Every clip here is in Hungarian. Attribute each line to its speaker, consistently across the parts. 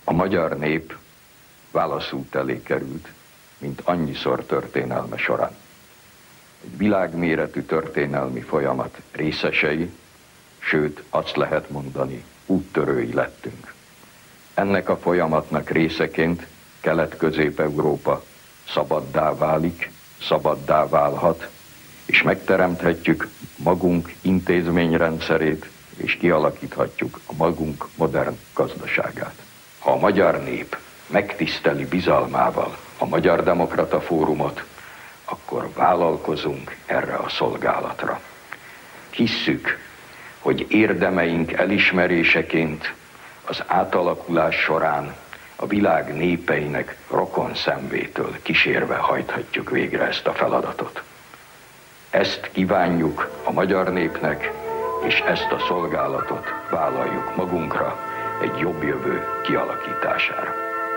Speaker 1: A magyar nép válaszút elé került, mint annyiszor történelme során. Egy világméretű történelmi folyamat részesei, sőt, azt lehet mondani, úttörői lettünk. Ennek a folyamatnak részeként Kelet-Közép-Európa szabaddá válik, szabaddá válhat, és megteremthetjük magunk intézményrendszerét, és kialakíthatjuk a magunk modern gazdaságát. Ha a magyar nép megtiszteli bizalmával a Magyar Demokrata Fórumot, akkor vállalkozunk erre a szolgálatra. Hisszük, hogy érdemeink elismeréseként az átalakulás során a világ népeinek rokon szemvétől kísérve hajthatjuk végre ezt a feladatot. Ezt kívánjuk a magyar népnek, és ezt a szolgálatot vállaljuk magunkra egy jobb jövő kialakítására.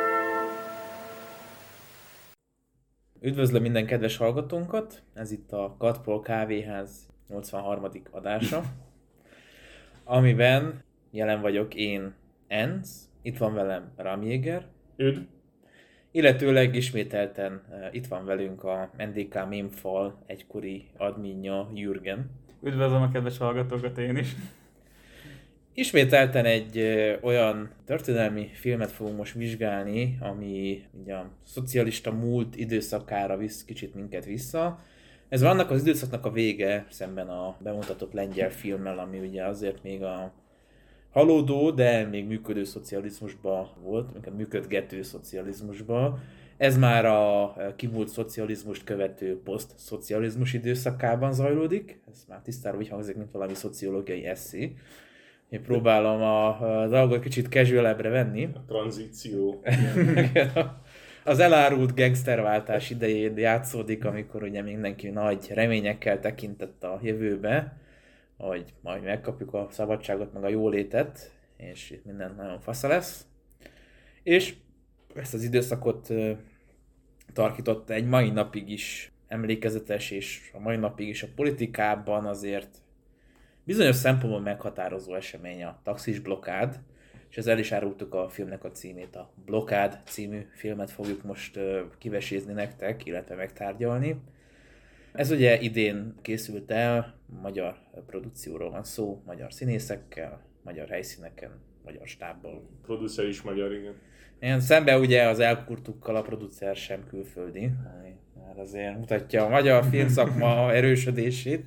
Speaker 2: Üdvözlöm minden kedves hallgatónkat, ez itt a Gatpol Kávéház 83. adása, amiben jelen vagyok én, Enz, itt van velem Ramjéger,
Speaker 3: Üdv!
Speaker 2: Illetőleg ismételten itt van velünk a NDK Mémfal egykori adminja, Jürgen.
Speaker 3: Üdvözlöm a kedves hallgatókat én is!
Speaker 2: Ismételten egy olyan történelmi filmet fogunk most vizsgálni, ami ugye a szocialista múlt időszakára visz kicsit minket vissza. Ez vannak az időszaknak a vége szemben a bemutatott lengyel filmmel, ami ugye azért még a halódó, de még működő szocializmusban volt, működgető szocializmusban. Ez már a kimúlt szocializmust követő posztszocializmus időszakában zajlódik. Ez már tisztára úgy hangzik, mint valami szociológiai eszé. Én próbálom a dolgot kicsit casual-ebbre venni.
Speaker 3: A tranzíció.
Speaker 2: Az elárult gangsterváltás idején játszódik, amikor ugye mindenki nagy reményekkel tekintett a jövőbe, hogy majd megkapjuk a szabadságot, meg a jólétet, és itt minden nagyon fasza lesz. És ezt az időszakot tarkította egy mai napig is emlékezetes, és a mai napig is a politikában azért bizonyos szempontból meghatározó esemény a taxis blokkád, és ezzel is árultuk a filmnek a címét. A Blokkád című filmet fogjuk most kivesézni nektek, illetve megtárgyalni. Ez ugye idén készült el, magyar produkcióról van szó, magyar színészekkel, magyar helyszíneken, magyar stábbal.
Speaker 3: Producer is magyar, igen.
Speaker 2: Ilyen szemben ugye az elkurtukkal a producer sem külföldi, ami már azért mutatja a magyar filmszakma erősödését.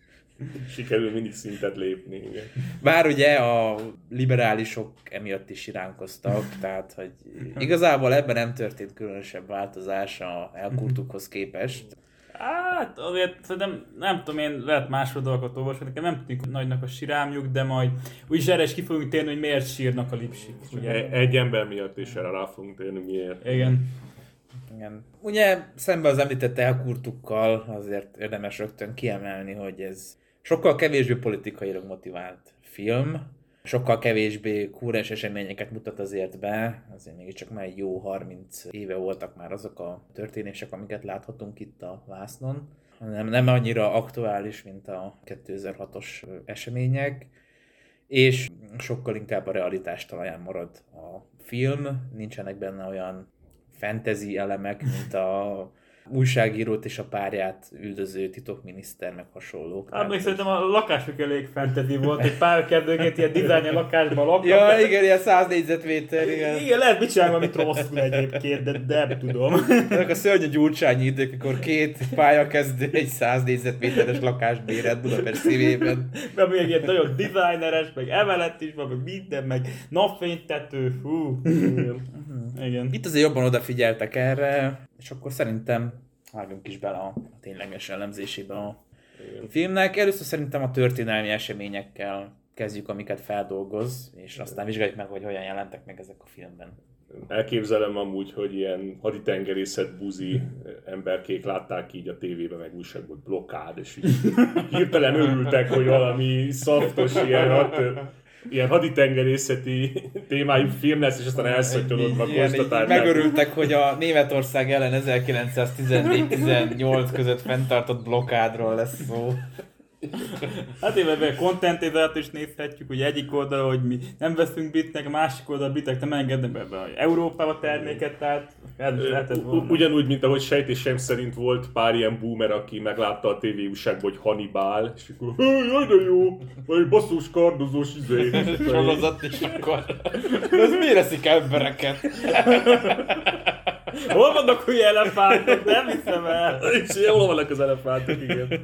Speaker 3: Sikerül mindig szintet lépni, igen.
Speaker 2: Bár ugye a liberálisok emiatt is iránkoztak, tehát hogy igazából ebben nem történt különösebb változás a elkurtukhoz képest.
Speaker 4: Hát azért szerintem, nem tudom én, lehet másról dolgokat olvasni, nekem nem tűnik nagynak a sirálmjuk, de majd úgyis erre is ki fogunk térni, hogy miért sírnak a lipsik.
Speaker 3: Ugye? Egy ember miatt is erre rá fogunk térni, miért.
Speaker 4: Igen.
Speaker 2: Igen. Ugye szemben az említett elkurtukkal azért érdemes rögtön kiemelni, hogy ez sokkal kevésbé politikailag motivált film, sokkal kevésbé kúrens eseményeket mutat azért be, azért mégiscsak már egy jó 30 éve voltak már azok a történések, amiket láthatunk itt a vásznon. Nem annyira aktuális, mint a 2006-os események, és sokkal inkább a realitás talaján marad a film, nincsenek benne olyan fantasy elemek, mint a újságírót és a párját üldöző titokminiszter, meg hasonlók.
Speaker 4: Hát még szerintem a lakások elég fantasy volt, egy pár kedvőként ilyen dizájn a lakásban laknak.
Speaker 2: Ja, igen, ilyen 100 négyzetméter, igen.
Speaker 4: Igen, lehet mit csinálni, amit rosszul egyébként, de nem tudom.
Speaker 2: Ezek a szörnyű gyurcsányi idők, amikor két pályakezdő egy 100 négyzetméteres lakást bérelt Budapest szívében.
Speaker 4: Mert még ilyen nagyon designeres, meg emelet is van, meg minden, meg napfénytető, hú. Igen.
Speaker 2: Itt azért jobban odafigyeltek erre, és akkor szerintem vágjunk is bele a tényleges elemzésébe a filmnek. Először szerintem a történelmi eseményekkel kezdjük, amiket feldolgoz, és aztán vizsgáljuk meg, hogy hogyan jelentek meg ezek a filmben.
Speaker 3: Elképzelem amúgy, hogy ilyen haditengerészet buzi emberkék látták így a tévében, meg újságban, blokkád, és így hirtelen örültek, hogy valami szaftos ilyen haditengerészeti témájú film lesz, és aztán elszattyolódva konstatálták.
Speaker 2: Megörültek, hogy a Németország ellen 1914-18 között fenntartott blokkádról lesz szó.
Speaker 4: Hát éve content is nézhetjük, ugye egyik oldalon, hogy mi nem veszünk bitnek, a másik oldalon bitek nem engednek be Európába terméket, tehát lehetett volna.
Speaker 3: Ugyanúgy, mint ahogy sejtésem szerint volt pár ilyen boomer, aki meglátta a TV újságban, hogy Hannibal, és akkor jaj de jó, vagy basszus kardozós
Speaker 2: sorozat is akkor. De ez miért eszik embereket?
Speaker 4: Hol vannak hülye elefántok? Nem hiszem el.
Speaker 3: És hol vannak az elefántok, igen.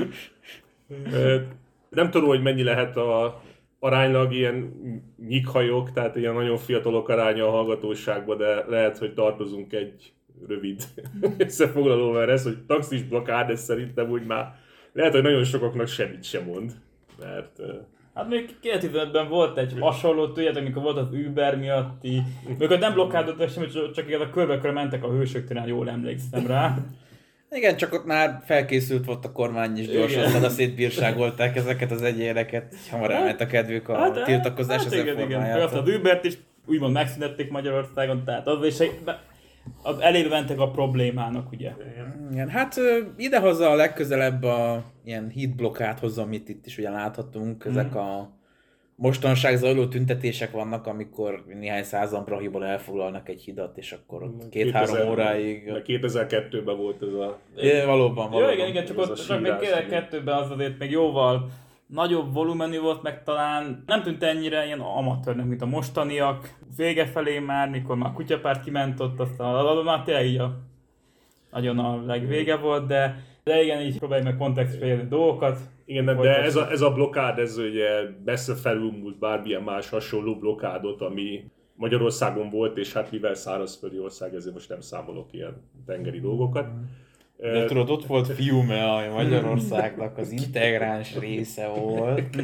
Speaker 3: Nem tudom, hogy mennyi lehet aránylag ilyen nyikhajok, tehát ilyen nagyon fiatalok aránya a hallgatóságban, de lehet, hogy tartozunk egy rövid összefoglalóval ez, hogy taxis blokkád, ez szerintem úgy már lehet, hogy nagyon sokaknak semmit sem mond, mert...
Speaker 4: Hát még 2015-ben volt egy hasonló, tudjátok, amikor volt az Uber miatti, amikor nem blokkádott semmit, csak igaz a körbe mentek a hősök, talán jól emlékszem rá.
Speaker 2: Igen, csak ott már felkészült volt a kormány is gyorsan, oda szétbírságolták ezeket az egyéneket, hamar elment a kedvük a tiltakozás ezen formájától.
Speaker 4: Az Ubert is úgymond megszüntették Magyarországon, tehát az is az elébe mentek a problémának, ugye.
Speaker 2: Igen, hát idehaza a legközelebb a ilyen hídblokkádhoz, amit itt is ugye láthatunk, ezek a mostanság zajló tüntetések vannak, amikor néhány százan Brahiból elfoglalnak egy hidat, és akkor ott 2-3 óráig...
Speaker 3: 2002-ben volt ez a...
Speaker 2: Valóban.
Speaker 4: Jó, igen, csak ott még 2002-ben az azért még jóval nagyobb volumenű volt, meg talán nem tűnt ennyire ilyen amatőrnek, mint a mostaniak. Vége felé már, mikor már a kutyapárt kiment ott, aztán már tényleg így nagyon a legvége volt, de igen, így próbáljuk meg kontextusba érni dolgokat.
Speaker 3: Igen, de ez a blokkád, ez ugye messze felülmúlt bármilyen más hasonló blokkádot, ami Magyarországon volt, és hát mivel szárazföldi ország, ezért most nem számolok ilyen tengeri dolgokat.
Speaker 2: De tudod, ott volt Fiume, ami Magyarországnak az integráns része volt.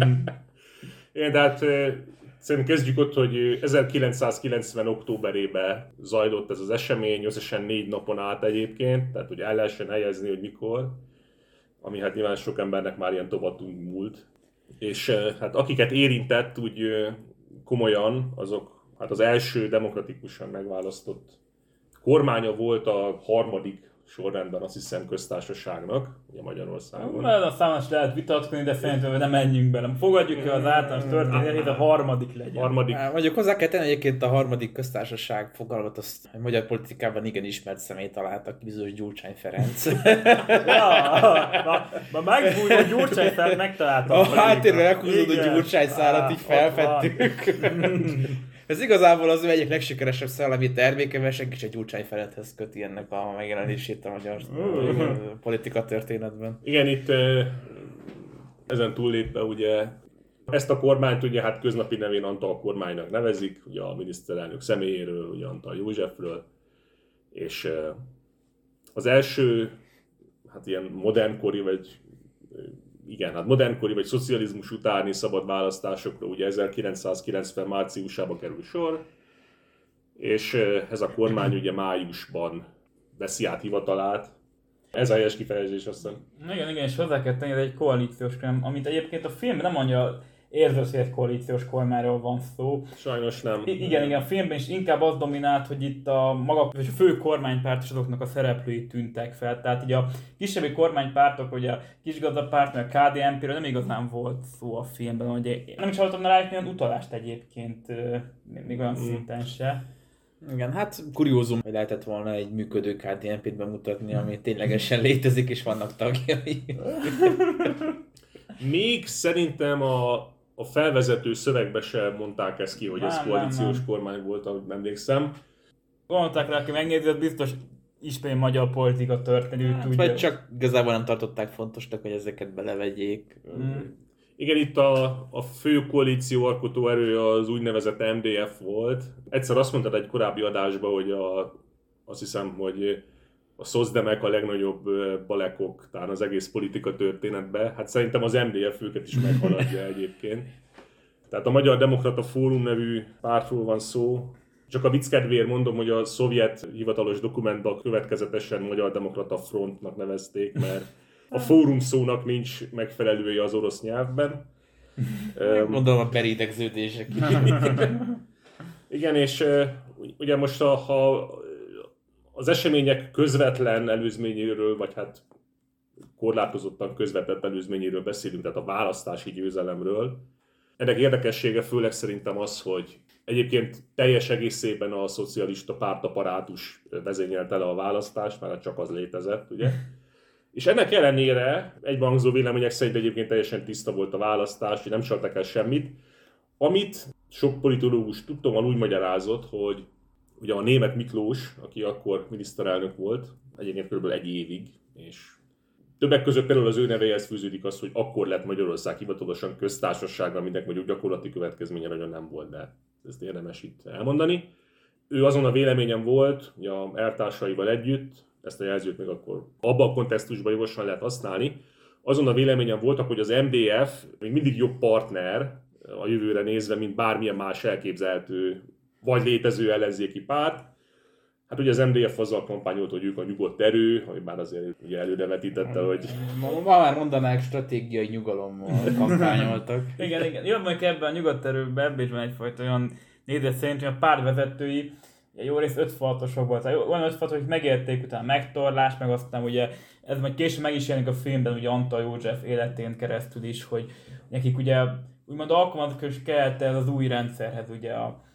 Speaker 3: Igen, de hát szerintem kezdjük ott, hogy 1990. októberében zajlott ez az esemény, összesen 4 napon át egyébként, tehát hogy el lehessen helyezni, hogy mikor, ami hát nyilván sok embernek már ilyen tovatunk múlt. És hát akiket érintett úgy komolyan, azok hát az első demokratikusan megválasztott kormánya volt a harmadik sorrendben, azt hiszem, köztársaságnak, ugye Magyarországon.
Speaker 4: A számos lehet vitatkozni, de szerintem nem menjünk bele. Fogadjuk el az általános történetét, a harmadik legyen.
Speaker 2: Mondjuk hozzá kell tenni, egyébként a harmadik köztársaság fogalmat, azt a magyar politikában igen ismert személy találtak, bizonyos Gyurcsány Ferenc.
Speaker 4: Ma megbújt, hogy Gyurcsány Ferenc megtalálta.
Speaker 2: A háttérben meghúzódó Gyurcsány szárat így felfedtük. Ez igazából az ő egyik legsikeresebb szellemi terméke, mert senki sem Gyurcsány Ferenchez köti ennek a megjelenését a magyar politika történetben.
Speaker 3: Igen, itt ezen túllépve ugye ezt a kormányt ugye hát köznapi nevén Antal kormánynak nevezik, ugye a miniszterelnök személyéről, ugye Antal Józsefről, és az első hát ilyen modernkori vagy szocializmus utáni szabad választásokra ugye 1990 márciusában kerül sor, és ez a kormány ugye májusban veszi át hivatalát. Ez a helyes kifejezés, azt hiszem.
Speaker 4: Igen, és hozzá kell tenni, ez egy koalíciós kormány, amit egyébként a film nem annyira érzős, hogy egy koalíciós kormányról van szó.
Speaker 3: Sajnos nem.
Speaker 4: Igen, a filmben is inkább az dominált, hogy itt a fő kormánypártosoknak a szereplői tűntek fel. Tehát így a kisebbi kormánypártok, ugye a kisgazdapárt, meg a KDNP-ről nem igazán volt szó a filmben. Ugye nem is hallottam rá olyan utalást egyébként, még olyan szinten se.
Speaker 2: Igen, hát kuriózum, hogy lehetett volna egy működő KDNP-t bemutatni, ami ténylegesen létezik és vannak tagjai.
Speaker 3: Még szerintem a felvezető szövegbe sem mondták ezt ki, hogy ez koalíciós kormány volt, ahogy emlékszem.
Speaker 4: Gondolták rá, aki megnézi, az biztos ismeri magyar politika történetét.
Speaker 2: Hát, vagy csak igazából nem tartották fontosnak, hogy ezeket belevegyék.
Speaker 3: Igen, itt a fő koalíció alkotó erő az úgynevezett MDF volt. Egyszer azt mondtad egy korábbi adásban, hogy azt hiszem, hogy a szozdemek a legnagyobb balekok talán az egész politika történetben. Hát szerintem az MDF őket is meghaladja egyébként. Tehát a Magyar Demokrata Fórum nevű pártról van szó. Csak a vicc kedvéért mondom, hogy a szovjet hivatalos dokumentban következetesen Magyar Demokrata Frontnak nevezték, mert a fórum szónak nincs megfelelője az orosz nyelvben.
Speaker 2: Gondolom a beridegződések.
Speaker 3: Igen, és ugye most ha az események közvetlen előzményéről, vagy hát korlátozottan közvetett előzményéről beszélünk, tehát a választási győzelemről. Ennek érdekessége főleg szerintem az, hogy egyébként teljes egészében a szocialista pártaparátus vezényelte le a választást, mert csak az létezett, ugye? És ennek ellenére egybehangzó vélemények szerint egyébként teljesen tiszta volt a választás, hogy nem csaltak el semmit, amit sok politológus tudtommal úgy magyarázott, hogy ugye a Németh Miklós, aki akkor miniszterelnök volt, egyébként kb. 1 évig, és többek között például az ő nevéhez fűződik az, hogy akkor lett Magyarország hivatalosan köztársasággal, aminek mondjuk gyakorlati következménye nagyon nem volt, de ezt érdemes itt elmondani. Ő azon a véleményen volt, hogy a eltársaival együtt, ezt a jelzőt még akkor abban a kontextusban jogosan lehet használni, azon a véleményen voltak, hogy az MDF még mindig jobb partner a jövőre nézve, mint bármilyen más elképzelhető vagy létező ellenzéki párt. Hát ugye az MDF azzal kampányolt, hogy ők a nyugodt erő, ami már azért ugye előrevetítette, hogy...
Speaker 2: Ma már mondanák, stratégiai nyugalommal kampányoltak.
Speaker 4: igen. Jobb mondjuk ebben a nyugodt erőben, ebben is van egyfajta olyan nézet szerint, hogy a pártvezetői jó részt 5-6-osok volt. Olyan 5-6, hogy megérték utána megtorlás, meg aztán ugye ez majd később meg is jelenik a filmben, ugye Antal József életén keresztül is, hogy nekik ugye úgymond alkalmazkodni is kellett ez az új rendszerhez, ugye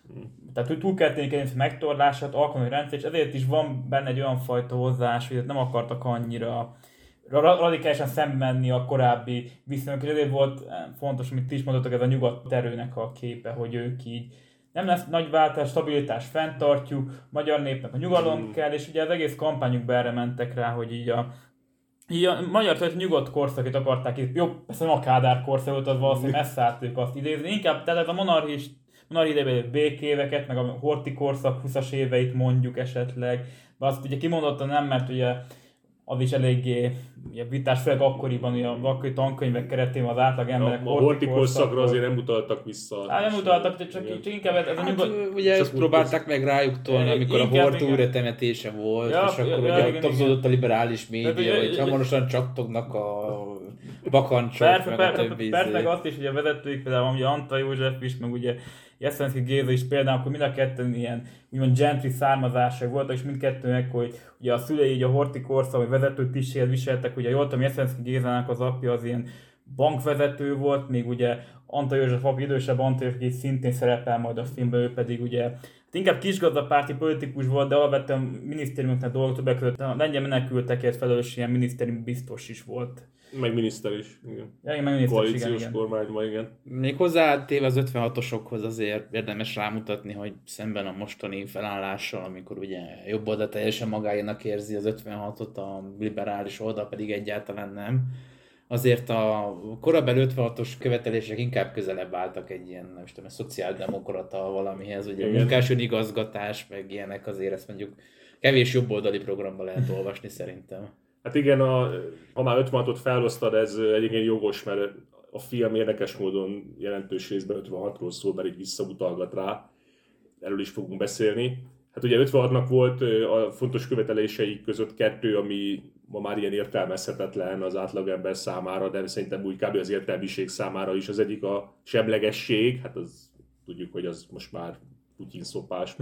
Speaker 4: tehát túl kellett tenni egy megtorlását, alkalmazni rendszer, és ezért is van benne egy olyan fajta hozzáállás, hogy nem akartak annyira radikálisan szembe menni a korábbi viszonyok, és ezért volt fontos, amit ti is mondottak, ez a nyugodt erőnek a képe, hogy ők így nem lesz nagy váltás, stabilitás fenntartjuk, magyar népnek a nyugalom kell, és ugye az egész kampányukban erre mentek rá, hogy így a magyar történet nyugodt korszakot akarták itt. Jó, persze nem a Kádár korszakot, az valószínűleg messze állt ők azt idézni. Inkább tehát a monarchi idejében békéveket, meg a Horthy korszak 20-as éveit mondjuk esetleg. De azt ugye kimondottan nem, mert ugye az is eléggé ugye, vitás, főleg akkoriban, ugye, a akkori tankönyvek keretében az átlag emberek
Speaker 3: a Horthy korszakra azért nem utaltak vissza.
Speaker 4: Nem utaltak, csak inkább ez a nyugodt...
Speaker 2: Ugye ezt próbálták meg rájuk tolni, amikor a Horthy újratemetése volt, és akkor ugye tapzódott a liberális média, hogy hamarosan csattognak a bakancsok, meg a többi.
Speaker 4: Persze, meg azt is, hogy a vezetőik, például ugye Antal József is, meg ugye Jeszenszky Géza is például, akkor mind a ketten ilyen úgymond gentry származások voltak, és mindkettőnek, hogy ugye a szülei így a Horthy korszak, vagy vezető tisztséget viseltek, ugye jól tudom, Jeszenszky Gézának az apja az ilyen bankvezető volt, még ugye Antal József apja, idősebb Antal József, aki szintén szerepel majd a filmben, ő pedig ugye inkább kisgazdapárti politikus volt, de alapvetően minisztériumoknak dolgozott, többek között a lengyel menekültekért felelős ilyen minisztérium biztos is volt.
Speaker 3: Meg miniszter is, igen.
Speaker 4: Ja, meg miniszter
Speaker 3: koalíciós
Speaker 4: igen.
Speaker 3: kormányban, igen.
Speaker 2: Még hozzátéve az 56-osokhoz azért érdemes rámutatni, hogy szemben a mostani felállással, amikor ugye jobb oldal teljesen magáénak érzi az 56-ot, a liberális oldal pedig egyáltalán nem. Azért a korabeli 56-os követelések inkább közelebb álltak egy ilyen, nem tudom, szociáldemokrata valamihez, ugye munkás önigazgatás, meg ilyenek azért ezt mondjuk kevés jobboldali programban lehet olvasni szerintem.
Speaker 3: Hát igen, ha már 56-ot felosztad, ez egyébként jogos, mert a film érdekes módon jelentős részben 56-ról szól, mert így visszautalgat rá. Erről is fogunk beszélni. Hát ugye 56-nak volt a fontos követeléseik között 2, ami ma már ilyen értelmezhetetlen az átlagember számára, de szerintem úgy kb. Az értelmiség számára is. Az egyik a semlegesség, hát az tudjuk, hogy az most már Putyin szopás.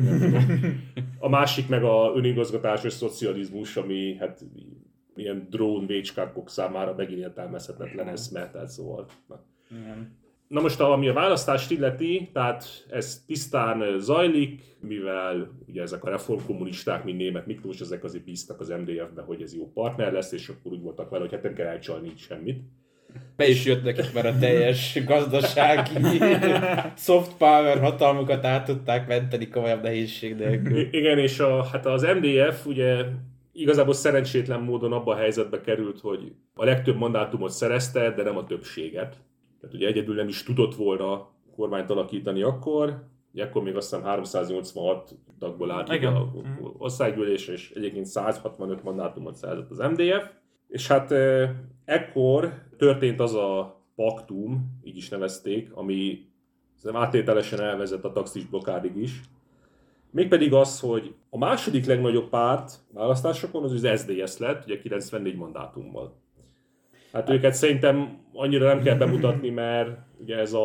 Speaker 3: A másik meg a önigazgatásos szocializmus, ami hát ilyen drón vécskákok számára megint értelmezhetetlen eszme, tehát szóval. Na most, ami a választást illeti, tehát ez tisztán zajlik, mivel ugye ezek a reformkommunisták, mint Németh Miklós, ezek azért bíztak az MDF-be, hogy ez jó partner lesz, és akkor úgy voltak vele, hogy hát nem kell elcsalni így semmit.
Speaker 2: Be is jött nekik, mert a teljes gazdasági soft power hatalmukat át tudták menteni komolyabb nehézség nélkül.
Speaker 3: Igen, és hát az MDF ugye igazából szerencsétlen módon abba a helyzetbe került, hogy a legtöbb mandátumot szerezte, de nem a többséget. Tehát ugye egyedül nem is tudott volna kormányt alakítani akkor, ugye akkor még azt hiszem 386 tagból állt az országgyűlés, és egyébként 165 mandátumot szerzett az MDF. És hát ekkor történt az a paktum, így is nevezték, ami áttételesen elvezet a taxis blokkádig is. Mégpedig az, hogy a második legnagyobb párt választásokon az SZDSZ lett, ugye 94 mandátummal. Hát őket szerintem annyira nem kell bemutatni, mert ugye ez a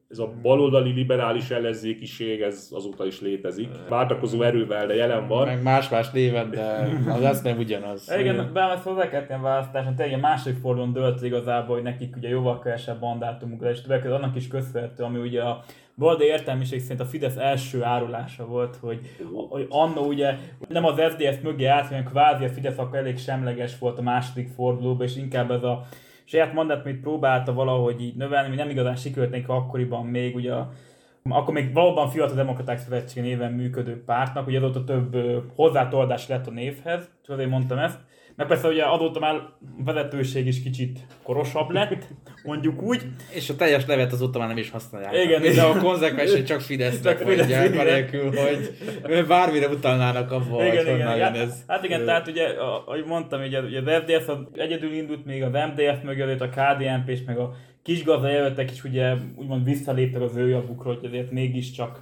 Speaker 3: ez a baloldali liberális ellenzékiség, ez azóta is létezik. Váltakozó erővel, de jelen van.
Speaker 2: Meg más néven, de az lesz nem ugyanaz.
Speaker 4: Igen, bár ezt hozzá kellett ilyen választáson, tényleg a második fordulón dölt igazából, hogy nekik ugye jóval kevesebb mandátumuk lesz, és többek annak is köszönhető, ami ugye a baloldali értelmiség szerint a Fidesz első árulása volt, hogy anno ugye nem az SZDSZ mögé állt, hanem kvázi a Fidesz akkor elég semleges volt a második fordulóban, és inkább ez a saját mandátumit próbálta valahogy így növelni, ami nem igazán sikerült neki akkoriban még, ugye akkor még valóban Fiatal Demokraták Szövetség néven működő pártnak, ugye azóta több hozzátoldás lett a névhez, csak azért mondtam ezt. Meg persze ugye azóta már vezetőség is kicsit korosabb lett, mondjuk úgy.
Speaker 2: És a teljes nevet azóta már nem is használják.
Speaker 4: Igen,
Speaker 2: de a konzekvensen csak Fidesznek mondják, anélkül, hogy bármire utalnának abba, hogy honnan jön ez.
Speaker 4: Hát igen, tehát ugye, ahogy mondtam, ugye az FDSZ egyedül indult még az MDF mögött, a KDNP és meg a kisgazda jelöltek is ugye úgymond visszaléptek az ő javukról, hogy azért mégiscsak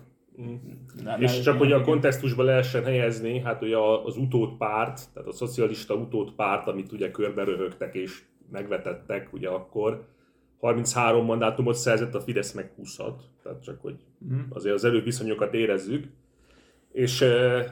Speaker 3: és csak hogy a kontextusba lehessen helyezni, hát ugye az utódpárt, tehát a szocialista utódpárt, amit ugye körbe röhögtek és megvetettek, ugye akkor 33 mandátumot szerzett, a Fidesz meg 20-at, tehát csak hogy azért az erőviszonyokat érezzük. És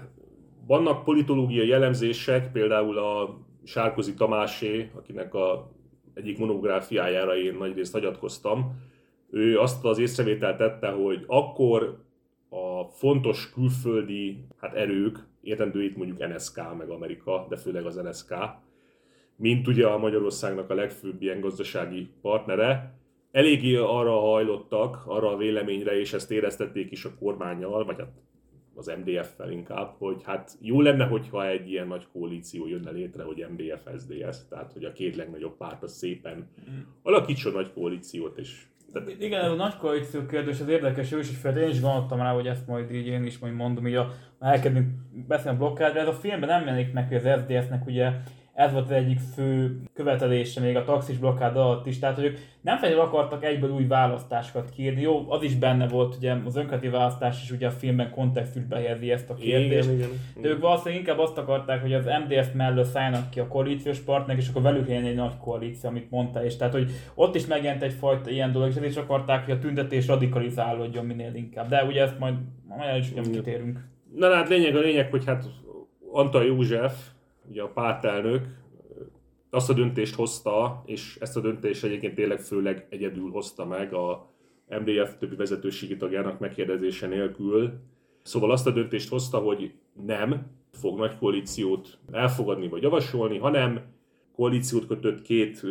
Speaker 3: vannak politológiai jellemzések, például a Sárközi Tamásé, akinek a egyik monográfiájára én nagyrészt hagyatkoztam, ő azt az észrevételt tette, hogy akkor a fontos külföldi erők, értendő itt mondjuk NSK meg Amerika, de főleg az NSK, mint ugye a Magyarországnak a legfőbb ilyen gazdasági partnere, eléggé arra hajlottak, arra a véleményre, és ezt éreztették is a kormánnyal, vagy hát az MDF-fel inkább, hogy hát jó lenne, hogyha egy ilyen nagy koalíció jönne létre, hogy MDF-SZDSZ, tehát hogy a két legnagyobb párt az szépen alakítson nagy koalíciót, és
Speaker 4: igen, ez a nagy koalíció kérdés, az érdekes, és én is gondoltam rá, hogy ezt majd így én is majd mondom, így elkezdünk beszélni a blokkádra, ez a filmben nem jelenik meg, hogy az SZDSZ-nek ugye ez volt az egyik fő követelése még a taxis blokkád alatt is, tehát hogy ők nem feltétlenül akartak egyből új választásokat kiírni, jó, az is benne volt, ugye az önkormányzati választás is ugye a filmben kontextusba helyezi ezt a kérdést, igen. De ők valószínűleg inkább azt akarták, hogy az MDF mellől szállnak ki a koalíciós partnerek, és akkor velük legyen egy nagy koalíció, amit mondta, és tehát hogy ott is megjelent egyfajta ilyen dolog, és ezért is akarták, hogy a tüntetés radikalizálódjon minél inkább, de ugye ezt majd el is kitérünk.
Speaker 3: Na hát lényeg, hogy hát Antal József, ugye a pártelnök azt a döntést hozta, és ezt a döntést egyébként tényleg főleg egyedül hozta meg a MDF többi vezetőségi tagjának megkérdezése nélkül. Szóval azt a döntést hozta, hogy nem fog nagy koalíciót elfogadni vagy javasolni, hanem koalíciót kötött két,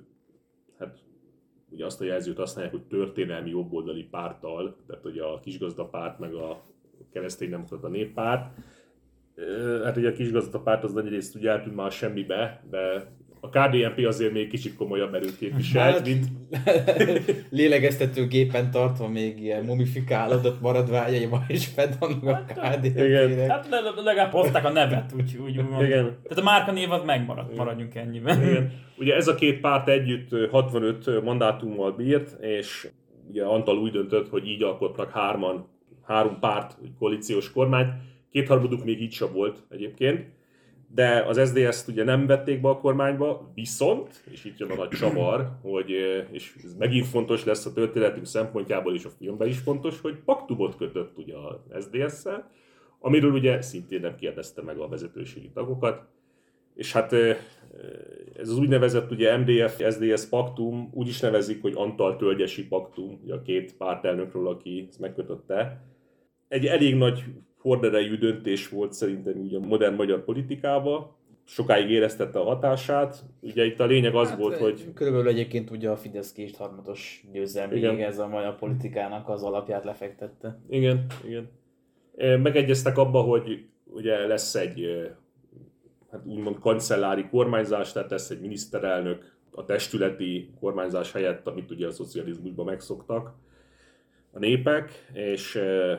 Speaker 3: hát ugye azt a jelzőt használják, hogy történelmi jobboldali párttal, tehát ugye a Kisgazdapárt meg a Kereszténydemokrata Néppárt. Hát ugye a Kisgazdapárt az nagyrészt ugye eltűnt már semmibe, de a KDNP azért még kicsit komolyabb erőt képviselt, mint...
Speaker 2: Lélegeztetőgépen tartva még ilyen mumifikálódott maradványaival is fedonnak a KDNP-nek.
Speaker 4: Hát legalább hozták a nevet, úgy igen. Tehát a márkanév az megmaradt, maradjunk ennyiben.
Speaker 3: Igen. Ugye ez a két párt együtt 65 mandátummal bírt, és ugye Antal úgy döntött, hogy így alkotnak három párt koalíciós kormányt. Kétharmaduk még így sem volt egyébként, de az SZDSZ-t ugye nem vették be a kormányba, viszont, és itt jön a nagy csavar, hogy, és ez megint fontos lesz a történetünk szempontjából, és a filmben is fontos, hogy paktumot kötött ugye az SZDSZ-szel, amiről ugye szintén nem kérdezte meg a vezetőségi tagokat, és hát ez az úgynevezett ugye MDF-SZDSZ paktum, úgy is nevezik, hogy Antal-Tölgyesi paktum, ugye a két pártelnökről, aki ezt megkötötte. Egy elég nagy horderejű döntés volt szerintem ugye a modern magyar politikában. Sokáig éreztette a hatását. Ugye itt a lényeg az volt, hogy...
Speaker 2: Körülbelül egyébként ugye a Fidesz kétharmados győzelmig ez a magyar politikának az alapját lefektette.
Speaker 3: Igen. Megegyeztek abba, hogy ugye lesz egy hát úgymond kancellári kormányzás, tehát lesz egy miniszterelnök a testületi kormányzás helyett, amit ugye a szocializmusban megszoktak a népek, és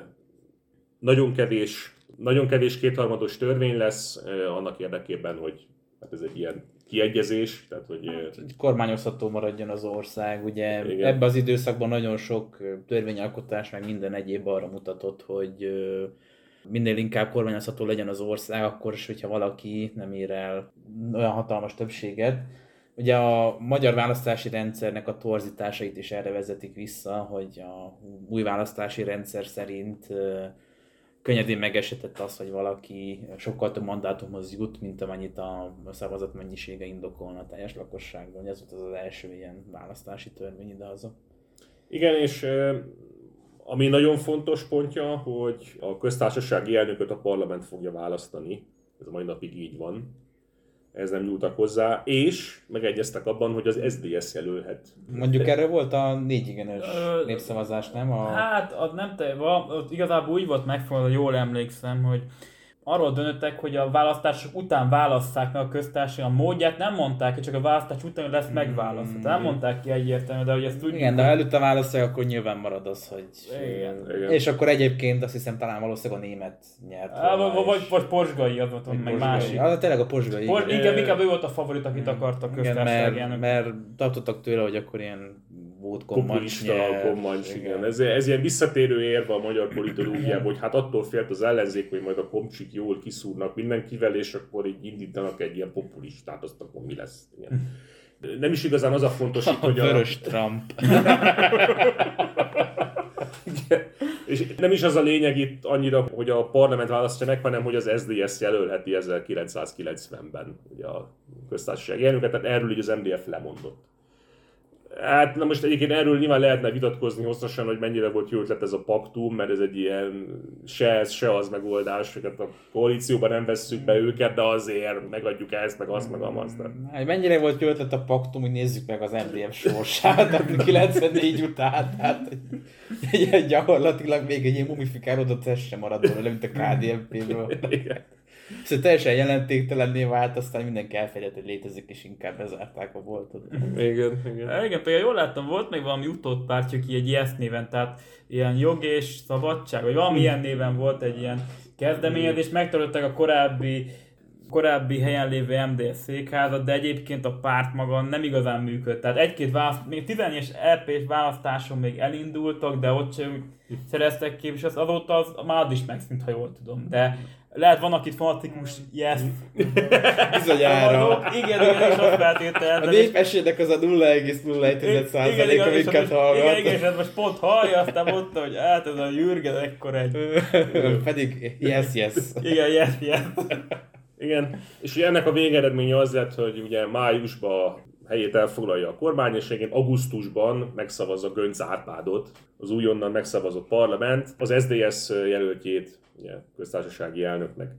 Speaker 3: nagyon kevés kétharmados törvény lesz annak érdekében, hogy hát ez egy ilyen kiegyezés, tehát hogy...
Speaker 2: kormányozható maradjon az ország, ugye ebben az időszakban nagyon sok törvényalkotás, meg minden egyéb arra mutatott, hogy minél inkább kormányozható legyen az ország, akkor is, hogyha valaki nem ér el olyan hatalmas többséget, Ugye a magyar választási rendszernek a torzításait is erre vezetik vissza, hogy a új választási rendszer szerint könnyedén megesetett az, hogy valaki sokkal több mandátumhoz jut, mint amennyit a szavazat mennyisége indokolna a teljes lakosságban. Ez volt az első ilyen választási törvény idehaza.
Speaker 3: Igen, és ami nagyon fontos pontja, hogy a köztársasági elnököt a parlament fogja választani. Ez a mai napig így van. Ez nem nyúltak hozzá, és megegyeztek abban, hogy az SZDSZ jelölhet.
Speaker 2: Mondjuk erre volt a 4 igenes népszavazás, nem?
Speaker 4: Hát, az nem igazából úgy volt megfogva, jól emlékszem, hogy arról döntöttek, hogy a választások után válasszák meg a köztársaság a módját, nem mondták ki, csak a választás után lesz megválasztva. Nem mondták ki egyértelműen, de hogy ezt tudjuk.
Speaker 2: Igen, de ha előtte választják, akkor nyilván marad az, hogy...
Speaker 4: Igen.
Speaker 2: És akkor egyébként azt hiszem talán valószínűleg a német nyert.
Speaker 4: Vagy Pozsgai, az volt, meg másik.
Speaker 2: Tényleg a Pozsgai.
Speaker 4: Inkább ő volt a favorit, akit akart a köztársasági elnök.
Speaker 2: Mert tartottak tőle, hogy akkor ilyen
Speaker 3: populista kommancs, igen. Ez ilyen visszatérő érve a magyar politológiában, hogy hát attól félt az ellenzék, hogy majd a komcsik jól kiszúrnak mindenkivel, és akkor így indítanak egy ilyen populistát, azt akkor mi lesz. Igen. Nem is igazán az a fontos itt, hogy
Speaker 2: a vörös Trump.
Speaker 3: És nem is az a lényeg itt annyira, hogy a parlament választja meg, hanem hogy az SZDSZ jelölheti 1990-ben ugye a köztársasági elnöket, tehát erről így az MDF lemondott. Hát na most egyébként erről nyilván lehetne vitatkozni hosszasan, hogy mennyire volt jó ötlet ez a paktum, mert ez egy ilyen se ez, se az megoldás, hogy a koalícióban nem vesszük be őket, de azért megadjuk ezt, meg azt, meg azt.
Speaker 2: Mennyire volt jó ötlet a paktum, hogy nézzük meg az MDF sorsát 94 után, tehát gyakorlatilag még egy ilyen mumifikálódott test sem marad volna, mint a KDNP-ből. Szóval teljesen jelentéktelenné vált, aztán mindenki elfelejtett, hogy létezik, és inkább bezárták a boltot.
Speaker 3: Igen.
Speaker 4: Igen, például jól láttam, volt még valami utód pártja, aki egy YESZ néven, tehát ilyen jog és szabadság, vagy valami ilyen néven volt egy ilyen kezdeményezés, megtartották a korábbi helyen lévő MDF székházat, de egyébként a párt maga nem igazán működt. Tehát egy-két még 11-es RP-s választáson még elindultak, de ott sem szereztek kép, és azóta az már is megszűnt, ha jól tudom. De lehet van, akit fanatikus YESZ.
Speaker 2: Bizonyára.
Speaker 4: Igen, és azt feltételezem.
Speaker 2: A népesének az a 0,01%, amiket hallgat.
Speaker 4: Igen, és ez most pont hallja, aztán mondta, hogy hát ez a Jürgen ekkor egy...
Speaker 2: Pedig yes.
Speaker 4: Igen, yes.
Speaker 3: Igen, és ennek a végeredménye az lett, hogy ugye májusban helyét elfoglalja a kormány, és egyébként augusztusban megszavazza Göncz Árpádot, az újonnan megszavazott parlament, az SZDSZ jelöltjét ugye, köztársasági elnöknek.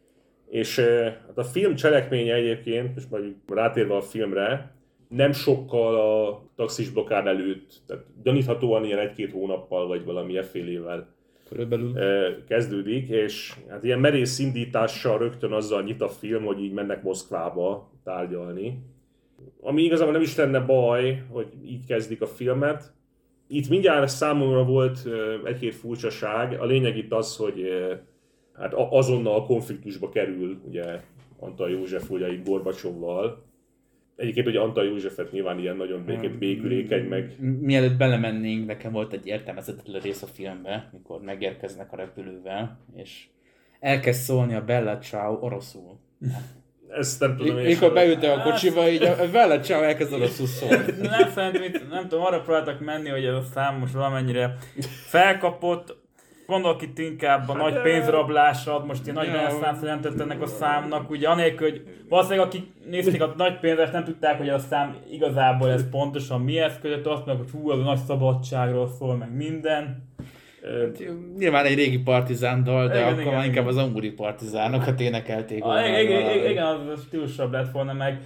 Speaker 3: És hát a film cselekménye egyébként, most majd rátérve a filmre, nem sokkal a taxis blokkád előtt, tehát gyaníthatóan ilyen 1-2 hónappal, vagy valami effélével
Speaker 2: körülbelül
Speaker 3: kezdődik, és hát ilyen merész indítással rögtön azzal nyit a film, hogy így mennek Moszkvába tárgyalni. Ami igazából nem is lenne baj, hogy így kezdik a filmet. Itt mindjárt számomra volt egy-két furcsaság. A lényeg itt az, hogy hát azonnal a konfliktusba kerül ugye Antal József ugye itt Gorbacsovval. Egyébként ugye Antal Józsefet nyilván ilyen nagyon békülékeny meg...
Speaker 2: Mielőtt belemennénk, nekem volt egy értelmezhetetlen rész a filmben, mikor megérkeznek a repülővel, és elkezd szólni a Bella Ciao oroszul.
Speaker 3: Ezt nem tudom én.
Speaker 2: Mikor beültem a kocsiba, így a Bella Ciao elkezd oroszul szólni.
Speaker 4: Nem tudom, arra próbáltak menni, hogy ez a szám most valamennyire felkapott. Gondolok itt inkább a nagy pénzrablásra, most ilyen nagy reneszánsz jelentett ennek a számnak, ugye anélkül, hogy valószínűleg akik nézték a nagy pénzest, nem tudták, hogy a szám igazából ez pontosan mihez kötött, azt mondják, hogy hú, az a nagy szabadságról szól, meg minden.
Speaker 2: Nyilván egy régi partizán dal, de akkor már inkább az angoli partizánokat énekelték volna.
Speaker 4: Igen, az stílusabb lett volna meg.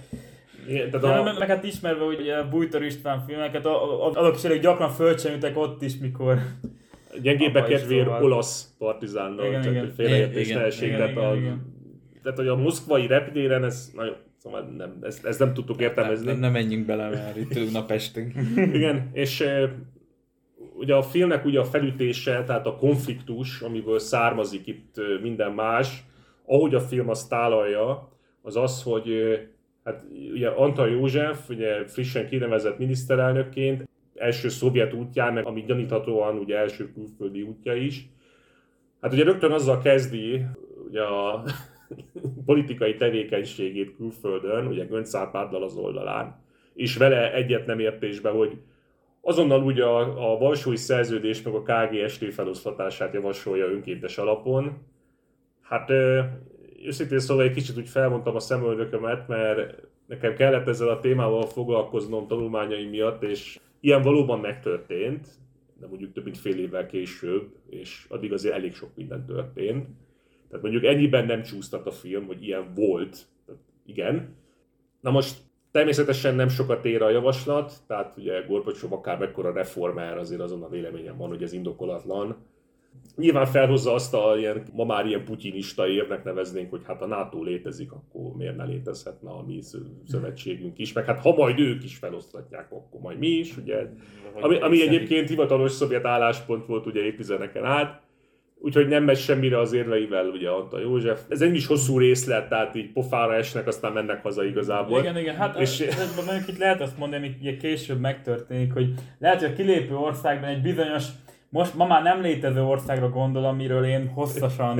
Speaker 4: Meg hát ismerve ugye Bújtor István filmeket, azok is elég gyakran földsemültek ott is, mikor...
Speaker 3: Gyengébbek kedvéért olasz partizánnal, csak hogy félreértés ne essék. Tehát, hogy a moszkvai reptéren ez nagyon... Szóval nem, ezt nem tudtuk értelmezni.
Speaker 2: Nem menjünk bele, mert itt ülünk napestig.
Speaker 3: Igen, és ugye a filmnek ugye a felütése, tehát a konfliktus, amiből származik itt minden más, ahogy a film azt tálalja, az az, hogy hát ugye Antal József, ugye frissen kinevezett miniszterelnökként, első szovjet útján, meg ami gyaníthatóan ugye első külföldi útja is. Hát ugye rögtön azzal kezdi ugye a politikai tevékenységét külföldön, ugye Göncz Árpáddal az oldalán, és vele egyet nem értésbe, hogy azonnal ugye a Varsói Szerződés meg a KGST feloszlatását javasolja önkéntes alapon. Hát őszintén szóval egy kicsit úgy felvontam a szemöldökömet, mert nekem kellett ezzel a témával foglalkoznom tanulmányaim miatt, és ilyen valóban megtörtént, de mondjuk több mint fél évvel később, és addig azért elég sok minden történt. Tehát mondjuk ennyiben nem csúsztat a film, hogy ilyen volt. Tehát igen. Na most természetesen nem sokat ér a javaslat, tehát ugye Gorbacsov akár mekkora reformer, azért azon a véleményem van, hogy ez indokolatlan. Nyilván felhozza azt ma már ilyen putyinista érvnek neveznénk, hogy hát a NATO létezik, akkor miért ne létezhetne a mi szövetségünk is, meg hát ha majd ők is felosztatják, akkor majd mi is, ugye. Ami egyébként hivatalos szovjet álláspont volt ugye évtizedeken át, úgyhogy nem megy semmire az érveivel ugye Antal József. Ez egy is hosszú részlet, tehát így pofára esnek, aztán mennek haza igazából.
Speaker 4: Igen, hát és mondjuk itt lehet azt mondani, hogy ugye később megtörténik, hogy lehet, hogy a kilépő országban egy bizonyos ma már nem létező országra gondol, amiről én hosszasan,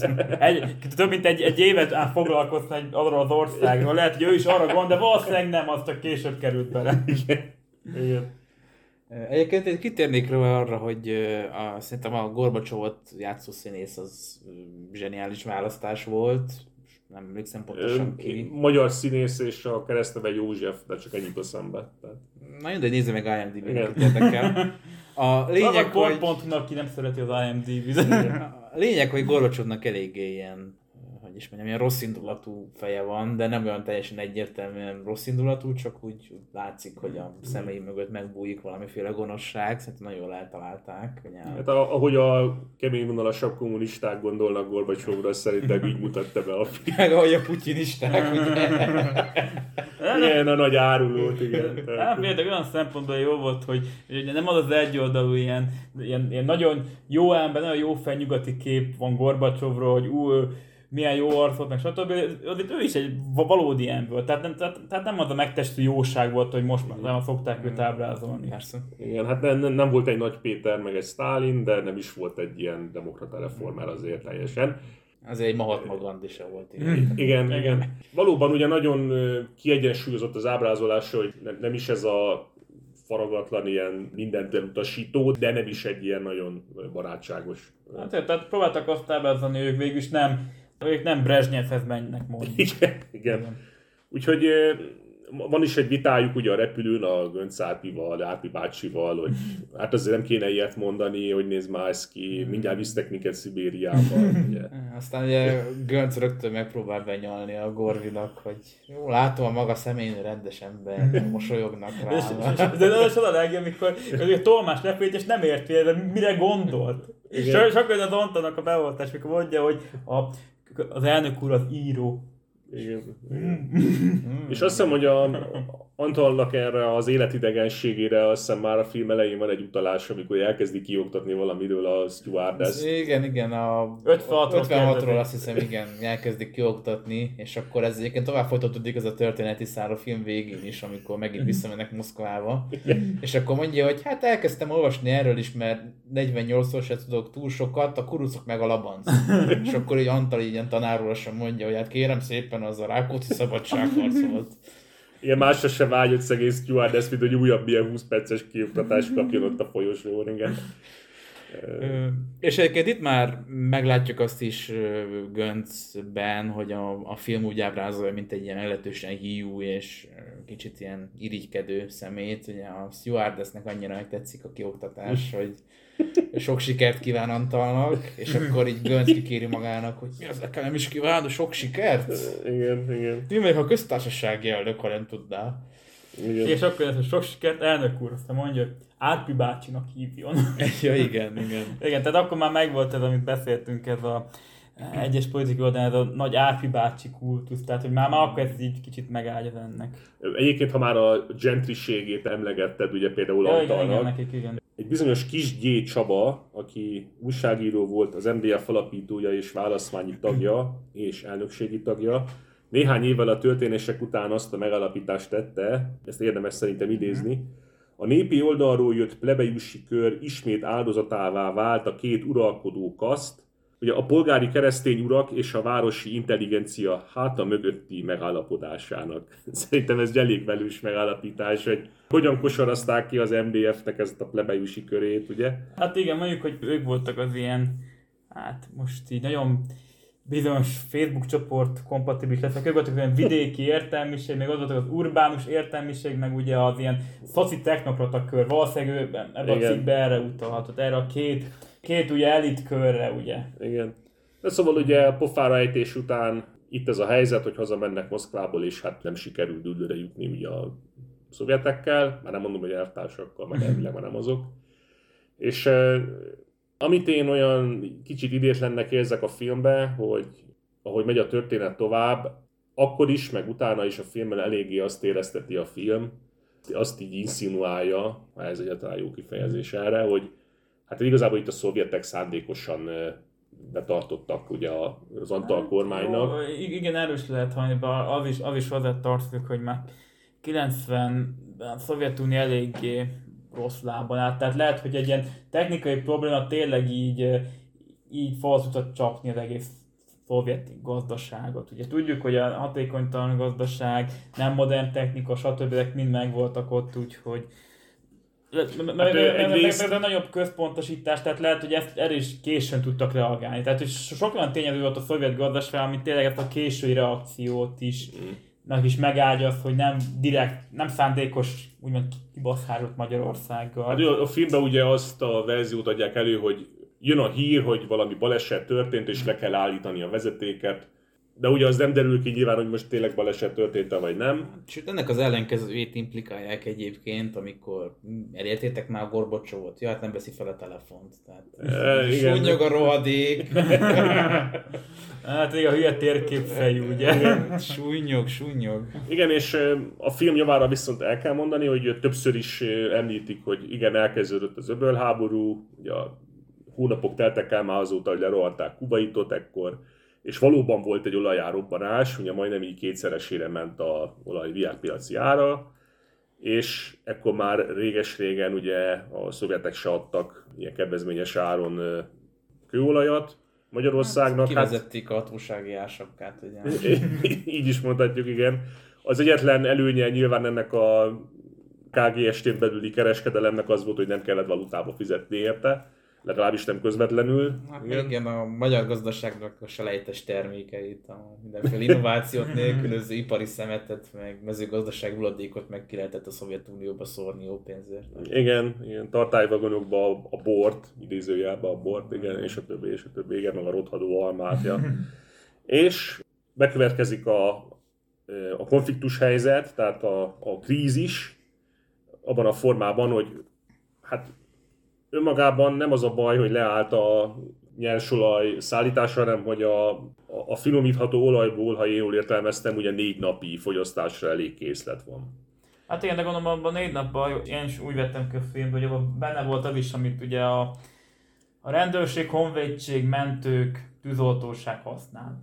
Speaker 4: több mint egy évet foglalkoztam arról az országról. Lehet, hogy ő is arra gondol, de valószínűleg nem, az csak később került bele.
Speaker 2: Igen. Egyébként én kitérnék arra, hogy szerintem a Gorbacsovot játszó színész az zseniális választás volt. Nem emlékszem pontosan ki.
Speaker 3: Magyar színész és a keresztneve József, de csak ennyit eszembe.
Speaker 2: Na jó, de nézze meg IMDb-n, érdekel. A lényeg,
Speaker 4: hogy... Pont ki nem szereti az IMDb-t.
Speaker 2: A lényeg, hogy Gorbacsovnak eléggé ilyen, hogy is mondjam, ilyen rosszindulatú feje van, de nem olyan teljesen egyértelműen rosszindulatú, csak úgy látszik, hogy a szemei mögött megbújik valamiféle gonoszság, szerintem nagyon jól eltalálták.
Speaker 3: Hát ahogy a keményvonalasabb kommunisták gondolnak Gorbacsovra, szerintem így mutatta be a film.
Speaker 2: Meg ahogy a putyinisták, ugye?
Speaker 3: Ilyen a nagy árulót, igen.
Speaker 4: Hát például olyan szempontból jó volt, hogy nem az egyoldalú ilyen nagyon jó ember, nagyon jó felnyugati kép van Gorbacsovról, hogy milyen jó arc volt, meg stb. Azért ő is egy valódi ember, tehát nem az a megtestű jóság volt, hogy most már szokták őt ábrázolni.
Speaker 2: Persze.
Speaker 3: Igen, hát nem volt egy Nagy Péter, meg egy Sztálin, de nem is volt egy ilyen demokrata reformer azért teljesen.
Speaker 2: Azért egy Mahatma Gandhi se volt.
Speaker 3: Igen. Valóban ugye nagyon kiegyensúlyozott az ábrázolása, hogy nem is ez a faragatlan ilyen mindent elutasító, de nem is egy ilyen nagyon barátságos.
Speaker 4: Hát, tehát próbáltak azt ábrázolni, ők végül is nem Brezsnyevhez mennek mondjuk.
Speaker 3: Igen. Úgyhogy van is egy vitájuk ugye a repülőn a Göncz Árpival, Árpi bácsival, hogy hát azért nem kéne ilyet mondani, hogy nézd már ezt ki, mindjárt visztek minket Szibériába. Ugye.
Speaker 2: Aztán ugye Göncz rögtön megpróbál benyalni a Gorvinak, hogy jó, látom a maga szemén rendes ember, mosolyognak rá.
Speaker 4: De az a legjobb, amikor a tolmás repült, és nem ért fél, de mire gondolt. Sok az Antalnak a beoltás, mikor mondja, hogy az elnök úr az író.
Speaker 3: Igen. És azt hiszem, hogy Antalnak erre az életidegenségére azt hiszem már a film elején van egy utalás, amikor elkezdi kioktatni valamiről a stewardess.
Speaker 2: Igen, a 56-ról azt hiszem, igen, elkezdik kioktatni, és akkor ez egyébként tovább folytatódik ez a történeti szál a film végén is, amikor megint visszamennek Moszkvába. És akkor mondja, hogy hát elkezdtem olvasni erről is, mert 48-szor se tudok túl sokat, a kurucok meg a labanc. És akkor így Antal így ilyen tanárulásan mondja, hogy hát kérem szépen, az a Rákóczi szabadságharc volt.
Speaker 3: Igen, másra se vágyott szegény stewardess, mint hogy újabb ilyen 20 perces kioktatást kapjon ott a folyosón, igen.
Speaker 2: És egyébként itt már meglátjuk azt is Gönczben, hogy a film úgy ábrázolja, mint egy ilyen meglehetősen hiú és kicsit ilyen irigykedő szemét. Ugye a stewardessnek annyira megtetszik a kioktatás, hogy sok sikert kíván Antalnak, és akkor így Göncz kikéri magának, hogy mi az, nekem nem is kíván, de sok sikert?
Speaker 3: Igen.
Speaker 2: Mi meg a köztársasági elnök, ha nem tudná.
Speaker 4: Igen. És akkor ez a sok sikert, elnök úr, aztán mondja, hogy Árpi bácsinak hívjon.
Speaker 2: Ja, igen.
Speaker 4: Igen, tehát akkor már megvolt ez, amit beszéltünk, ez a egyes politikai oldalán, ez a nagy Árpi bácsi kultusz, tehát hogy már akkor ez így kicsit megállja ennek.
Speaker 3: Egyébként, ha már a gentriségét emlegetted, ugye például Antalnak,
Speaker 4: igen.
Speaker 3: Egy bizonyos Kis G. Csaba, aki újságíró volt, az MDF alapítója és választmányi tagja és elnökségi tagja, néhány évvel a történések után azt a megállapítást tette, ezt érdemes szerintem idézni, a népi oldalról jött plebejusi kör ismét áldozatává vált a két uralkodó kaszt, ugye a polgári keresztény urak és a városi intelligencia háta mögötti megállapodásának. Szerintem ez egy elég velős megállapítás, hogy hogyan kosarazták ki az MDF-nek ezt a plebejusi körét, ugye?
Speaker 4: Hát igen, mondjuk, hogy ők voltak az ilyen, hát most így nagyon bizonyos Facebook csoport kompatibilis leszek, ők voltak olyan vidéki értelmiség, meg az voltak az urbánus értelmiség, meg ugye az ilyen szoci-technokrata kör, valószínűleg ő ebben a cikkben erre utalhatott, erre a két ugye elit körre, ugye.
Speaker 3: Igen. De szóval ugye pofára ejtés után itt ez a helyzet, hogy hazamennek Moszkvából, és hát nem sikerült dűlőre jutni ugye a szovjetekkel, már nem mondom, hogy elvtársakkal, meg elvileg már nem azok. És amit én olyan kicsit idétlennek érzek a filmbe, hogy ahogy megy a történet tovább, akkor is, meg utána is a filmben eléggé azt érezteti a film, azt így insinuálja, ha ez egyáltalán jó kifejezés erre, hogy hát igazából itt a szovjetek szándékosan betartottak ugye az Antal kormánynak.
Speaker 4: Jó, igen, erős lehet, hogy az is hozzá tartozik, hogy már 90-ben a Szovjetunió eléggé rossz lábon állt. Tehát lehet, hogy egy ilyen technikai probléma tényleg így falszutat csapni az egész szovjet gazdaságot. Ugye tudjuk, hogy a hatékonytalan gazdaság, nem modern technika, stb. Mind megvoltak ott, úgyhogy meg a nagyobb központosítás, tehát lehet, hogy erre is későn tudtak reagálni. Tehát hogy sok olyan tényező volt a szovjet gazdaság, amit tényleg ezt a késői reakciót is megágyaz, hogy nem direkt, nem szándékos, úgymond kibaszházott Magyarországgal.
Speaker 3: Hát a filmben ugye azt a verziót adják elő, hogy jön a hír, hogy valami baleset történt, és le kell állítani a vezetéket. De ugye az nem derül ki nyilván, hogy most tényleg baleset történt-e vagy nem.
Speaker 2: Sőt, ennek az ellenkezőjét implikálják egyébként, amikor elértétek már a Gorbacsovot. Ja, hát nem veszi fel a telefont. Tehát súnyog a rohadék.
Speaker 4: Hát igen, a hülye térképfejű, ugye?
Speaker 2: Súnyog.
Speaker 3: Igen, és a film javára viszont el kell mondani, hogy többször is említik, hogy igen, elkezdődött az öbölháború, ugye a hónapok teltek el már azóta, hogy lerohanták Kuwaitot ekkor, és valóban volt egy olajárrobbanás, ugye majdnem így kétszeresére ment az olaj világpiaci ára, és ekkor már réges-régen ugye a szovjetek se adtak ilyen kedvezményes áron kőolajat Magyarországnak.
Speaker 2: Kivezették a hatósági ársapkát, ugye.
Speaker 3: Így is mondhatjuk, igen. Az egyetlen előnye nyilván ennek a KGST-n belüli kereskedelemnek az volt, hogy nem kellett valutába fizetni érte. Legalábbis nem közvetlenül.
Speaker 2: Hát igen, a magyar gazdaságnak a selejtes termékeit, a mindenféle innovációt nélkülöző ipari szemetet, meg mezőgazdaság hulladékot meg ki lehetett a Szovjetunióba szórni jó pénzért.
Speaker 3: Igen, tartályvagonokba a bort, idézőjelben a bort, igen, és a többi, igen, meg a rothadó almát. Ja. És bekövetkezik a konfliktus helyzet, tehát a krízis abban a formában, hogy hát önmagában nem az a baj, hogy leállt a nyersolaj szállítása, hanem hogy a finomítható olajból, ha én jól értelmeztem, ugye 4 napi fogyasztásra elég készlet van.
Speaker 4: Hát igen, de gondolom abban 4 napban, én is úgy vettem ki a filmbe, hogy abban benne volt az is, amit ugye a rendőrség, honvédség, mentők, tűzoltóság használ.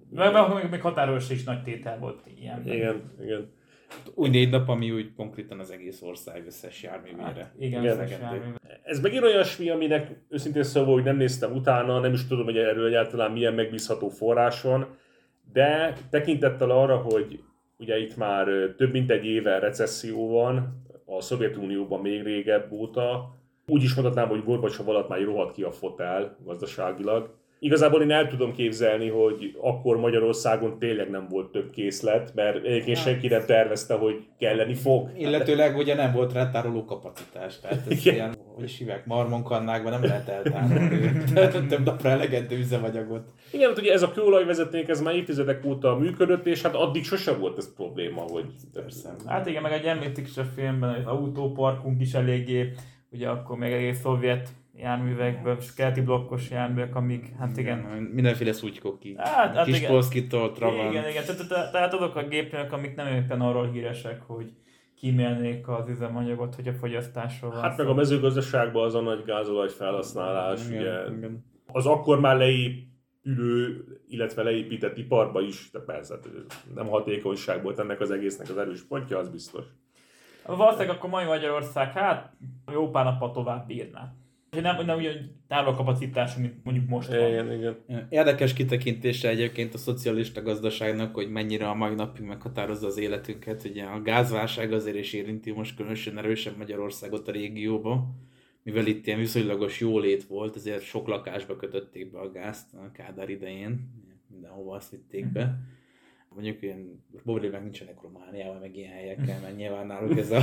Speaker 4: Még határőrség is nagy tétel volt ilyen.
Speaker 3: Igen.
Speaker 2: Úgy 4 nap, ami úgy konkrétan az egész ország összes járművére.
Speaker 4: Hát, igen. Járművére.
Speaker 3: Ez megint olyasmi, aminek őszintén szóval, hogy nem néztem utána, nem is tudom, hogy erről egyáltalán milyen megbízható forrás van, de tekintettel arra, hogy ugye itt már több mint egy éve recesszió van, a Szovjetunióban még régebb óta, úgy is mondhatnám, hogy Gorbacsov alatt már rohadt ki a fotel gazdaságilag. Igazából én el tudom képzelni, hogy akkor Magyarországon tényleg nem volt több készlet, mert egyébként senki nem tervezte, hogy kelleni fog.
Speaker 2: Illetőleg ugye nem volt rá tároló kapacitás, tehát ez ilyen, hogy is hívják, marmonkannákban nem lehet eltárolni. Több napra elegendő üzemanyagot.
Speaker 3: Igen, hát ugye ez a kőolajvezeték, ez már évtizedek óta működött, és hát addig sosem volt ez probléma, hogy...
Speaker 4: Persze. Hát igen, meg egy említik is a filmben, hogy az autóparkunk is eléggé, ugye akkor még egész szovjet járművekből, keleti blokkos járművek, amik, hát igen.
Speaker 2: Mindenféle szutykok ki.
Speaker 4: Hát
Speaker 2: Kispolszkitól, Trabant.
Speaker 4: Igen. Tehát azok a gépjárművek, amik nem éppen arról híresek, hogy kímélnék az üzemanyagot, hogy a fogyasztásról van.
Speaker 3: Hát meg a mezőgazdaságban az a nagy gázolaj felhasználás,
Speaker 2: Igen.
Speaker 3: Az akkor már leépülő, illetve leépített iparba is, de persze nem hatékonyság volt ennek az egésznek az erős pontja, az biztos.
Speaker 4: Valószínűleg akkor mai Magyarország, hát jó pár nappal tovább bírná. Nem ugyan távolkapacitású, mint mondjuk most van.
Speaker 3: Igen.
Speaker 2: Érdekes kitekintése egyébként a szocialista gazdaságnak, hogy mennyire a mai napig meghatározza az életünket. Ugye a gázválság azért is érinti most különösen erősebb Magyarországot a régióban, mivel itt ilyen viszonylagos jólét volt, ezért sok lakásba kötötték be a gázt a Kádár idején, mindenhova azt vitték be. Mondjuk ilyen problémák nincsenek Romániával, meg ilyen helyekkel, mert nyilván náluk ez a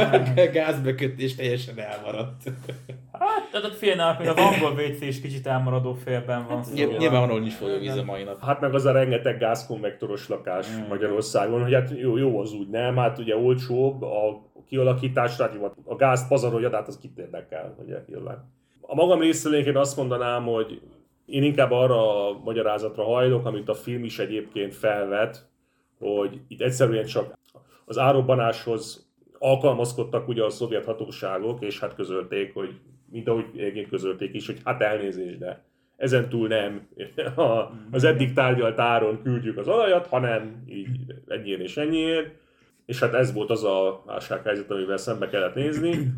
Speaker 2: gázbekötés teljesen elmaradt.
Speaker 4: Hát, tehát félnálak, hogy az angol WC is kicsit elmaradó félben van.
Speaker 2: Szóval. Nyilvánvalóan nincs folyóvíz a mai nap.
Speaker 3: Hát meg az a rengeteg gázkonvektoros lakás Magyarországon, hogy hát jó az úgy, nem? Hát ugye olcsóbb a kialakításra, a gázt pazarolja, de hát az kit érdekel, ugye nyilván. A magam részéről én azt mondanám, hogy én inkább arra a magyarázatra hajlok, amit a film is egyébként felvet, hogy itt egyszerűen csak az árobbanáshoz alkalmazkodtak ugye a szovjet hatóságok, és hát közölték, hogy mint ahogy egyébként közölték is, hogy hát elnézést, de ezentúl nem az eddig tárgyalt áron küldjük az olajat, hanem így ennyiért és ennyiért. És hát ez volt az a válsághelyzet, amivel szembe kellett nézni.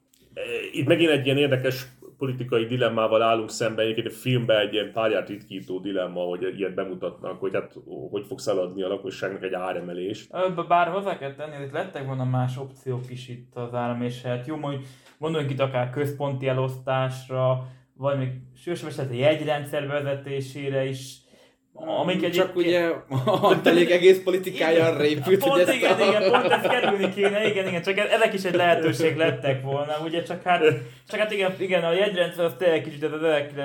Speaker 3: Itt megint egy ilyen érdekes politikai dilemmával állunk szemben, egyébként a filmben egy ilyen tárgyát ritkító dilemma, hogy ilyet bemutatnak, hogy hát hogy fog szaladni a lakosságnak egy áremelést.
Speaker 4: Bár hozzá kell tenni, hogy lettek volna más opciók is itt az áremelésre. Hát jó, hogy gondoljunk itt akár központi elosztásra, vagy még sősebb esetleg jegyrendszer vezetésére is.
Speaker 2: Csak ugye Antalék egész politikája arra épült,
Speaker 4: hogy ezt igen, pont ezt kerülni kéne, igen, csak ezek is egy lehetőség lettek volna, ugye, csak hát igen, a jegyrendszer az tényleg kicsit az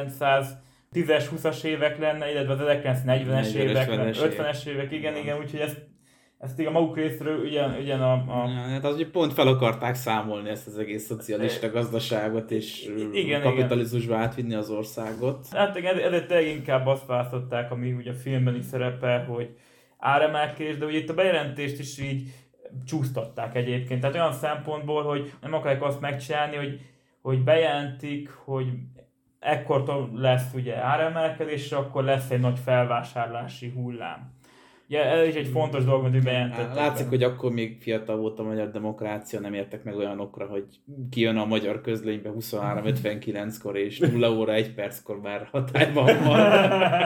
Speaker 4: 1910-es, 20-as évek lenne, illetve az 1940-es évek, 50-es évek, igen, úgyhogy ezt igen maguk részről ugyan
Speaker 2: Hát az ugye pont fel akarták számolni ezt az egész szocialista gazdaságot, és kapitalizmusba átvinni az országot.
Speaker 4: Hát ezért inkább azt választották, ami ugye a filmben is szerepel, hogy áremelkedés, de ugye itt a bejelentést is így csúsztatták egyébként. Tehát olyan szempontból, hogy nem akarják azt megcsinálni, hogy bejelentik, hogy ekkortól lesz ugye áremelkedés, és akkor lesz egy nagy felvásárlási hullám. Ja, ez is egy fontos dolog, amit bejelentettek.
Speaker 2: Látszik, hogy akkor még fiatal volt a magyar demokrácia, nem értek meg olyanokra, hogy kijön a magyar közlönybe 23:59-kor és 0 óra 1 perckor már hatályban van.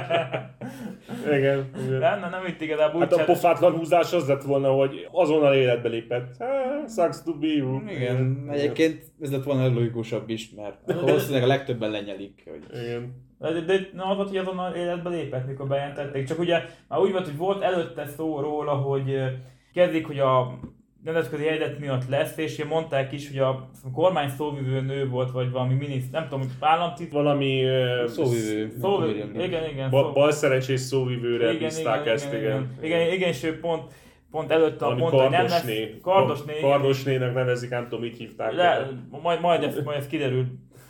Speaker 3: Igen.
Speaker 4: Nem itt igazából.
Speaker 3: Hát a pofátlan húzás az lett volna, hogy azonnal életbe lépett. Sucks to be you.
Speaker 2: Igen, egyébként ez lett volna logikusabb is, mert valószínűleg a legtöbben lenyelik. Hogy...
Speaker 3: Igen.
Speaker 4: De az volt, hogy azonnal életbe lépett, mikor bejelentették. Csak ugye már úgy volt, hogy volt előtte szó róla, hogy kezdik, hogy a nemzetközi helyzet miatt lesz, és mondták is, hogy a kormány szóvivő nő volt, vagy valami miniszter, nem tudom, államtit...
Speaker 3: Valami...
Speaker 2: Szóvivő.
Speaker 4: Igen.
Speaker 3: Balszerencsés szóvivőre bízták ezt, igen.
Speaker 4: Igen, és ő pont előtte mondta, hogy nem lesz...
Speaker 3: Kardosnének nevezik, nem tudom, így hívták.
Speaker 4: Majd ez kiderül.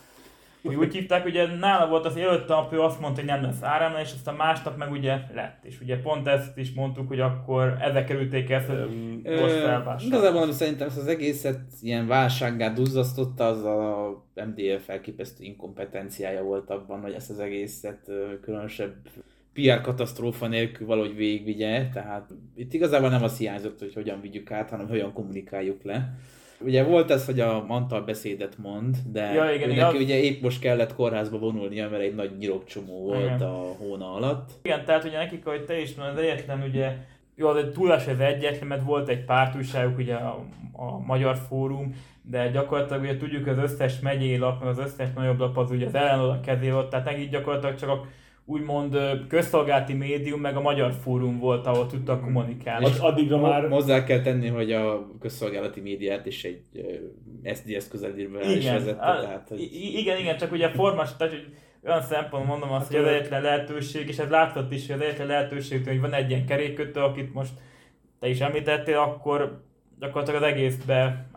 Speaker 4: Úgy hívták, ugye nála volt az előtte nap, ő azt mondta, hogy nem lesz áremelés, és aztán másnap meg ugye lett. És ugye pont ezt is mondtuk, hogy akkor ezek kerülték ezt, hogy most felvásárolni.
Speaker 2: Igazából szerintem ezt az egészet ilyen válsággá duzzasztotta, az a MDF elképesztő inkompetenciája volt abban, hogy ezt az egészet különösebb PR katasztrófa nélkül valahogy végigvigye. Tehát itt igazából nem az hiányzott, hogy hogyan vigyük át, hanem hogyan kommunikáljuk le. Ugye volt ez, hogy a Antal beszédet mond, de neki ugye épp most kellett kórházba vonulnia, mert egy nagy nyirokcsomó volt a hóna alatt.
Speaker 4: Igen, tehát ugye nekik, ahogy te is mondod, az egyetlen ugye, jó, az egy túlás az egyetlen, mert volt egy pártújságuk, ugye a Magyar Fórum, de gyakorlatilag ugye tudjuk, az összes megyei lap, meg az összes nagyobb lap az ugye az ellenoldal kezébe volt, tehát nekik gyakorlatilag csak a úgymond közszolgálati médium, meg a Magyar Fórum volt, ahol tudtak kommunikálni.
Speaker 3: Addigra már...
Speaker 2: Hozzá kell tenni, hogy a közszolgálati médiát is egy SZDSZ közelében is vezette. Tehát, hogy...
Speaker 4: Igen, csak ugye formas, tehát hogy olyan szempontból mondom azt, hogy az egyetlen lehetőség, és ez látszott is, hogy az egyetlen lehetőség, hogy van egy ilyen kerékkötő, akit most te is említettél, akkor gyakorlatilag az egészben,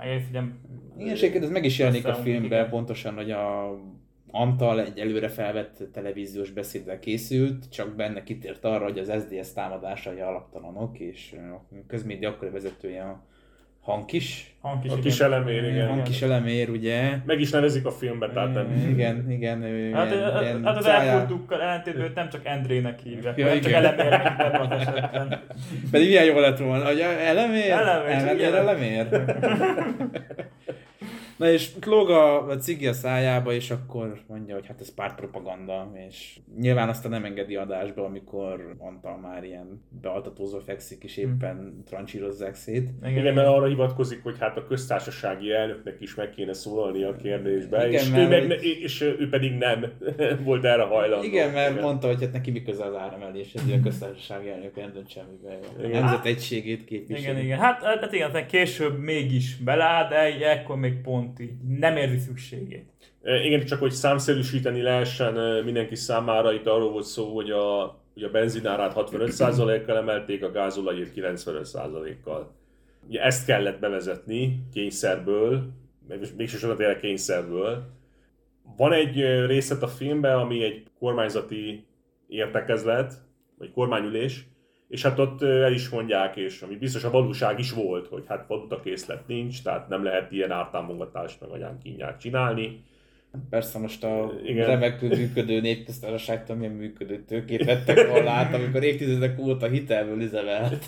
Speaker 2: igen, ez meg is jelenik a filmben, pontosan, hogy a Antal egy előre felvett televíziós beszéddel készült, csak benne kitért arra, hogy az SZDSZ támadásai alaptalanok, és a közmédia akkori vezetője a Hankis
Speaker 3: Elemér, igen.
Speaker 2: Hankis Elemér, ugye.
Speaker 3: Meg is nevezik a filmben, tehát nem.
Speaker 2: Igen.
Speaker 4: Hát az elfordulókkal ellentétben nem csak Endrének hívják, nem csak Elemérnek hívják az esetben.
Speaker 2: Pedig milyen jó lett volna, hogy Elemér?
Speaker 4: Elemér.
Speaker 2: Na és lóg a cigi a szájába, és akkor mondja, hogy hát ez pártpropaganda, és nyilván aztán nem engedi adásba, amikor Antal már ilyen bealtatózva fekszik, és éppen trancsírozzák szét.
Speaker 3: Igen, mert arra hivatkozik, hogy hát a köztársasági elnöknek is meg kéne szólalni a kérdésbe,
Speaker 2: Igen,
Speaker 3: és ő pedig nem volt erre hajlandó.
Speaker 2: Igen, mert mondta, hogy hát neki mi köze az áremelés, ezért a köztársasági elnök nem dönt semmibe. A nemzet egységét képviseli.
Speaker 4: Igen. Hát igen, később mégis beláll, de ekkor még pont így nem érzi szükségét.
Speaker 3: Igen, csak hogy számszerűsíteni lehessen mindenki számára, itt arról volt szó, hogy a benzinárát 65%-kal emelték, a gázolajét 95%-kal. Ugye ezt kellett bevezetni kényszerből, mégsem tényleg kényszerből. Van egy részlet a filmben, ami egy kormányzati értekezlet, vagy kormányülés, és hát ott el is mondják, és ami biztos a valóság is volt, hogy hát valutakészlet nincs, tehát nem lehet ilyen ártámogatást meg anyánkínját csinálni.
Speaker 2: Persze most a remekül működő népköztársaságtól milyen működő tőkét vettek volna át, amikor évtizedek óta hitelből üzemelt.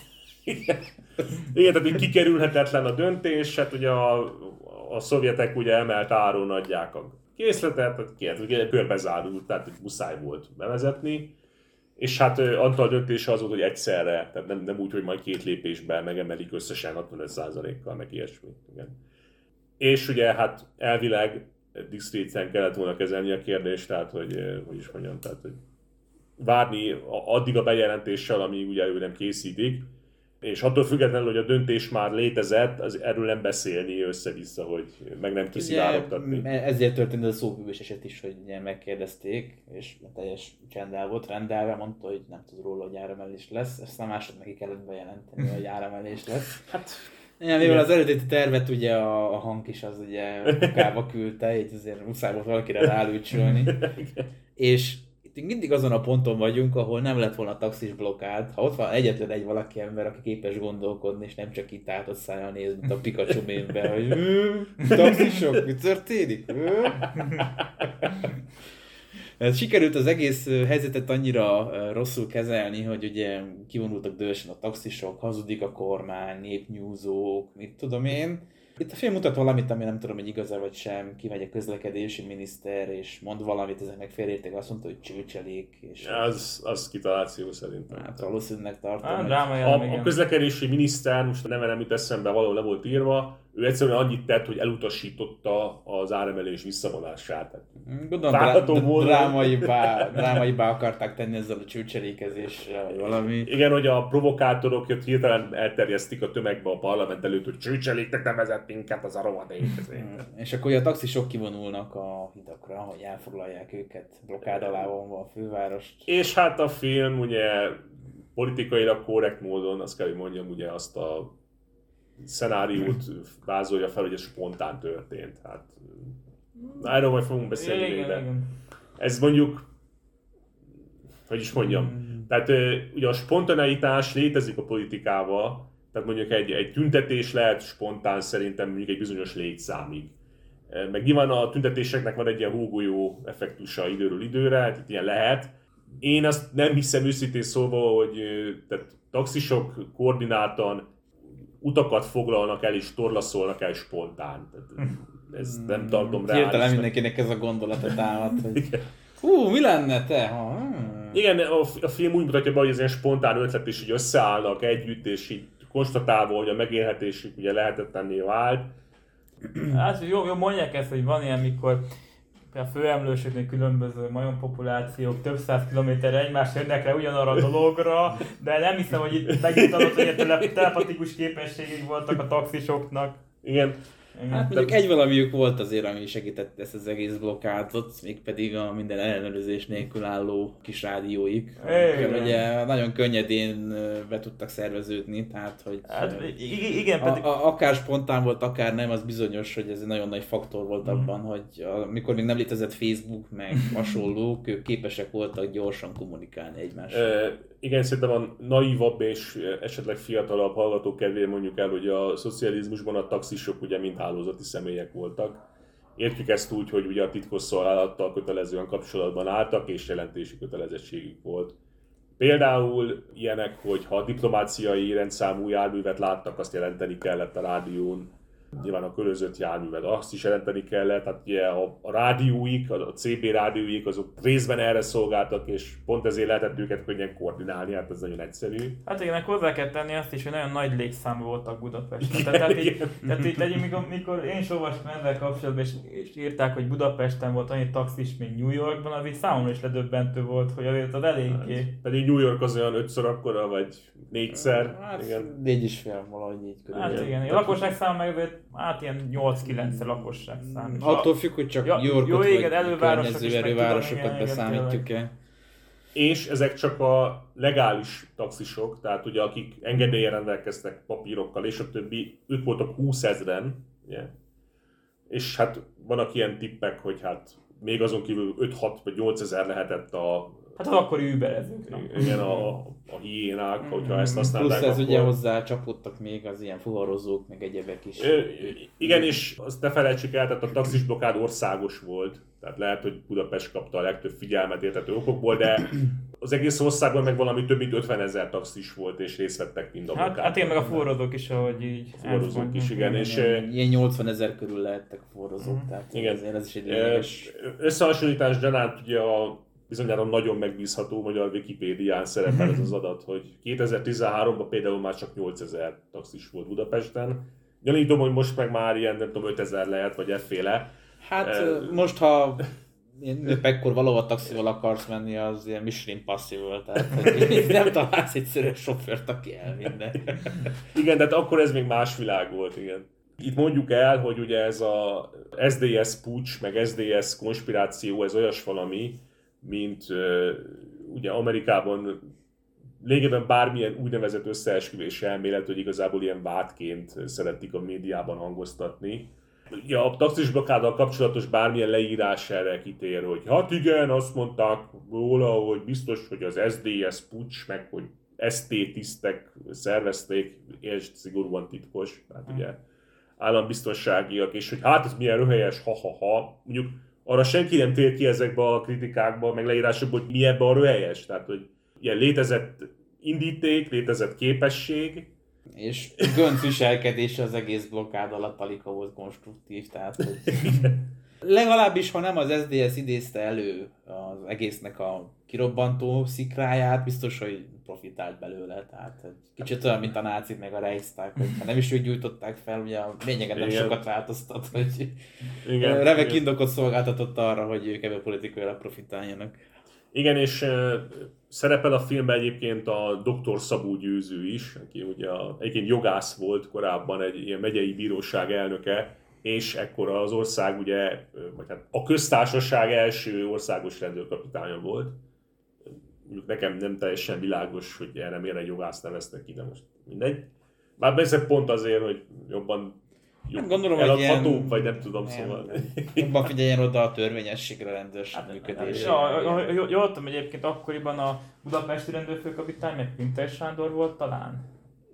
Speaker 3: Igen, tehát kikerülhetetlen a döntés, hát ugye a szovjetek ugye emelt áron adják a készletet, tehát körbezárult, tehát muszáj volt bevezetni. És hát Antal döntése az volt, hogy egyszerre, tehát nem úgy, hogy majd 2 lépésben megemelik összesen 65%-kal, meg ilyesmi. Igen. És ugye hát elvileg diszkréten kellett volna kezelni a kérdést, tehát hogy is mondjam, tehát hogy várni addig a bejelentéssel, amíg ugye ő nem készítik, és attól függetlenül, hogy a döntés már létezett, erről nem beszélni össze-vissza, hogy meg nem kiszivárogtatni.
Speaker 2: Ezért történt ez a szóbűvés eset is, hogy ugye megkérdezték, és teljes csend el volt rendelve, mondta, hogy nem tud róla, hogy áremelés lesz, aztán másod neki kellett bejelenteni, hogy áremelés lesz. Hát, mivel az eredeti tervet ugye a Hank is az ugye munkába küldte, így azért muszáj volt valakire rálőcsölni. És itt mindig azon a ponton vagyunk, ahol nem lett volna taxis blokkád, ha ott van egyetlen egy valaki ember, aki képes gondolkodni, és nem csak itt tátott szájjal néz, mint a Pikachu meme-ben, hogy taxisok, mi történik? Sikerült az egész helyzetet annyira rosszul kezelni, hogy ugye kivonultak dühösen a taxisok, hazudik a kormány, népnyúzók, mit tudom én. Itt a film mutat valamit, ami nem tudom, hogy igaz-e vagy sem, kimegy a közlekedési miniszter, és mond valamit, ezeknek félreérték, azt mondta, hogy csőcselék. És
Speaker 3: az kitaláció szerintem.
Speaker 2: Hát valószínűleg tartom.
Speaker 3: A közlekedési miniszter, most a neve nem jut eszembe, valahol le volt írva, ő egyszerűen annyit tett, hogy elutasította az áremelés visszavonását.
Speaker 2: Gondolom, drámaibbá akarták tenni ezzel a csőcselékezéssel, vagy valami.
Speaker 3: Igen, hogy a provokátorok jött hirtelen elterjesztik a tömegbe a parlament előtt, hogy csőcseléknek nevezett minket az a rohadék.
Speaker 2: És akkor a taxisok kivonulnak a hidakra, hogy elfoglalják őket, blokkád alá vonva a fővárost.
Speaker 3: És hát a film ugye politikailag korrekt módon, azt kell, hogy mondjam, ugye azt a szenáriót vázolja fel, hogy ez spontán történt. Hát, erről majd fogunk beszélni még, de ez mondjuk, hogy is mondjam, tehát ugye a spontaneitás létezik a politikában, tehát mondjuk egy tüntetés lehet spontán szerintem mondjuk egy bizonyos létszámig. Meg nyilván a tüntetéseknek van egy ilyen hógolyó effektusa időről időre, hát itt ilyen lehet. Én azt nem hiszem őszintén szólva, hogy tehát taxisok koordináltan utakat foglalnak el és torlaszolnak el spontán. Tehát ez nem tartom reális.
Speaker 2: Hirtelen mindenkinek ez a gondolata támad, hogy hú, mi lenne te?
Speaker 3: Igen, a film úgy mutatja be, hogy ez ilyen spontán ötlet is így összeállnak együtt, és így konstatálva, hogy a megélhetésük ugye lehetetlenné vált.
Speaker 4: Hát jó mondják ezt, hogy van ilyen, mikor a főemlősöknél különböző majompopulációk több száz kilométerre egymásra jönnek le ugyanarra a dologra, de nem hiszem, hogy itt megint adott, hogy telepatikus képességek voltak a taxisoknak.
Speaker 3: Igen.
Speaker 2: Hát mondjuk egy valamiük volt azért, ami segített ezt az egész blokkádot, mégpedig a minden ellenőrzés nélkül álló kis rádióik. Ugye nagyon könnyedén be tudtak szerveződni, tehát hogy
Speaker 4: hát, igen, pedig...
Speaker 2: akár spontán volt, akár nem, az bizonyos, hogy ez egy nagyon nagy faktor volt abban, hogy amikor még nem létezett Facebook, meg hasonlók, ők képesek voltak gyorsan kommunikálni egymással.
Speaker 3: Igen, szerintem a naívabb és esetleg fiatalabb hallgatók kedvéért mondjuk el, hogy a szocializmusban a taxisok ugye mind hálózati személyek voltak. Értjük ezt úgy, hogy ugye a titkosszolgálattal kötelezően kapcsolatban álltak, és jelentési kötelezettségük volt. Például ilyenek, hogy ha diplomáciai rendszámú járművet láttak, azt jelenteni kellett a rádión. nyilván a körözött járművet, azt is jelenteni kellett, tehát ugye a rádióik, a CB rádióik, azok részben erre szolgáltak, és pont ezért lehetett őket könnyen koordinálni, hát ez nagyon egyszerű.
Speaker 4: Hát igen, hozzá kell tenni azt is, hogy nagyon nagy létszámú voltak Budapesten. Tehát így mikor én is olvastam ezzel kapcsolatban, és írták, hogy Budapesten volt annyi taxis, mint New Yorkban, az így számomra is ledöbbentő volt, hogy azért az eléggé.
Speaker 3: Hát, pedig New York az olyan 5-ször akkora, vagy 4-szer.
Speaker 2: Hát
Speaker 3: igen.
Speaker 2: 4,5 valahogy így körülbelül.
Speaker 4: Hát igen, a lakosság szám meg azért ilyen 8-9-szer lakosság szám.
Speaker 2: Attól függ, hogy csak New Yorkot vagy környező erővárosokat beszámítjuk-e.
Speaker 3: És ezek csak a legális taxisok, tehát ugye akik engedéllyel rendelkeztek papírokkal és a többi, ők voltak 20 000-en, ugye? És hát vannak ilyen tippek, hogy hát még azon kívül 5-6 vagy 8 000 lehetett a...
Speaker 4: Hát az akkori überezők.
Speaker 3: Igen, a hiénák, hogyha ezt használták.
Speaker 2: Plusz ez akkor... ugye hozzá csapódtak még az ilyen fuvarozók, meg egyebek is.
Speaker 3: Igen, és azt ne felejtsük el, tehát a taxis blokkád országos volt. Tehát lehet, hogy Budapest kapta a legtöbb figyelmet érthető okokból, de az egész országban meg valami több mint 50 000 taxis volt, és részt vettek mind a blokkádban.
Speaker 4: Hát én meg a fuvarozók is, ahogy így.
Speaker 3: Fuvarozók is, igen. És
Speaker 2: ilyen 80 000 körül lehettek a fuvarozók, tehát
Speaker 3: igen.
Speaker 2: Azért ez is egy lényeges.
Speaker 3: Összehasonlítás gyanánt ugye a bizonyára nagyon megbízható magyar Wikipédián szerepel ez az adat, hogy 2013-ban például már csak 8000 taxis volt Budapesten. Gyanítom, hogy most meg már ilyen, nem tudom, 5000 lehet, vagy efféle.
Speaker 2: Hát most, ha nőpekkor valahol taxival akarsz menni, az ilyen Mission Impossible, tehát nem találsz egyszerűen sofőrt, aki elvinne.
Speaker 3: Igen, de akkor ez még más világ volt, igen. Itt mondjuk el, hogy ugye ez a SDS puccs, meg SDS konspiráció, ez olyas valami, mint ugye Amerikában lényegében bármilyen úgynevezett összeesküvés elmélet, hogy igazából ilyen vádként szeretik a médiában hangoztatni. Ugye a taxis blokkáddal kapcsolatos bármilyen leírás erre kitér, hogy hát igen, azt mondták róla, hogy biztos, hogy az SDS puccs, meg hogy ST tisztek szervezték, és szigorúan titkos, tehát ugye állambiztonságiak, és hogy hát ez milyen röhelyes, ha-ha-ha. Mondjuk arra senki nem tér ki ezekbe a kritikákba, meg leírásokba, hogy mi ebben a röhelyes. Tehát, hogy ilyen létezett indíték, létezett képesség.
Speaker 2: És Gönc viselkedése az egész blokkád alatt alig volt konstruktív, tehát hogy... Legalábbis, ha nem az SDS idézte elő az egésznek a kirobbantó szikráját, biztos, hogy profitált belőle. Tehát kicsit olyan, mint a nácik meg a Reichstag, hogy nem is úgy gyújtották fel, ugye a lényegen nem sokat változtat, hogy remek indokot szolgáltatott arra, hogy ők ebből politikailag profitáljanak.
Speaker 3: Igen, és szerepel a filmben egyébként a Dr. Szabó Győző is, aki ugye egyébként jogász volt korábban, egy ilyen megyei bíróság elnöke, és ekkor az ország ugye, vagy hát a köztársaság első országos rendőrkapitánya volt. Mondjuk nekem nem teljesen világos, hogy erre miért egy jogász neveztek ki, de most mindegy. Már persze pont azért, hogy jobban
Speaker 2: gondolom,
Speaker 3: eladható,
Speaker 2: ilyen...
Speaker 3: vagy nem tudom, szóval.
Speaker 2: Jobban figyeljen oda a törvényességre, a rendőrség működésére.
Speaker 4: Jól tudom, egyébként akkoriban a budapesti rendőrfőkapitány, meg Pinter Sándor volt talán.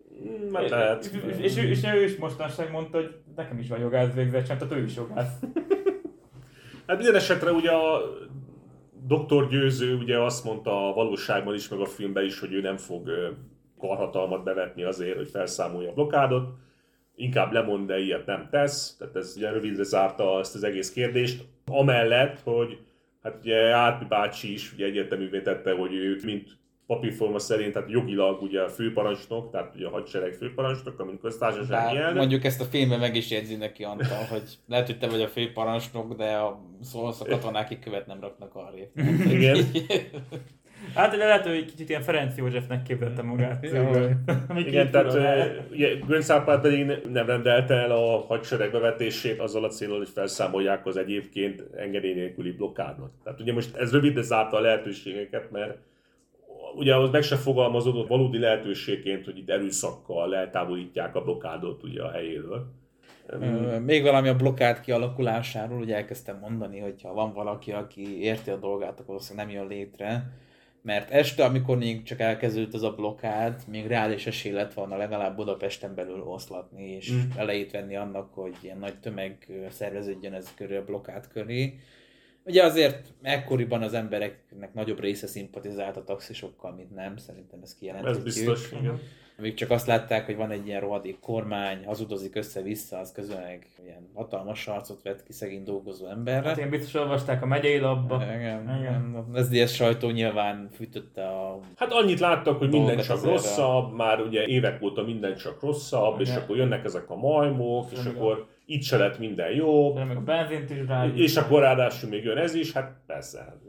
Speaker 4: És ő is mostanság mondta, hogy nekem is van jogász végzettsem, tehát ő is jogász.
Speaker 3: Hát minden esetre ugye a Dr. Győző ugye azt mondta a valóságban is, meg a filmben is, hogy ő nem fog karhatalmat bevetni azért, hogy felszámolja a blokkádot. Inkább lemond, de ilyet nem tesz. Tehát ez ugye rövidre zárta ezt az egész kérdést. Amellett, hogy hát ugye Árpi bácsi is ugye egyértelművé tette, hogy ő mint papírforma szerint, tehát jogilag ugye a főparancsnok, tehát ugye a hadsereg főparancsnok, mint köztársasági elnök.
Speaker 2: Mondjuk ezt a filmben meg is jegyzi neki Antal, hogy lehet, hogy te vagy a főparancsnok, de a katonák követ nem raknak arrébb.
Speaker 3: Igen.
Speaker 4: Hát lehet, hogy kicsit ilyen Ferenc Józsefnek képzelte magát.
Speaker 3: Igen, tehát ugye Göncz Árpád pedig nem rendelte el a hadsereg bevetését azzal a céllal, hogy felszámolják az egyébként engedély nélküli blokkádot. Tehát ugye most ez rövidre zárta a lehetőségeket, mert ugye az meg se fogalmazódott valódi lehetőségként, hogy itt erőszakkal eltávolítják a blokkádot ugye a helyéről.
Speaker 2: Még valami a blokkád kialakulásáról, ugye elkezdtem mondani, hogy ha van valaki, aki érti a dolgát, akkor valószínűleg nem jön létre. Mert este, amikor még csak elkezdődött az a blokkád, még reális esély lett volna legalább Budapesten belül oszlatni, és elejét venni annak, hogy ilyen nagy tömeg szerveződjön ez körül a blokkád köré. Ugye azért ekkoriban az embereknek nagyobb része szimpatizált a taxisokkal, mint nem. Szerintem ezt kijelenthetjük.
Speaker 3: Ez biztos, igen.
Speaker 2: Amíg csak azt látták, hogy van egy ilyen rohadék kormány, hazudozik össze-vissza, az közönleg ilyen hatalmas arcot vett ki szegény dolgozó emberre.
Speaker 4: Hát én biztos olvasták a megyei labba.
Speaker 2: Igen. Az SZDSZ sajtó nyilván fűtötte a...
Speaker 3: Hát annyit láttak, hogy minden csak
Speaker 2: azért
Speaker 3: rosszabb, már ugye évek óta minden csak rosszabb, és akkor jönnek ezek a majmok, és akkor itt se lett minden jó.
Speaker 4: Meg a benzint is rá.
Speaker 3: És akkor ráadásul még jön ez is, hát persze. Hát,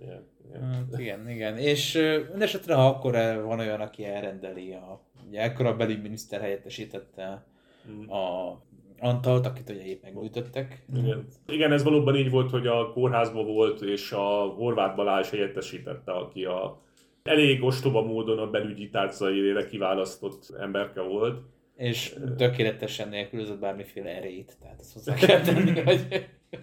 Speaker 2: Igen. És mindesetre, ha akkor van olyan, aki elrendeli ugye ekkor a belügyminiszter helyettesítette a Antalt, akit ugye épp megújítottak.
Speaker 3: Igen, ez valóban így volt, hogy a kórházban volt, és a Horváth Balázs helyettesítette, aki a elég ostoba módon a belügyi tárcaire kiválasztott emberke volt.
Speaker 2: És tökéletesen nélkülözött bármiféle erejét, tehát ezt hozzá kell tenni, hogy...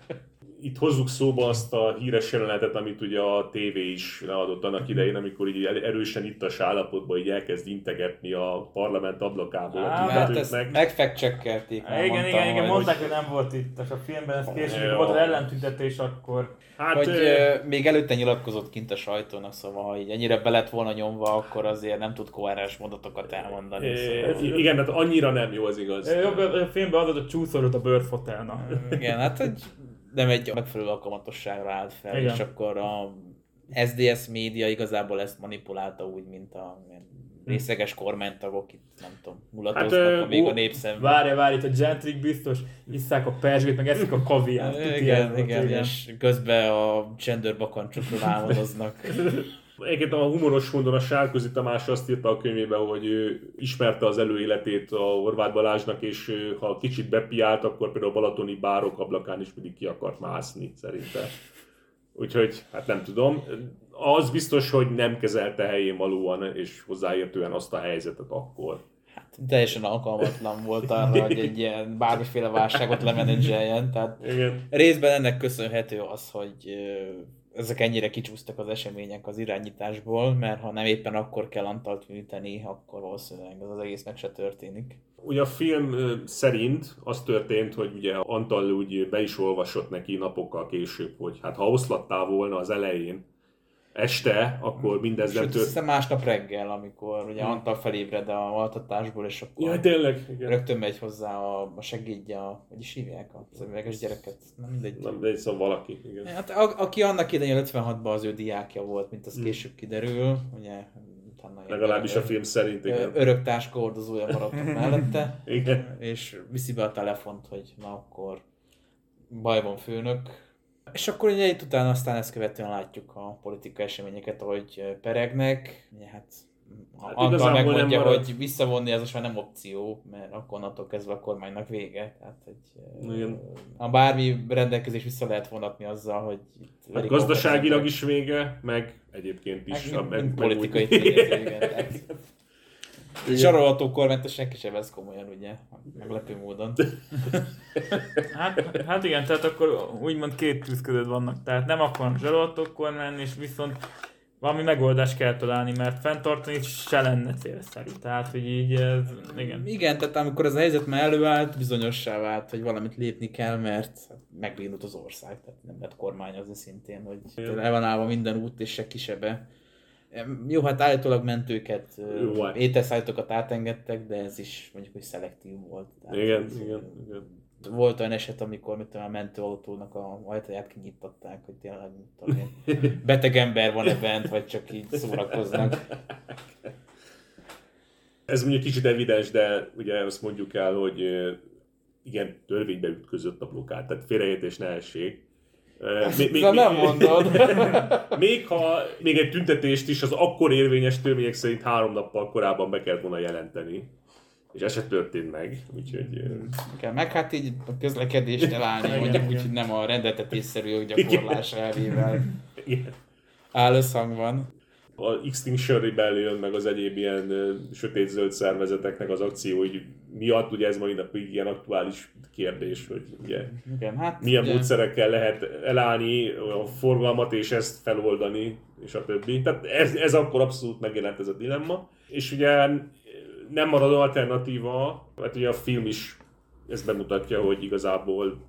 Speaker 3: Itt hozzuk szóba azt a híres jelenetet, amit ugye a tévé is leadott annak idején, amikor így erősen ittas állapotban így elkezd integetni a parlament ablakából.
Speaker 2: Hát ezt megfact-checkelték.
Speaker 4: Igen, mondták, hogy nem volt itt a filmben, ez később volt az ellentüntetés akkor.
Speaker 2: Hát, hogy még előtte nyilatkozott kint a sajtónak, szóval ha így ennyire be lett volna nyomva, akkor azért nem tud koherens mondatokat elmondani.
Speaker 3: Szóval. Igen, hát annyira nem jó, az igaz.
Speaker 4: A filmben adott a csúszorot a bőrfotelna.
Speaker 2: Igen, hát hogy nem egy megfelelő alkalmatosságra állt fel, igen. És akkor a SZDSZ média igazából ezt manipulálta úgy, mint a részeges kormánytagok itt, nem tudom, mulatoznak, amíg a népszem.
Speaker 4: Várj, itt a gentrik biztos isszák a perzsgét, meg eszik a kaviát.
Speaker 2: Igen, és közben a csendőrbakancsokról álmodoznak.
Speaker 3: Egyébként a humoros módon a Sárközi Tamás azt írta a könyvében, hogy ő ismerte az előéletét a Horváth Balázsnak, és ha kicsit bepiált, akkor például a balatoni bárok ablakán is mindig ki akart mászni, szerintem. Úgyhogy, hát nem tudom. Az biztos, hogy nem kezelte helyén valóan és hozzáértően azt a helyzetet akkor.
Speaker 2: Hát teljesen alkalmatlan volt arra, hogy egy ilyen bármiféle válságot lemenedzseljen. Tehát igen. Részben ennek köszönhető az, hogy ezek ennyire kicsúsztak az események az irányításból, mert ha nem éppen akkor kell Antalt műteni, akkor valószínűleg az egész meg se történik.
Speaker 3: Ugye a film szerint az történt, hogy ugye Antal úgy be is olvasott neki napokkal később, hogy hát ha oszlattál volna az elején, este, akkor mindez nem történt.
Speaker 2: Sőt, másnap reggel, amikor ugye Antal felébred a altatásból, és akkor
Speaker 3: ja, tényleg, igen.
Speaker 2: Rögtön megy hozzá a segédje, hogy is hívják az üveges gyereket. Nem mindegy.
Speaker 3: Nem, de szóval valaki, igen.
Speaker 2: Hát aki annak idején 56-ban az ő diákja volt, mint az később kiderül, ugye.
Speaker 3: Legalábbis a film szerint, igen.
Speaker 2: Örök táska hordozója maradt mellette,
Speaker 3: igen.
Speaker 2: És viszi be a telefont, hogy na akkor baj van főnök. És akkor ugye itt utána aztán ezt követően látjuk a politikai eseményeket, ahogy peregnek. Ugye, hát Antal megmondja, hogy visszavonni ez most már nem opció, mert akkor onnantól kezdve a kormánynak vége. Tehát, hogy a bármi rendelkezés vissza lehet vonatni azzal, hogy...
Speaker 3: Hát gazdaságilag is vége, meg egyébként is.
Speaker 2: Meg politikai tényező, zsarolható kormányt, senki sem vesz komolyan, ugye? Meglepő módon.
Speaker 4: Hát igen, tehát akkor úgymond két tűzködöd vannak. Tehát nem akarnak zsarolható kormány, és viszont valami megoldást kell találni, mert fenntartani se lenne célszerű. Tehát, hogy így igen.
Speaker 2: Igen, tehát amikor ez a helyzet már előállt, bizonyossá vált, hogy valamit lépni kell, mert megbénult az ország. Tehát nem lehet kormányozni szintén, hogy el van állva minden út, és se kisebe. Jó, hát állítólag mentőket, ételszállítókat átengedtek, de ez is mondjuk, hogy szelektív volt. Tehát
Speaker 3: igen.
Speaker 2: Volt olyan eset, amikor a mentőautónak a ajtaját kinyitották, hogy tényleg beteg ember van-e bent, vagy csak így szórakoznak.
Speaker 3: Ez mondjuk kicsit evidens, de ugye azt mondjuk el, hogy igen, törvénybe ütközött a blokkád, tehát félreértés ne essék.
Speaker 2: Nem mondod.
Speaker 3: Még egy tüntetést is az akkor érvényes törvények szerint 3 nappal korábban be kellett volna jelenteni. És ez se történt meg, úgyhogy...
Speaker 2: Igen, meg hát így a közlekedést elállni, mondjuk úgy, hogy nem a rendeltetésszerű joggyakorlás elvével áll összhangban.
Speaker 3: A Extinction Rebellion, meg az egyéb ilyen sötét-zöld szervezeteknek az akciói miatt, ugye ez majd ilyen aktuális kérdés, hogy ugye
Speaker 2: igen, hát
Speaker 3: milyen
Speaker 2: ugye
Speaker 3: módszerekkel lehet elállni a forgalmat és ezt feloldani, és a többi. Tehát ez akkor abszolút megjelent ez a dilemma. És ugye nem marad alternatíva, mert ugye a film is ezt bemutatja, hogy igazából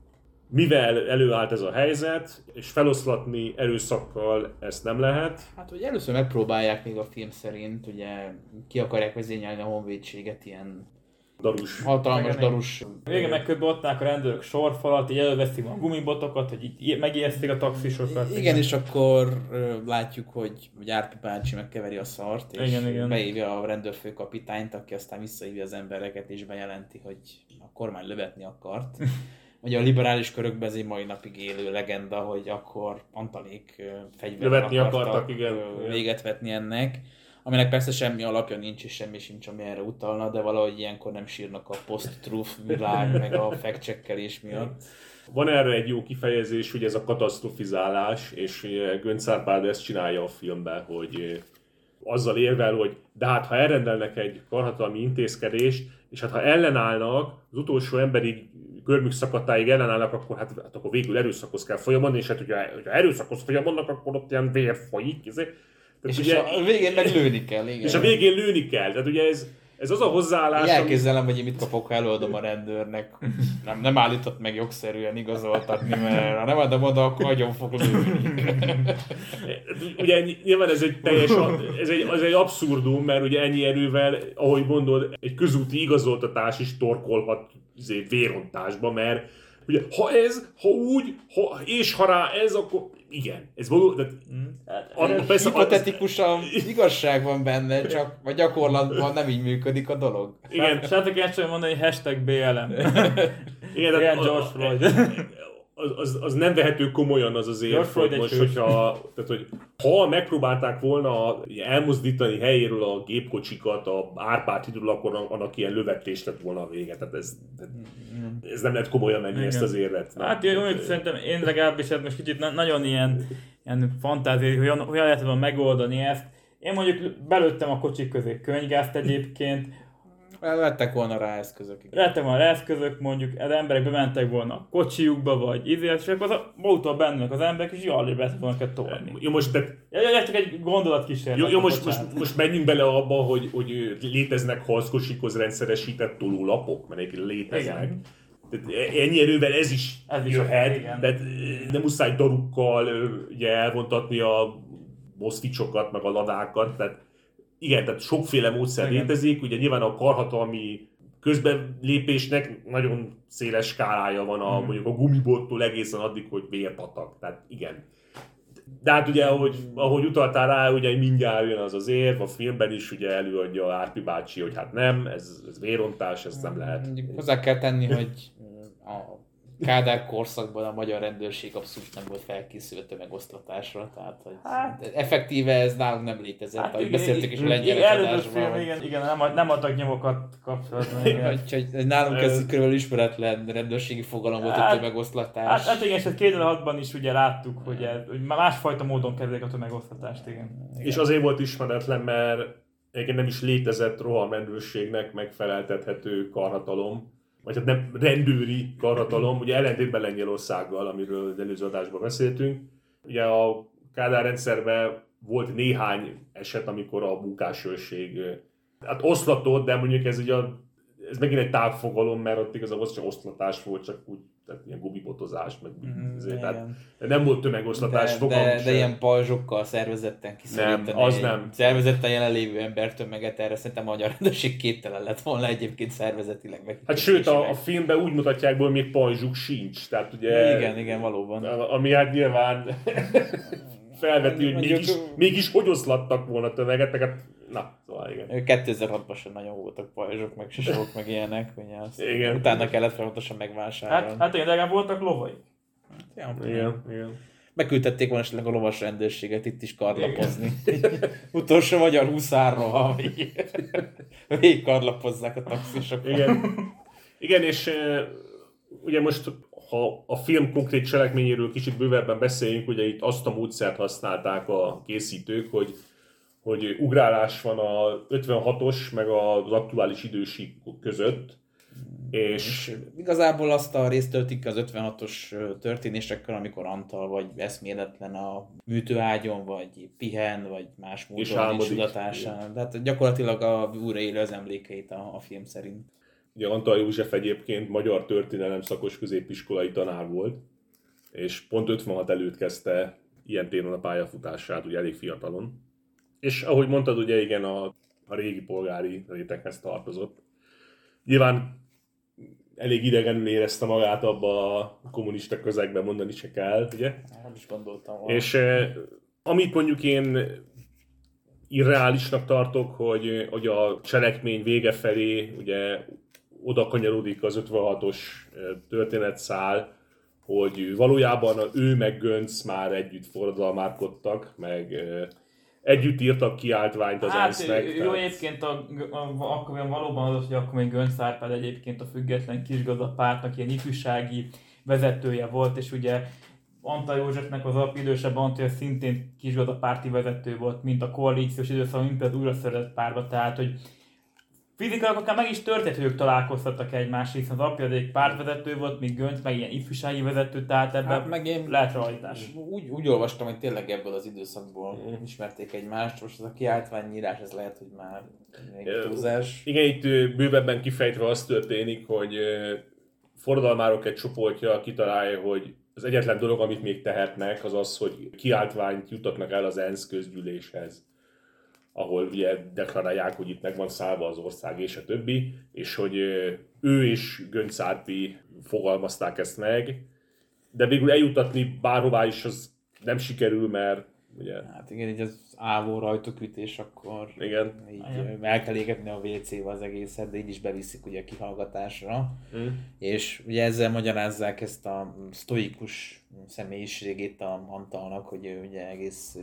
Speaker 3: mivel előállt ez a helyzet, és feloszlatni erőszakkal ezt nem lehet.
Speaker 2: Hát ugye először megpróbálják még a film szerint, ugye ki akarják vezényelni a honvédséget ilyen
Speaker 3: Darus.
Speaker 2: hatalmas darus.
Speaker 4: Végén megköbbották a rendőrök sorfalat, így előveszik a gumibotokat, hogy így megijesztik a taxisokat.
Speaker 2: Igen, és akkor látjuk, hogy Árpi bácsi megkeveri a szart, és
Speaker 4: igen.
Speaker 2: beívja a rendőrfőkapitányt, aki aztán visszahívja az embereket, és bejelenti, hogy a kormány lövetni akart. Ugye a liberális körökben ez egy mai napig élő legenda, hogy akkor Antalék fegyverrel akartak véget vetni ennek. Aminek persze semmi alapja nincs, és semmi sincs, ami erre utalna, de valahogy ilyenkor nem sírnak a post-truth világ, meg a fact-checkelés miatt.
Speaker 3: Van erre egy jó kifejezés, hogy ez a katasztrofizálás, és Göncz Árpád ezt csinálja a filmben, hogy azzal érvel, hogy de hát ha elrendelnek egy karhatalmi intézkedést, és hát ha ellenállnak, az utolsó emberi körmük szakadtáig ellenállnak, akkor hát akkor végül erőszakhoz kell folyamodni, és hát hogyha erőszakhoz folyamodnak, akkor ott ilyen vér folyik.
Speaker 2: És ugye, a végén meg lőni kell, igen.
Speaker 3: És a végén lőni kell, tehát ugye ez az a hozzáállás...
Speaker 2: Elképzelem, hogy én mit kapok, ha előadom a rendőrnek. Nem állított meg jogszerűen igazoltatni, mert ha nem adom oda, akkor nagyon fog lőni.
Speaker 3: Ugye nyilván ez egy teljes, ez egy abszurdum, mert ugye ennyi erővel, ahogy mondod, egy közúti igazoltatás is torkolhat vérontásba, mert ugye, ha úgy, ha rá ez, akkor igen, ez való, de
Speaker 2: hipotetikusan igazság van benne, csak a gyakorlatban nem így működik a dolog.
Speaker 4: Igen. Sátok el sem mondani, hogy #BLM. Igen, George Floyd.
Speaker 3: Az nem vehető komolyan az érv, hogy most, hogy ha megpróbálták volna elmozdítani helyéről a gépkocsikat a Árpád hídról, akkor annak ilyen lövetés lett volna a vége. Tehát ez nem lehet komolyan menni. Igen. Ezt az érvet.
Speaker 4: Hát jó, szerintem én legalábbis most kicsit nagyon ilyen fantázia, hogy hogyan lehet volna megoldani ezt. Én mondjuk belőttem a kocsik közé könyvgázt egyébként.
Speaker 2: Lettek volna rá eszközök.
Speaker 4: Lettek volna rá eszközök, mondjuk az emberek bementek volna a kocsijukba, vagy és akkor az autóval bennek az emberek, és jól be lehetett volna tolni.
Speaker 3: Jó, most
Speaker 4: csak egy gondolatkísérlet.
Speaker 3: Jó, most menjünk bele abba, hogy léteznek harckocsikhoz rendszeresített tolólapok, mert egyébként léteznek. Igen. Tehát ennyi erővel ez is jöhet, de nem muszáj darukkal ugye, elvontatni a moszficsokat, meg a ladákat, tehát igen, tehát sokféle módszer létezik, ugye nyilván a karhatalmi közbelépésnek nagyon széles skálája van, mondjuk a gumibottól egészen addig, hogy vérpatak, tehát igen. De hát ugye, ahogy utaltál rá, ugye mindjárt jön az érv, a filmben is ugye előadja Árpi bácsi, hogy hát nem, ez vérontás, ez nem lehet.
Speaker 2: Hozzá kell tenni, hogy a Kádár korszakban a magyar rendőrség abszolút nem volt felkészülve tömegosztatásra, tehát hogy effektíve ez nálunk nem létezett, ahogy beszéltük is a lengyelek adásban.
Speaker 4: Igen, nem adtak nyomokat kapcsolatban.
Speaker 2: Nálunk ez körülbelül ismeretlen rendőrségi fogalom volt a tömegoszlatás.
Speaker 4: Hát igen, és 2006-ban is ugye láttuk, hogy másfajta módon kezelik a tömegosztatást, igen.
Speaker 3: És azért volt ismeretlen, mert egyébként nem is létezett rohamrendőrségnek megfeleltethető karhatalom, vagy hát nem rendőri karhatalom, ugye ellentétben Lengyelországgal, amiről az előző adásban beszéltünk. Ugye a Kádár rendszerben volt néhány eset, amikor a munkásőrség hát oszlatott, de mondjuk ez megint egy távfogalom, mert ott igazából csak oszlatás volt, csak úgy, tehát ilyen gumibotozás, meg tehát nem volt tömegoszlatás fogalom.
Speaker 2: De ilyen pajzsokkal szervezetten kiszorítani
Speaker 3: nem.
Speaker 2: Szervezetten jelenlévő embertömeget, erre szerintem a magyar rendőrség képtelen lett volna egyébként szervezetileg meg.
Speaker 3: Hát sőt, a filmben úgy mutatják, hogy még pajzsuk sincs, tehát ugye...
Speaker 2: Igen, valóban.
Speaker 3: Ami hát nyilván felveti, hogy mégis hogy oszlattak volna tömeget, tehát na, szóval igen.
Speaker 2: 2006-ban sem nagyon voltak pajzsok, meg sisók, meg ilyenek, ugye utána kellett folyamatosan megvásárolni.
Speaker 4: Hát én legalább voltak lovai.
Speaker 3: Igen.
Speaker 2: Beküldtették volna esetleg a lovas rendőrséget itt is karlapozni. Utolsó magyar huszárra, végig karlapozzák a taxisok.
Speaker 3: Igen, és ugye most, ha a film konkrét cselekményéről kicsit bővebben beszéljünk, ugye itt azt a módszert használták a készítők, hogy ugrálás van a 56-os meg az aktuális idősík között. És
Speaker 2: igazából azt a részt töltik az 56-os történésekkel, amikor Antal vagy eszméletlen a műtőágyon, vagy pihen, vagy más módon nincs tudatásán. Tehát gyakorlatilag újraélő az emlékeit a film szerint.
Speaker 3: Ugye Antal József egyébként magyar történelem szakos középiskolai tanár volt, és pont 56 előtt kezdte ilyen téren a pályafutását, ugye elég fiatalon. És ahogy mondtad, ugye igen, a régi polgári réteghez tartozott. Nyilván elég idegenül érezte magát abba a kommunista közegben, mondani se kell, ugye?
Speaker 2: Nem is gondoltam
Speaker 3: volna. És amit mondjuk én irreálisnak tartok, hogy a cselekmény vége felé ugye oda kanyarodik az 56-os történetszál, hogy valójában ő meg Göncz már együtt forradalmárkodtak, meg együtt írtak kiáltványt az ENSZ-nek.
Speaker 4: Jó, egyébként akkor valóban az, hogy akkor még Göncz Árpád egyébként a független kisgazdapártnak ilyen ifjúsági vezetője volt, és ugye Antal Józsefnek az idősebb Antal szintén kisgazdapárti vezető volt, mint a koalíciós időszakban, mint az újra szervezett párba, tehát hogy fizikailag akár meg is történt, hogy ők találkoztattak egymást, hiszen az apja egy pártvezető volt, míg Göncz meg ilyen ifjúsági vezető, tehát ebben
Speaker 2: meg én
Speaker 4: lehet realitás.
Speaker 2: Úgy olvastam, hogy tényleg ebből az időszakból ismerték egymást, most az a kiáltványírás, ez lehet, hogy már még túlzás.
Speaker 3: Igen, itt bővebben kifejtve az történik, hogy forradalmárok egy csoportja kitalálja, hogy az egyetlen dolog, amit még tehetnek, az az, hogy kiáltványt jutatnak el az ENSZ közgyűléshez, ahol ugye deklarálják, hogy itt meg van szállva az ország és a többi, és hogy ő és Göncz Árpi fogalmazták ezt meg, de végül eljutatni bárhová is az nem sikerül, mert ugye...
Speaker 2: Hát igen, így az álló rajtokütés, akkor
Speaker 3: igen.
Speaker 2: Így el kell égetni a WC-be az egészet, de így is beviszik ugye a kihallgatásra. És ugye ezzel magyarázzák ezt a sztoikus személyiségét a Antalnak, hogy ő ugye egész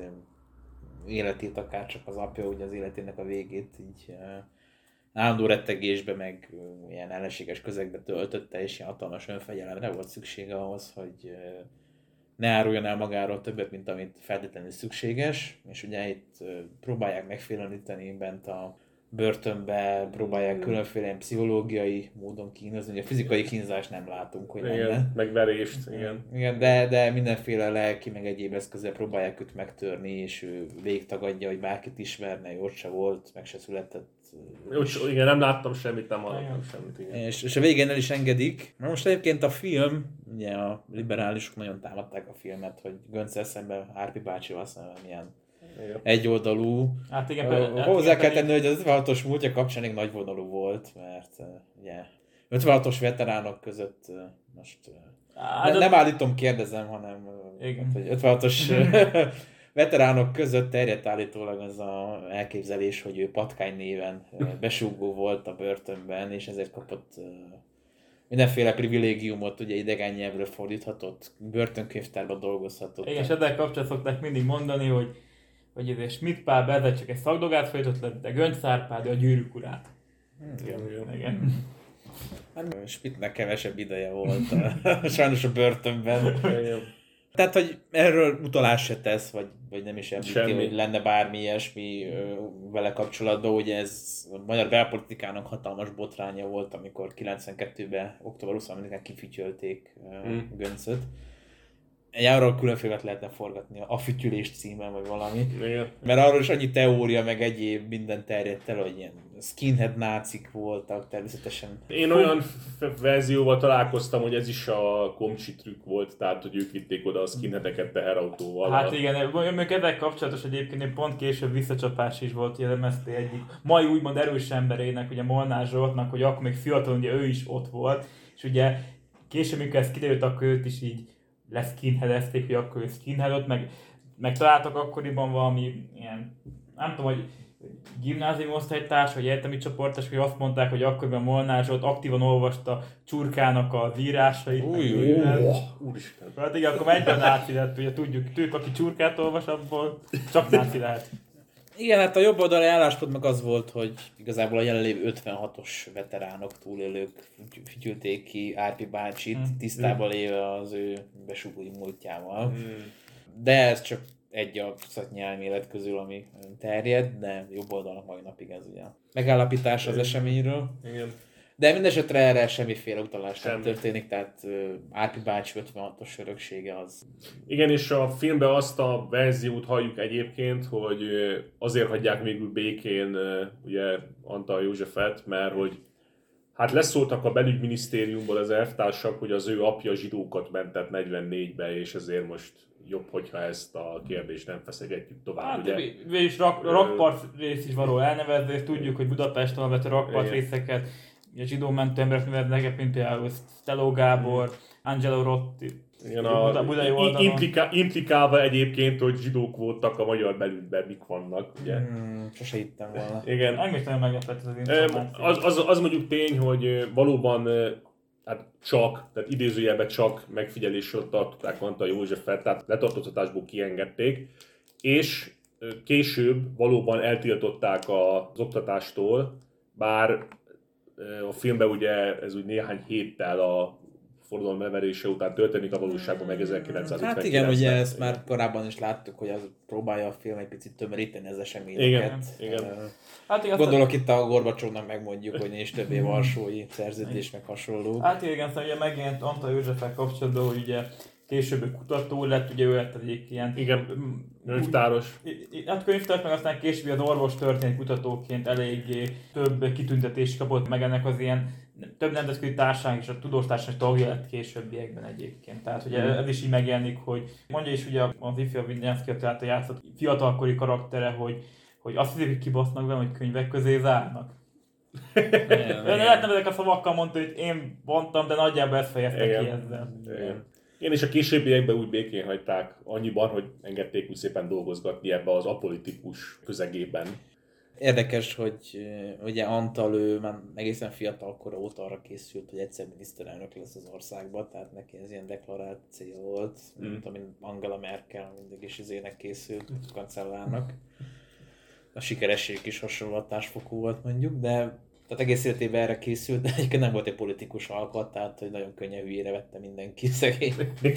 Speaker 2: életét, akár csak az apja, ugye az életének a végét így állandó rettegésbe, meg ilyen ellenséges közegbe töltötte, és ilyen hatalmas önfegyelemre volt szüksége ahhoz, hogy ne áruljon el magáról többet, mint amit feltétlenül szükséges, és ugye itt próbálják megfélemlíteni bent a börtönbe, próbálják különféle pszichológiai módon kínozni, ugye a fizikai kínzást nem látunk, hogy
Speaker 3: igen,
Speaker 2: lenne.
Speaker 3: megverést, igen.
Speaker 2: Igen, de mindenféle lelki, meg egyéb eszközzel próbálják őt megtörni, és ő végtagadja, hogy bárkit ismerne, ott se volt, meg se született.
Speaker 3: Igen, nem láttam semmit, nem hallottam semmit. Igen.
Speaker 2: És a végén el is engedik. Na most egyébként a film, ugye a liberálisok nagyon támadták a filmet, hogy Göncz szemben Árpi bácsival szemben milyen egyoldalú.
Speaker 4: Hát igen,
Speaker 2: hozzá kell tenni, hogy az 56-os múltja kapcsán egy nagyvonalú volt, mert ugye 56-os veteránok között most nem állítom, kérdezem, hanem hogy 56-os veteránok között terjedt állítólag az a elképzelés, hogy ő Patkány néven besúgó volt a börtönben, és ezért kapott mindenféle privilégiumot, ugye idegen nyelvről fordíthatott, börtönkönyvtárban dolgozhatott.
Speaker 4: Igen, és ezzel kapcsolatban szokták mindig mondani, hogy Schmidt Pál Bezek csak egy szakdogát folytott le, de Göncz Árpád a Gyűrűk urát. Igen.
Speaker 2: Schmidtnek kevesebb ideje volt sajnos a börtönben. Tehát, hogy erről utalás se tesz, vagy nem is említi, hogy lenne bármi ilyesmi vele kapcsolatban. Ugye ez a magyar belpolitikának hatalmas botránya volt, amikor 92-ben, október 20-án kifütyölték Göncöt. Arról különfélet lehetne forgatni, a fütyülés címen, vagy valami.
Speaker 3: Igen.
Speaker 2: Mert arról is annyi teória, meg egyéb minden terjedt el, hogy ilyen skinhead nácik voltak természetesen.
Speaker 3: Én olyan verzióval találkoztam, hogy ez is a komcsi trükk volt, tehát hogy ők vitték oda a skinheadeket teherautóval.
Speaker 4: Hát igen, mondjuk ezzel kapcsolatos egyébként pont később visszacsapás is volt az MSZP egyik mai úgymond erős emberének, ugye Molnár Zsoltnak, hogy akkor még fiatal, ugye ő is ott volt, és ugye később, mikor ez kiderült, akkor őt is így leszkinheadezték, hogy akkor ő skinheadot, meg találtak akkoriban valami ilyen, nem tudom, hogy gimnázium osztálytárs, vagy egyetemi csoportos, hogy azt mondták, hogy akkoriban Molnár Zsolt aktívan olvasta Csurkának az írásait.
Speaker 3: Úristen.
Speaker 4: Hát igen, akkor egyben náci lett, ugye tudjuk, aki Csurkát olvas, abból csak náci lehet.
Speaker 2: Igen, hát a jobb oldali álláspont meg az volt, hogy igazából a jelenlévő 56-os veteránok túlélők fütyülték ki Árpi bácsit, tisztában léve az ő besúgói múltjával. De ez csak egy a szatnyelmélet közül, ami terjed, de jobb oldalnak mai napig ez ugye megállapítás az eseményről.
Speaker 3: Igen.
Speaker 2: De mindesetre erre semmiféle utalás nem történik, tehát Árpi bácsi 56-os öröksége az.
Speaker 3: Igen, és a filmben azt a verziót halljuk egyébként, hogy azért hagyják végül békén ugye Antal Józsefet, mert hogy Hát leszóltak a belügyminisztériumból az elvtársak, hogy az ő apja zsidókat mentett 44-be, és ezért most jobb, hogyha ezt a kérdést nem feszegetjük tovább.
Speaker 4: Hát,
Speaker 3: ugye?
Speaker 4: és rakpart rész is való elnevezve, és tudjuk, hogy Budapesten alapvető rakpart részeket a zsidó mentő emberek neveznek, mint például Steló Gábor, Angelo Rotti.
Speaker 3: Igen, a
Speaker 4: budai oldalon.
Speaker 3: implikálva egyébként, hogy zsidók voltak a magyar belügyben, mik vannak, ugye?
Speaker 2: Sose hittem volna.
Speaker 3: Igen.
Speaker 4: Engem is nagyon meglepett ez az információ.
Speaker 3: Az mondjuk tény, hogy valóban hát csak, tehát idézőjelben csak megfigyelésről tartották Antal Józsefet, tehát letartóztatásból kiengedték, és később valóban eltiltották az oktatástól, bár a filmben ugye ez úgy néhány héttel a forradalom leverése után történik, a valóságban meg 1959.
Speaker 2: Hát igen, ugye ezt már korábban is láttuk, hogy az próbálja a film egy picit tömöríteni az eseményeket.
Speaker 3: Igen.
Speaker 2: Hát gondolok itt a Gorbacsovnak megmondjuk, hogy nincs többé Varsói szerződés meg hasonló.
Speaker 4: Hát igen, szóval ugye megjelent Antal Józseffel kapcsolatban, hogy ugye később kutató lett, ugye ő lett egyik ilyen...
Speaker 3: Igen, könyvtáros.
Speaker 4: Hát könyvtáros, meg aztán később az orvos történet kutatóként eléggé több kitüntetést kapott, meg ennek az ilyen több nemzetközi társaság és a tudós társaság tagja lett későbbiekben egyébként. Tehát ugye ez is így megjelenik, hogy mondja is ugye az ifjabb Vinyánszky által játszott fiatalkori karaktere, hogy azt hiszik, hogy kibasznak be, hogy könyvek közé zárnak. Lehetne ezek a szavakkal mondta, hogy én mondtam, de nagyjából ezt fejezte ki ezzel.
Speaker 3: Igen, és a későbbiekben úgy békén hagyták annyiban, hogy engedték úgy szépen dolgozgatni ebbe az apolitikus közegében.
Speaker 2: Érdekes, hogy ugye Antal ő már egészen fiatal kora óta arra készült, hogy egyszer miniszterelnök lesz az országban, tehát neki ez ilyen deklarált cél volt, mint amint Angela Merkel mindig is izének készült, kancellárnak. A sikeresség is hasonlatásfokú volt mondjuk, de tehát egész életében erre készült, de egyébként nem volt egy politikus alkat, tehát hogy nagyon könnyen hülyére vette mindenki szegény.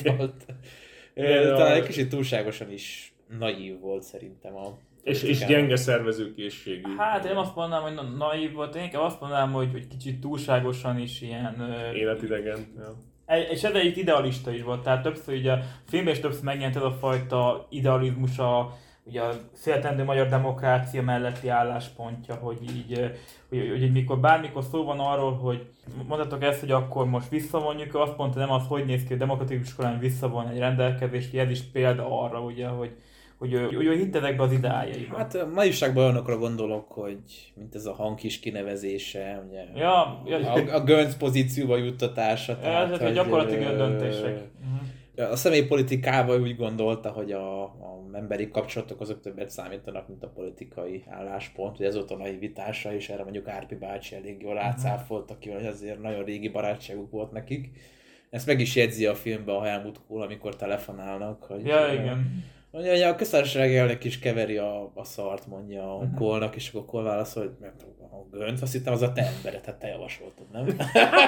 Speaker 2: Talán egy kicsit túlságosan is naív volt szerintem a
Speaker 3: és gyenge szervezőkészségű.
Speaker 4: Hát én nem azt mondanám, hogy naív volt, én inkább azt mondanám, hogy kicsit túlságosan is ilyen...
Speaker 3: Életidegen. Ja.
Speaker 4: És ez egy idealista is volt, tehát többször ugye a filmben is többször megjelent ez a fajta idealizmus, ugye a születendő magyar demokrácia melletti álláspontja, hogy így, hogy mikor bármikor szó van arról, hogy mondhatok ezt, hogy akkor most visszavonjuk, azt mondta, nem az, hogy néz ki, hogy demokratikus korán visszavon egy rendelkezést, ez is példa arra, ugye, hogy hitt ezekbe az ideájaiba.
Speaker 2: Hát manapságban olyanokra gondolok, hogy mint ez a Hankis kinevezése, ugye, a Gönc pozícióba juttatása.
Speaker 4: Tehát, hogy gyakorlatilag döntések.
Speaker 2: A személypolitikával úgy gondolta, hogy a emberi kapcsolatok azok többet számítanak, mint a politikai álláspont. Ugye ez volt a naivitása, és erre mondjuk Árpi bácsi elég jól átszáfolt, akivel azért nagyon régi barátságuk volt nekik. Ezt meg is jegyzi a filmben a Helmut Kohl, amikor telefonálnak, hogy...
Speaker 4: Ja, igen.
Speaker 2: Mondja, hogy a köztársaság elnök is keveri a szart, mondja a Kohlnak, és akkor Kohl válaszol, hogy mert a Gönc, azt hittem, az a te embered, hát te javasoltad, nem?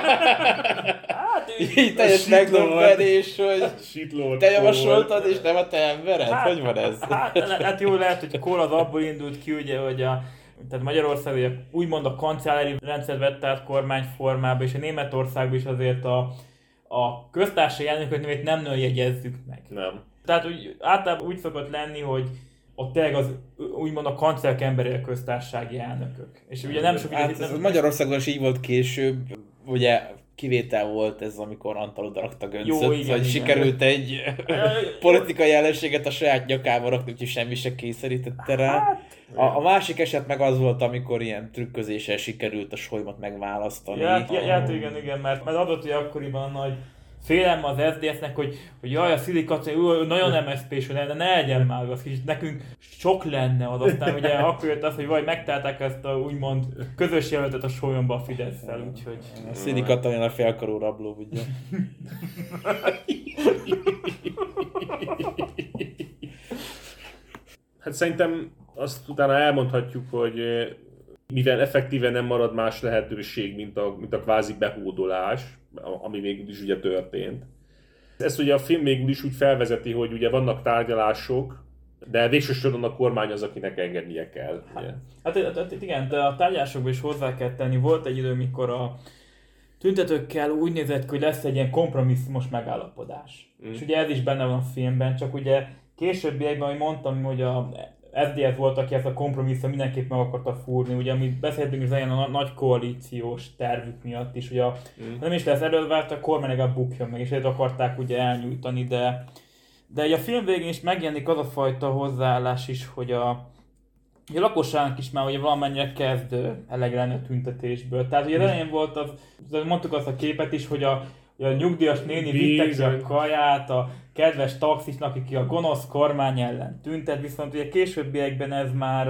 Speaker 2: Így teljes megdöbbenés, hogy te javasoltad, és nem a te embered? Hogy van ez?
Speaker 4: Hát jó, lehet, hogy Kohl az abból indult ki, ugye, hogy tehát Magyarország ugye, úgymond a kancellári rendszer vett át kormányformába, és a Németországban is azért a köztársasági elnököt nevét nem jegyezzük meg.
Speaker 3: Nem.
Speaker 4: Tehát általában úgy szokott lenni, hogy ott tényleg az úgymond a kancellák emberi a köztársasági elnökök. És ugye nem sok...
Speaker 2: Hát Magyarországon is így volt később, ugye kivétel volt ez, amikor Antal odarakta Göncöt, hogy sikerült egy politikai ellenséget a saját nyakába rakni, úgyhogy semmi se kényszerítette rá. A másik eset meg az volt, amikor ilyen trükközéssel sikerült a Solymot megválasztani.
Speaker 4: Igen, mert adott, hogy akkoriban a nagy félelme az SZDSZ-nek, hogy jaj, a Szilikac, nagyon MSZP-s, de ne legyen már, az kicsit nekünk sok lenne az, aztán ugye akkor jött az, hogy vagy megtalálták ezt a úgymond közös jelöltet a Solyomba a Fidesz-szel, úgyhogy...
Speaker 2: A Szilikat olyan a félkarú rabló, ugye.
Speaker 3: Hát szerintem azt utána elmondhatjuk, hogy mivel effektíven nem marad más lehetőség, mint a kvázi behódolás, ami végül is ugye történt. Ezt ugye a film végül is úgy felvezeti, hogy ugye vannak tárgyalások, de végső soron a kormány az, akinek engednie kell.
Speaker 4: Hát igen, de a tárgyalásokban is hozzá kell tenni. Volt egy idő, mikor a tüntetőkkel úgy nézett ki, hogy lesz egy ilyen kompromisszumos megállapodás. És ugye ez is benne van a filmben, csak ugye későbbiekben, ahogy mondtam, hogy SZDSZ volt, aki ezt a kompromisszum mindenképp meg akarta fúrni, ugye amit beszéltünk is a nagy koalíciós tervük miatt is, ugye nem is lesz erőlvált, a kormány legalább bukjon meg, és ezt akarták ugye elnyújtani, de a film végén is megjelenik az a fajta hozzáállás is, hogy a lakosságnak is már ugye valamennyire kezd elege lenni a tüntetésből. Tehát ugye elején volt mondtuk azt a képet is, hogy a nyugdíjas néni vitte ki a kaját, a kedves taxisnak, aki a gonosz kormány ellen tüntet, viszont ugye későbbiekben ez már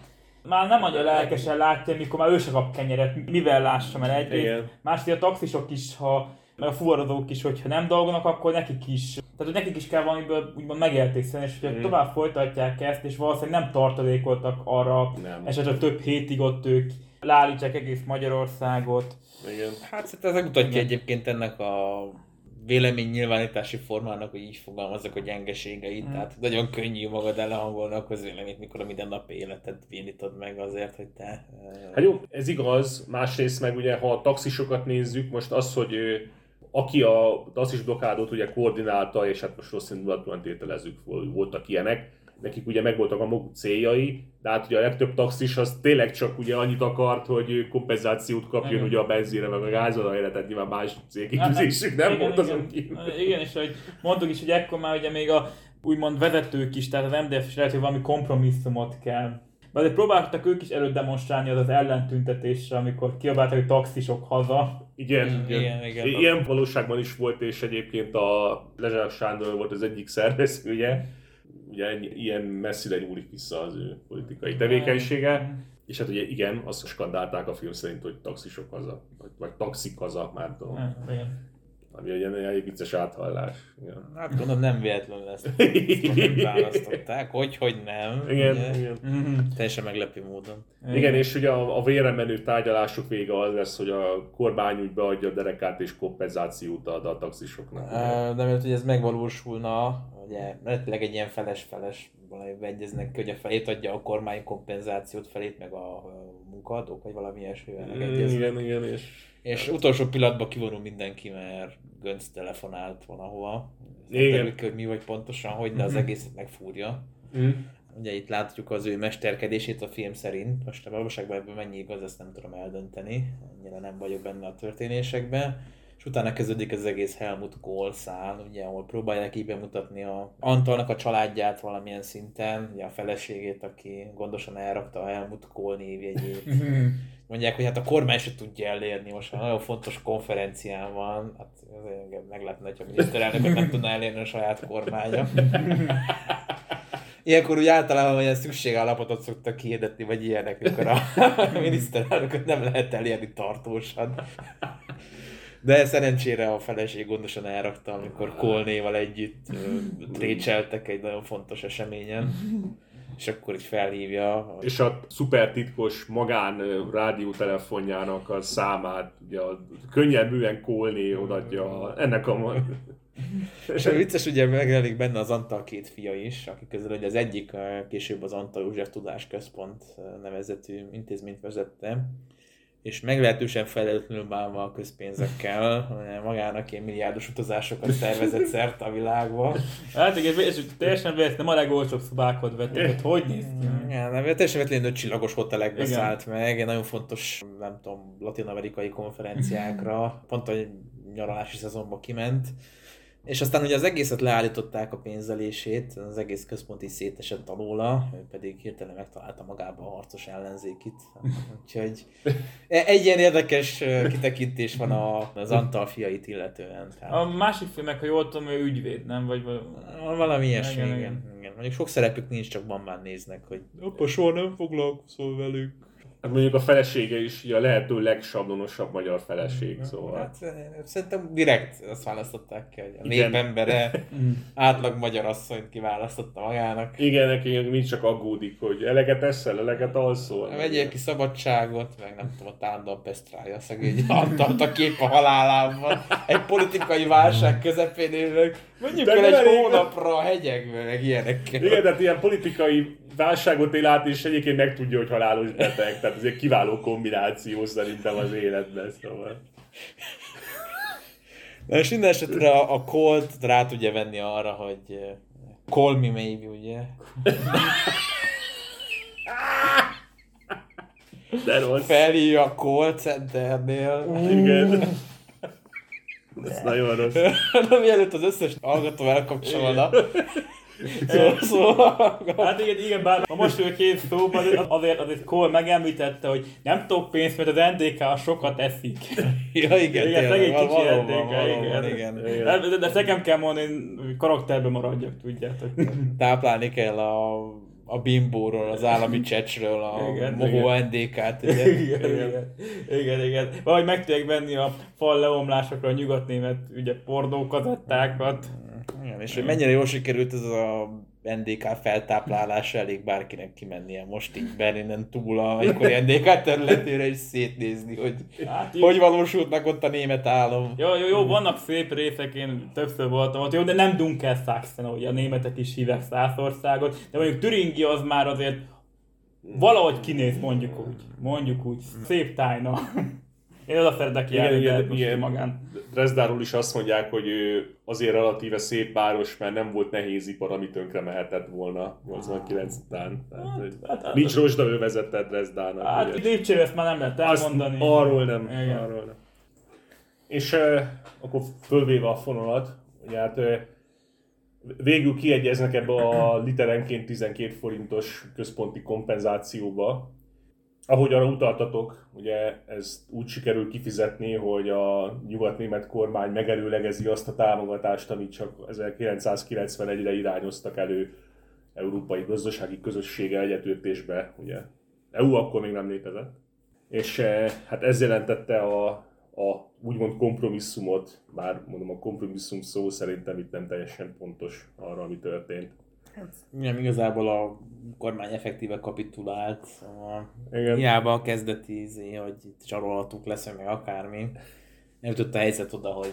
Speaker 4: nem annyira lelkesen látja, mikor már ő se kap kenyeret, mivel lássam el egyrészt. Másrészt a taxisok is, meg a fuvarozók is, hogyha nem dolgoznak, akkor nekik is kell valamiből úgymond megéltészni, és hogyha tovább folytatják ezt, és valószínűleg nem tartalékoltak arra, esetleg több hétig ott ők leállítsák egész Magyarországot.
Speaker 2: Igen. Hát ez mutatja egyébként ennek a véleménynyilvánítási formának, hogy így fogalmazok a gyengeségeit, tehát nagyon könnyű magad elhangolni a közvéleményt, mikor a mindennapi életed bénítod meg azért, hogy te...
Speaker 3: Hát jó, ez igaz, másrészt meg ugye, ha a taxisokat nézzük, most az, hogy aki a taxis blokkádot ugye koordinálta, és hát most rossz indulatúan tételezzük, voltak ilyenek, nekik ugye megvoltak a maguk céljai, de hát ugye a legtöbb taxis az tényleg csak ugye annyit akart, hogy kompenzációt kapjon ugye a benzinre meg a gázolajra, tehát nyilván más célkitűzésük nem volt azon kívül.
Speaker 4: Igen, és hogy mondtuk is, hogy ekkor már ugye még a úgymond vezetők is, tehát az MDF is lehet, hogy valami kompromisszumot kell. De azért próbáltak ők is elődemonstrálni az ellentüntetésre, amikor kiabáltak, hogy taxisok haza.
Speaker 3: Igen. Ilyen valóságban is volt, és egyébként a Lezsák Sándor volt az egyik szervezője. Ugye ilyen messzire nyúlik vissza az ő politikai tevékenysége. És hát ugye igen, azt skandálták a film szerint, hogy taxisok haza, vagy taxik haza, már tudom. Ami ugye egy vicces áthallás.
Speaker 2: Igen. Hát gondolom nem véletlenül ezt választották, hogy nem.
Speaker 3: Igen.
Speaker 2: Teljesen meglepő módon.
Speaker 3: Igen, és ugye a vérre menő tárgyalások vége az lesz, hogy a kormány úgy beadja a derekát és kompenzációt ad a taxisoknak.
Speaker 2: De mert hogy ez megvalósulna, ugye lehetőleg egy ilyen feles-feles valamiben egyeznek ki, hogy a felét adja a kormány kompenzációt, felét meg a munkaadók, vagy valami ilyesmivel megegyeznek.
Speaker 3: Igen.
Speaker 2: És utolsó pillanatban kivonul mindenki, mert Gönc telefonált valahova.
Speaker 3: Igen.
Speaker 2: Hogy mi vagy pontosan, hogy, de az egészet megfúrja. Ugye itt látjuk az ő mesterkedését a film szerint. Most a valóságban ebből mennyi igaz, ezt nem tudom eldönteni. Ennyire nem vagyok benne a történésekben. És utána kezdődik az egész Helmut Kohl szál, ugye, ahol próbálják így bemutatni a Antalnak a családját valamilyen szinten, ugye a feleségét, aki gondosan elrakta a Helmut Kohl névjegyét. Mondják, hogy hát a kormány se tudja elérni, most már nagyon fontos konferencián van, hát ez meglepne, hogy a miniszterelnököt nem tudna elérni a saját kormánya. Ilyenkor úgy általában ilyen szükségállapotot szoktak kihirdetni, vagy ilyenek, amikor a miniszterelnököt nem lehet elérni tartósan. De szerencsére a feleség gondosan elrakta, amikor Kohlnéval együtt trécseltek egy nagyon fontos eseményen. És akkor így felhívja.
Speaker 3: És a szuper titkos magán rádiótelefonjának a számát, ugye a könnyelműen Kohlné odaadja ennek a...
Speaker 2: És a vicces, ugye megjelenik benne az Antal két fia is, akik közül ugye az egyik később az Antal József Tudásközpont nevezetű intézményt vezette, és meglehetősen felelőtlenül bánva a közpénzekkel, magának ilyen milliárdos utazásokat szervezett szerte a világba.
Speaker 4: Hát igen, teljesen véletlen, nem a legolcsóbb szobákot vettek, hogy néz ki?
Speaker 2: Nem, teljesen véletlenül 5 csillagos hotelekbe szállt meg, nagyon fontos, nem tudom, latin-amerikai konferenciákra, pont a nyaralási szezonba kiment. És aztán ugye az egészet leállították a pénzelését, az egész központ is szétesett alóla, ő pedig hirtelen megtalálta magába a harcos ellenzékit. Úgyhogy egy ilyen érdekes kitekintés van az Antal fiait illetően.
Speaker 4: A másik filmek, ha jól tudom, ő ügyvéd, nem? Vagy
Speaker 2: valami ilyesmi, igen. Mondjuk sok szerepük nincs, csak már néznek, hogy apa, soha nem foglalkozol velük.
Speaker 3: Hát mondjuk a felesége is a lehető legsablonosabb magyar feleség, szóval.
Speaker 2: Hát szerintem direkt azt választották ki, hogy a népembere átlag magyar asszonyt kiválasztotta magának.
Speaker 3: Igen, neki mind csak aggódik, hogy eleget eszel, eleget alszol.
Speaker 2: Vegyél ki szabadságot, meg nem tudom, a tándal pesztrája, szegény Antalt a kép a halálában. Egy politikai válság közepén élnek. Mondjuk el egy hónapra a hegyekbe, meg ilyenekkel.
Speaker 3: Igen, tehát ilyen politikai válságot él át, és egyébként megtudja, hogy halálos beteg. Tehát ez egy kiváló kombináció szerintem az életben, szóval.
Speaker 2: Na és minden esetre a Colt rá tudja venni arra, hogy call me maybe, ugye?
Speaker 3: De rossz.
Speaker 2: Felhívja a call centernél.
Speaker 3: Igen. Ez nagyon rossz.
Speaker 2: Na, mielőtt az összes hallgató elkapcsolna. Szóval...
Speaker 4: Hát igen, bár most ő két szóban, azért Cole megemlítette, hogy nem tudok pénzt, mert az NDK sokat eszik.
Speaker 2: Ja, igen,
Speaker 4: Igen,
Speaker 2: tényleg,
Speaker 4: egy kicsi
Speaker 2: valóban,
Speaker 4: NDK,
Speaker 2: igen.
Speaker 4: De ezt nekem kell mondani, hogy karakterben maradjak, tudjátok.
Speaker 2: Táplálni kell a bimbóról, az állami csecsről, a mohó NDK-t, ugye?
Speaker 4: Igen. Valahogy meg tudják venni a fal leomlásokra a nyugatnémet ugye pornókazettákat.
Speaker 2: Igen, és hogy mennyire jól sikerült ez a NDK feltáplálása, elég bárkinek kimennie most így Berlinen túl a egykori NDK területére és szétnézni, hogy hogy valósult meg ott a német állam.
Speaker 4: Jó, vannak szép részek, én többször voltam ott, jó, de nem Dunkelszachsen, ahogy a németek is hívják Szászországot, de mondjuk Türingia az már azért valahogy kinéz, mondjuk úgy, szép tájna. Én oda szeretek járni, magán.
Speaker 3: Dresdáról is azt mondják, hogy ő azért relatíve szép város, mert nem volt nehéz ipar, ami tönkre mehetett volna 89 után. Nincs rozsdaövezete Dresdának.
Speaker 4: Hát Lépcsőre ezt már nem lehet elmondani.
Speaker 3: Arról nem. És akkor fölvéve a fonalat, ugye hát végül kiegyeznek ebbe a literenként 12 forintos központi kompenzációba. Ahogy arra utaltatok, ugye ezt úgy sikerül kifizetni, hogy a nyugatnémet kormány megelőlegezi azt a támogatást, amit csak 1991-re irányoztak elő Európai Gazdasági Közösséggel egyetértésbe, ugye EU akkor még nem létezett. És hát ez jelentette a úgymond kompromisszumot, bár mondom a kompromisszum szó szerintem itt nem teljesen pontos arra, ami történt.
Speaker 2: Nem, igazából a kormány effektíve kapitulált, szóval
Speaker 3: igen.
Speaker 2: Hiába a kezdeti hogy csarolhatók leszünk meg akármi. Nem jutott a helyzet oda, hogy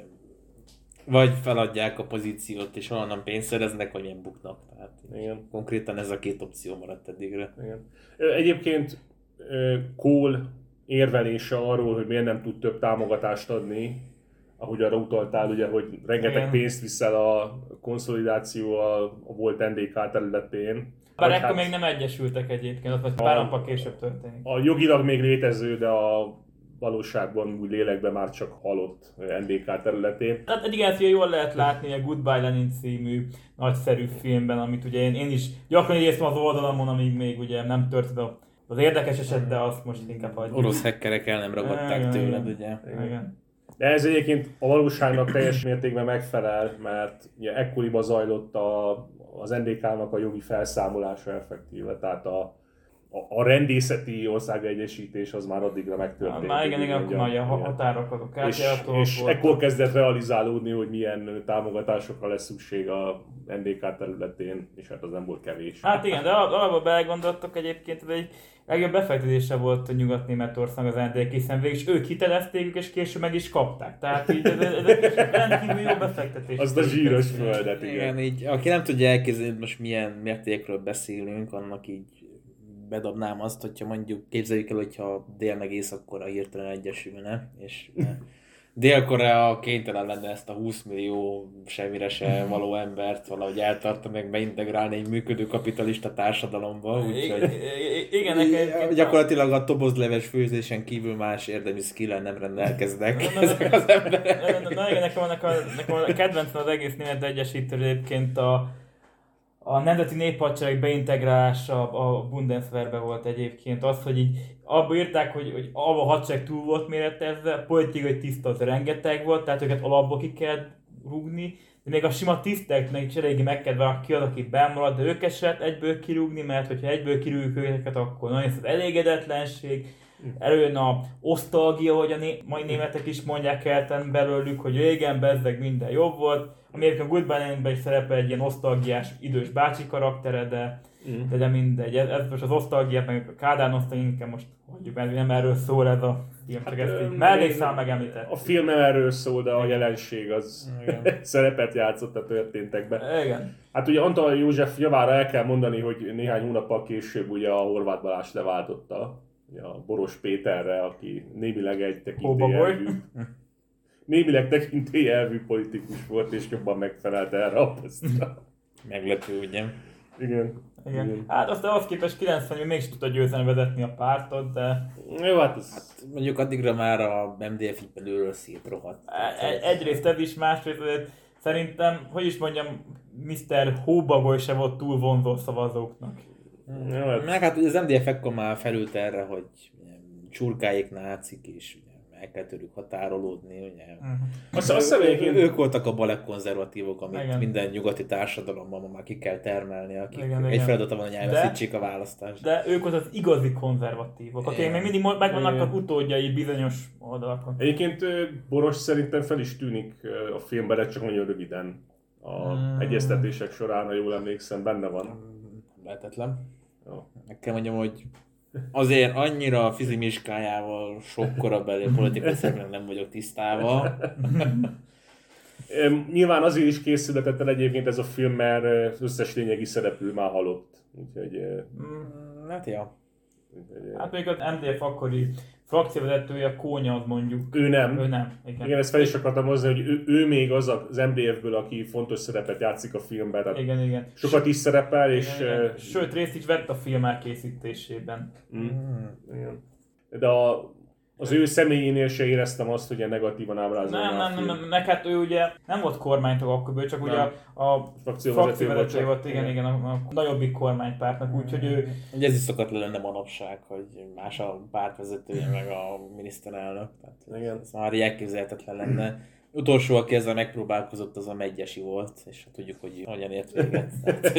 Speaker 2: vagy feladják a pozíciót és valahonnan pénzt szereznek, vagy ilyen buknak. Tehát igen. Konkrétan ez a két opció maradt eddigre.
Speaker 3: Igen. Egyébként Kohl érvelése arról, hogy miért nem tud több támogatást adni, ahogy arra utaltál, ugye, hogy rengeteg pénzt viszel a konszolidáció a volt NDK területén.
Speaker 4: Bár ekkor még nem egyesültek egyébként, az vagy pár nappal később történik.
Speaker 3: A jogilag még létező, de a valóságban úgy lélekben már csak halott NDK területén.
Speaker 4: Tehát egyik ezt jól lehet látni a Goodbye Lenin című nagyszerű filmben, amit ugye én is gyakran néztem az oldalamon, amíg még ugye nem történt az érdekes eset, de azt most inkább hagyjuk.
Speaker 2: Orosz hackerek el nem ragadták tőled, ugye?
Speaker 4: Igen.
Speaker 3: De ez egyébként a valóságnak teljes mértékben megfelel, mert ugye ekkoriban zajlott az NDK-nak a jogi felszámolása effektíve, tehát a rendészeti országegyesítés az már addigra megtörtént.
Speaker 4: Már igen, akkor már a határok azok átjárhatóak
Speaker 3: és ekkor kezdett realizálódni, hogy milyen támogatásokra lesz szükség a NDK területén, és hát az nem volt kevés.
Speaker 4: Hát igen, de alapból belegondoltak egyébként, hogy egy legjobb befektetése volt a Nyugat-Németország az NDK, hiszen végig ők hitelezték, és később meg is kapták. Tehát így ez rendkívül jó befektetés.
Speaker 3: Azt a zsíros földet,
Speaker 2: igen. Így, aki nem tudja elképzelni, most milyen mértékről beszélünk, annak így bedobnám azt, hogyha mondjuk képzeljük el, hogyha Dél meg Észak-Korea hirtelen egyesülne, és Dél-Korea kénytelen lenne ezt a 20 millió semmire se való embert valahogy eltartani, meg beintegrálni egy működő kapitalista társadalomba, úgyhogy
Speaker 4: igen,
Speaker 2: gyakorlatilag a tobozleves főzésen kívül más érdemi skillen nem rendelkeznek ezek az emberek.
Speaker 4: Na igen, nekem a kedvencem az egész német egyesítő egyébként a Nemzeti Néphadsereg beintegrálása a Bundeswehrbe volt egyébként az, hogy így abba írták, hogy a hadsereg túl volt méretezve, politikai tiszta az rengeteg volt, tehát őket alapból ki kell rúgni, de még a sima tiszteknek is eléggé megkedve ki az, aki benn de őket se lehet egyből kirúgni, mert hogyha egyből kirúgjuk őket, akkor nagyon az elégedetlenség, előjön a osztalgia, hogy a mai németek is mondják el belőlük, hogy régen bezzeg minden jobb volt, ami egyébként a Goodbye Leninben is szerepel egy ilyen osztalgiás idős bácsi karaktere, de mindegy. Ez most az osztalgiát, meg a Kádár nosztalgiát most hagyjuk, mert nem erről szól ez a film, csak ezt így mellékszál megemlített.
Speaker 3: A film nem erről szól, de a jelenség az szerepet játszott a történtekben.
Speaker 4: Igen.
Speaker 3: Hát ugye Antal József javára el kell mondani, hogy néhány hónappal később ugye a Horváth Balázs leváltotta a Boros Péterre, aki némileg egy tekintélyelvű politikus volt, és jobban megfelelt erre a posztra.
Speaker 2: Meglepő, ugye?
Speaker 3: Igen.
Speaker 4: Hát aztán ahhoz képest 90-ben mégis tudta győzni vezetni a pártot, de...
Speaker 3: Jó, hát
Speaker 2: mondjuk addigra már a MDF így belülről szétrohadt.
Speaker 4: Egyrészt ez is, másrészt szerintem, hogy is mondjam, Mr. Hóbagoly se volt túl vonzó szavazóknak.
Speaker 2: Meg hát az MDF ekkor már felült erre, hogy csurkáik nácik, és el kell tőlük határolódni. Ugye. Ők voltak a balek-konzervatívok, amit igen. Minden nyugati társadalomban már ki kell termelni, akik egy feladata van, hogy elveszítsék a választást.
Speaker 4: De ők az igazi konzervatívok, akik még mindig megvannak az utódjai bizonyos oldalakon.
Speaker 3: Egyébként Boros szerintem fel is tűnik a filmben, de csak nagyon röviden. Egyeztetések során, ha jól emlékszem, benne van.
Speaker 2: Lehetetlen. Meg kell mondjam, hogy azért annyira a fizimiskájával sok korabeli politikai szerepnek nem vagyok tisztában.
Speaker 3: Nyilván azért is készületett el egyébként ez a film, mert az összes lényegi szereplő már halott. Úgyhogy...
Speaker 2: Hát ja.
Speaker 4: Hát még az MDF akkori frakcióvezetője, Kónya, az mondjuk.
Speaker 3: Ő nem.
Speaker 4: Igen,
Speaker 3: ezt fel is akartam hozni, hogy ő még az MDF-ből, aki fontos szerepet játszik a filmben. Tehát
Speaker 4: igen.
Speaker 3: Sokat is szerepel, és...
Speaker 4: Igen. Sőt, részt is vett a film elkészítésében.
Speaker 3: Igen. De az ő személyénél se éreztem azt, hogy ilyen negatívan ábrázolná a film.
Speaker 4: Nem, hát ő ugye nem volt kormánytag akkor, csak ugye a frakcióvezető volt, igen, a nagyobbik kormánypártnak, úgyhogy ő...
Speaker 2: Ugye ez is szokott lenne manapság, hogy más a pártvezetője, meg a miniszterelnök, tehát ez már elképzelhetetlen lenne. Utolsó, aki ezzel megpróbálkozott, az a Megyesi volt, és tudjuk, hogy hogyan ért véget.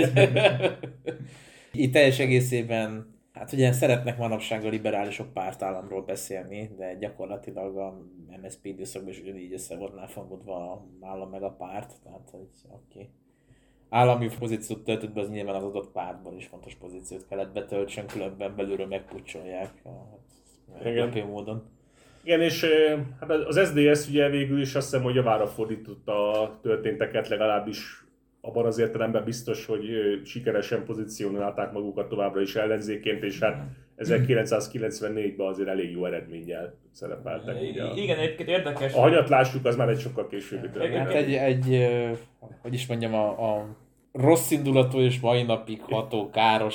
Speaker 2: Így teljes egészében hát ugye szeretnek manapság a liberálisok pártállamról beszélni, de gyakorlatilag a MSZP időszakban is ugyanígy össze volt náfangolva a állam meg a párt, tehát hogy aki állami pozíciót töltött be, az nyilván az adott pártban is fontos pozíciót kellett betöltsön, különben belülről megpucsolják a módon.
Speaker 3: Igen, és hát az SZDSZ ugye végül is azt hiszem, hogy javára fordította a történteket, legalábbis abban az értelemben biztos, hogy sikeresen pozícionálták magukat továbbra is ellenzékként, és hát 1994-ben azért elég jó eredménnyel szerepeltek.
Speaker 4: Igen, egyébként érdekes.
Speaker 3: A hanyatlásuk az már egy sokkal későbbi történet.
Speaker 2: Hát hogy is mondjam, a rossz indulatú és mai napig ható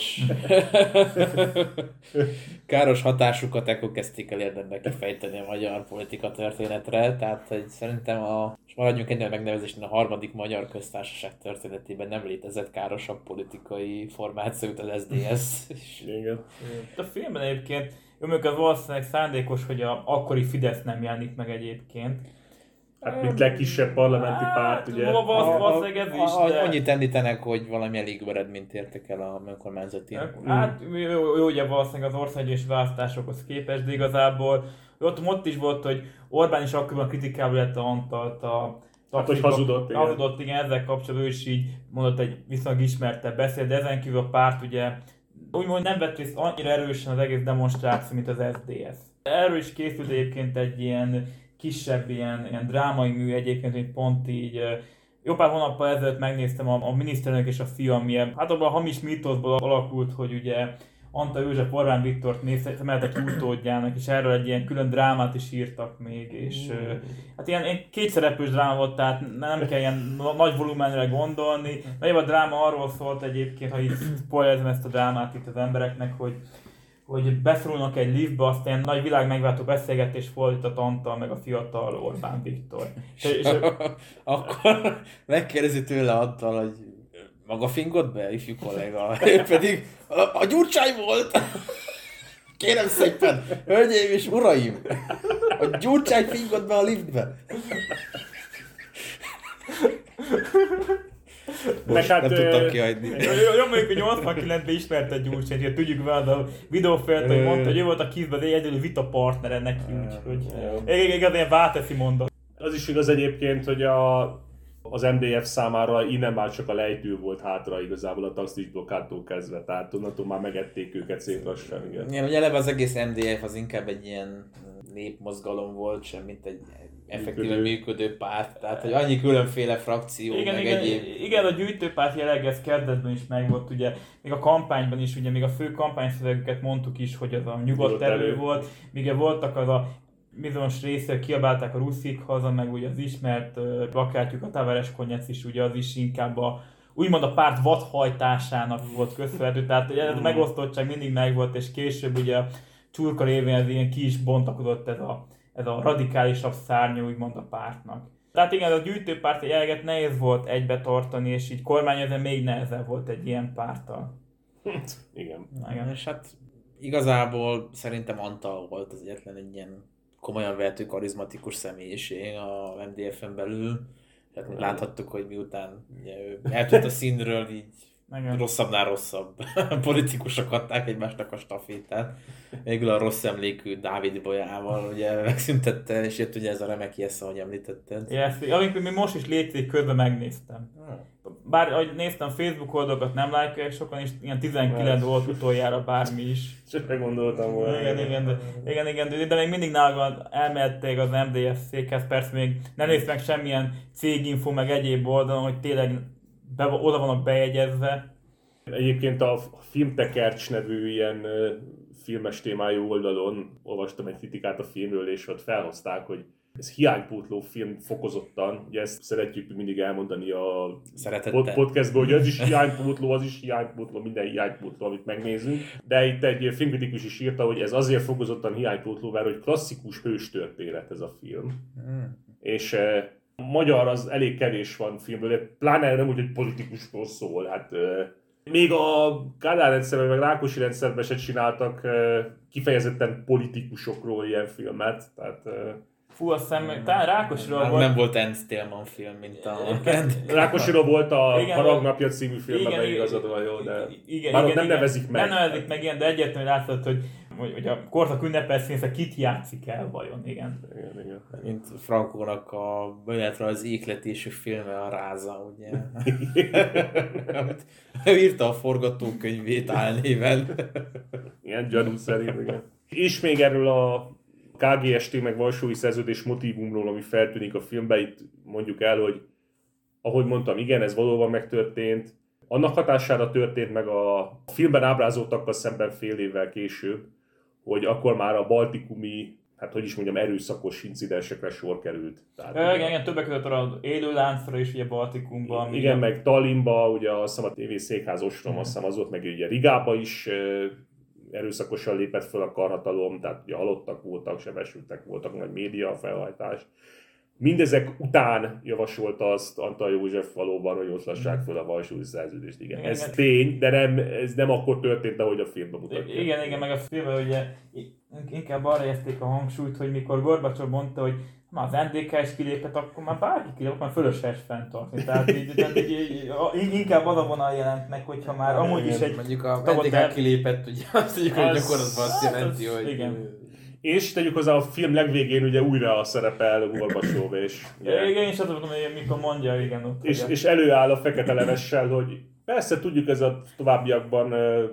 Speaker 2: káros hatásukat ekkor kezdték el érdemben kifejteni a magyar politika történetre, tehát hogy szerintem és maradjunk ennél a megnevezésnél, a harmadik magyar köztársaság történetében nem létezett károsabb politikai formációt az SZDSZ.
Speaker 3: Igen.
Speaker 4: A filmben egyébként, az valószínűleg szándékos, hogy a akkori Fidesz nem jelenik meg egyébként.
Speaker 3: Hát mint legkisebb parlamenti párt, ugye?
Speaker 4: Valószínűleg ez is, de...
Speaker 2: Annyit említenek, hogy valami elég jó eredményt értek el a önkormányzati.
Speaker 4: Hát jó, ugye valószínűleg az országgyűlési választásokhoz képest, de igazából ott is volt, hogy Orbán is akkoriban kritikával lett a Antalt
Speaker 3: hogy hazudott,
Speaker 4: igen, ezzel kapcsolatban ő is így mondott egy viszonylag ismertebb beszéd, de ezen kívül a párt ugye úgymond nem vett részt annyira erősen az egész demonstráció, mint az SZDSZ. Erről is készült egyébként egy ilyen kisebb ilyen drámai mű egyébként, hogy pont így jó pár hónappal ezelőtt megnéztem a miniszterelnök és a fia, ami hát abban a hamis mítoszból alakult, hogy ugye Antal József Orbán Viktort neveztek utódjának, és erről egy ilyen külön drámát is írtak még, és hát ilyen kétszereplős dráma volt, tehát nem kell ilyen nagy volumenre gondolni. Mert a dráma arról szólt egyébként, ha így spoilerzem ezt a drámát itt az embereknek, hogy beszorulnak egy liftbe, aztán nagy világ megváltó beszélgetés folytat Antal meg a fiatal Orbán Viktor.
Speaker 2: Akkor megkérdezi tőle Antal, hogy maga fingott be, ifjú kolléga, ő pedig a Gyurcsány volt! Kérem szépen, hölgyeim és uraim! A Gyurcsány fingott be a liftbe!
Speaker 3: Hát,
Speaker 2: nem tudtam kihagyni.
Speaker 4: Jó, mondjuk, hogy 89-ben ismerte Gyurcsányt, hogy tudjuk vele a videófelet, hogy mondta, hogy ő volt a Kizben egy egyedül vita partnere neki, úgyhogy igaz, ilyen válteszi mondat.
Speaker 3: Az is igaz egyébként, hogy az MDF számára innen már csak a lejtő volt hátra igazából a taxis blokkádtól kezdve, tehát onnantól már megették őket szép lassan.
Speaker 2: Igen, ugye eleve az egész MDF az inkább egy ilyen népmozgalom volt, sem mint egy effektíven működő párt, tehát hogy annyi különféle frakció,
Speaker 4: Igen, a gyűjtőpárt jelleg ez kezdetben is megvolt, ugye, még a kampányban is, ugye még a fő kampányszövegeket mondtuk is, hogy az a nyugodt erő volt, míg voltak az a bizonyos részek kiabálták a Ruszik haza, meg ugye az ismert plakátjuk, a Tavares Konyec is, ugye az is inkább úgymond a párt vadhajtásának volt köszönhető, tehát ez a megosztottság mindig megvolt, és később ugye a Csurka révén ez ilyen ki is bontakozott ez a radikálisabb szárnya úgymond a pártnak. Tehát igen, a gyűjtőpárti jelleget nehéz volt egybe tartani, és így kormányozni még nehezebb volt egy ilyen párttal.
Speaker 3: Igen.
Speaker 2: És hát igazából szerintem Antal volt az egyetlen egy ilyen komolyan vehető, karizmatikus személyiség a MDF-en belül. Tehát láthattuk, hogy miután ő eltűnt a színről, így rosszabbnál rosszabb politikusok adták egymásnak a stafétát. Végül a rossz emlékű Dávid Bolyával ugye megszüntette, és jött ugye ez a remek Jesse, ahogy említetted.
Speaker 4: Amikor mi most is létezik, közben megnéztem. Bár ahogy néztem Facebook oldalakat, nem lájkolják sokan, és ilyen 19 volt utoljára bármi is.
Speaker 3: Csak meggondoltam volna.
Speaker 4: Igen, de még mindig nálam elmehették az MDF székhez, persze még nem néztem meg semmilyen céginfo, meg egyéb oldalon, hogy tényleg oda vannak bejegyezve.
Speaker 3: Egyébként a Filmtekercs nevű ilyen filmes témájú oldalon olvastam egy kritikát a filmről, és ott felhozták, hogy ez hiánypótló film fokozottan. Ugye ezt szeretjük mindig elmondani a podcastban, hogy az is hiánypótló, minden hiánypótló, amit megnézünk. De itt egy filmkritikus is írta, hogy ez azért fokozottan hiánypótló, mert hogy klasszikus hőstörténet ez a film. És magyar az elég kevés van filmből, de pláne nem úgy, hogy politikusról szól. Hát, még a Kádár rendszerben, meg Rákosi rendszerben se csináltak kifejezetten politikusokról ilyen filmet. Tehát,
Speaker 4: azt hiszem, talán Rákosiról volt.
Speaker 2: Nem volt Ernst Thälmann film, mint a...
Speaker 3: Rákosiról volt a Haragnapja című filmben, igazad van, jó, de bár nem nevezik meg.
Speaker 4: Nem nevezik meg ilyen, de egyértelműen látszott, hogy a korszak ünnepel színésze kit játszik el vajon, igen.
Speaker 2: Mint Frankónak a az ékletésű filme, a Ráza, ugye? Ő írta a forgatókönyvét álnéven.
Speaker 3: Igen, gyanú szerint, igen. És még erről a KGST meg Varsói Szerződés motívumról, ami feltűnik a filmben, itt mondjuk el, hogy ahogy mondtam, igen, ez valóban megtörtént. Annak hatására történt meg a filmben ábrázoltakkal szemben fél évvel később, hogy akkor már a baltikumi, hát hogy is mondjam, erőszakos incidensekre sor került.
Speaker 4: Igen, többek között az élőláncra is ugye Baltikumban.
Speaker 3: Igen, meg Tallinnba, ugye azt hiszem a TV székház ostrom, azt hiszem az volt, meg ugye Rigába is erőszakosan lépett fel a karhatalom, tehát ugye halottak voltak, sebesültek voltak, nagy média felhajtás. Mindezek után javasolta azt Antal József valóban, hogy oszlassák fel a Varsói Szerződést. Igen. Ez tény, de ez nem akkor történt, ahogy a filmben mutatja.
Speaker 4: Igen, meg a filmben ugye inkább arra helyezték a hangsúlyt, hogy mikor Gorbacsov mondta, hogy az NDK is kilépett, akkor már bárki kilépett, már fölösleges fenntartni. Tehát így, inkább az a vonal jelent meg, hogyha már amúgy is egy...
Speaker 2: Mondjuk a NDK kilépett, ugye azt tudjuk, hogy gyakorlatban azt jelenti, hogy...
Speaker 4: Igen.
Speaker 3: És tegyük hozzá, a film legvégén ugye újra szerepel Gorbacsov, és...
Speaker 4: Igen, és azt mondom, hogy mikor mondja, igen. Ott,
Speaker 3: és előáll a fekete levessel, hogy persze tudjuk, ez a továbbiakban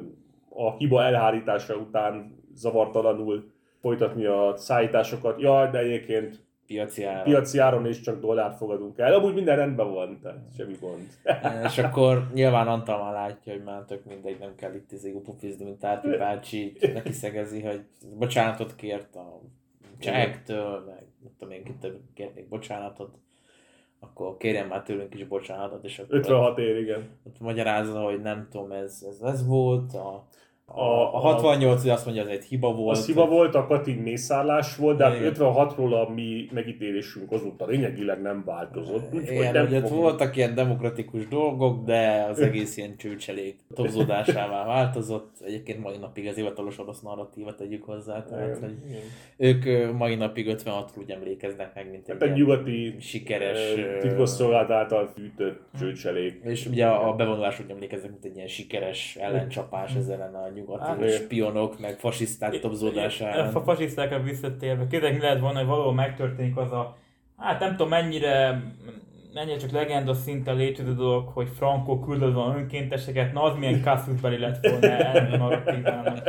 Speaker 3: a hiba elhárítása után zavartalanul folytatni a szállításokat. Ja, de egyébként piaci áron és csak dollárt fogadunk el. Amúgy minden rendben van, tehát semmi gond.
Speaker 2: És akkor nyilván Antal már látja, hogy már tök mindegy, nem kell itt pupizni, mint Árpi bácsi, neki szegezi, hogy bocsánatot kért a csehektől, meg tudom én, kérnék bocsánatot, akkor kérjen már tőlünk is bocsánatot, és akkor
Speaker 3: 56 ér, igen.
Speaker 2: Ott magyarázza, hogy nem tudom, ez volt, a 68, hogy azt mondja, ez egy hiba volt.
Speaker 3: Az hiba volt, a Katyn mészárlás volt, de 56-ról a mi megítélésünk azóta lényegileg nem változott.
Speaker 2: Igen, ugye voltak ilyen demokratikus dolgok, de az egész ilyen csőcselék tobzódásává változott. Egyébként mai napig az hivatalos orosz narratíva tegyük hozzá. Tehát, hogy ők mai napig 56-ról úgy emlékeznek meg, mint
Speaker 3: egy nyugati
Speaker 2: sikeres
Speaker 3: titkosszolgálat által fűtött csőcselék.
Speaker 2: És ugye a bevonulás úgy emlékeznek, mint egy ilyen sikeres ellencsapás ezzel a nyugati spionok, meg fasiszták tobzódására.
Speaker 4: A fasisztákra visszatérve, kérdezik, mi lehet volna, hogy valahol megtörténik az a, hát nem tudom mennyire csak legenda szinten létező dolog, hogy Franco küldött volna önkénteseket, na az milyen kasszusbeli lett volna ennek a narratívának.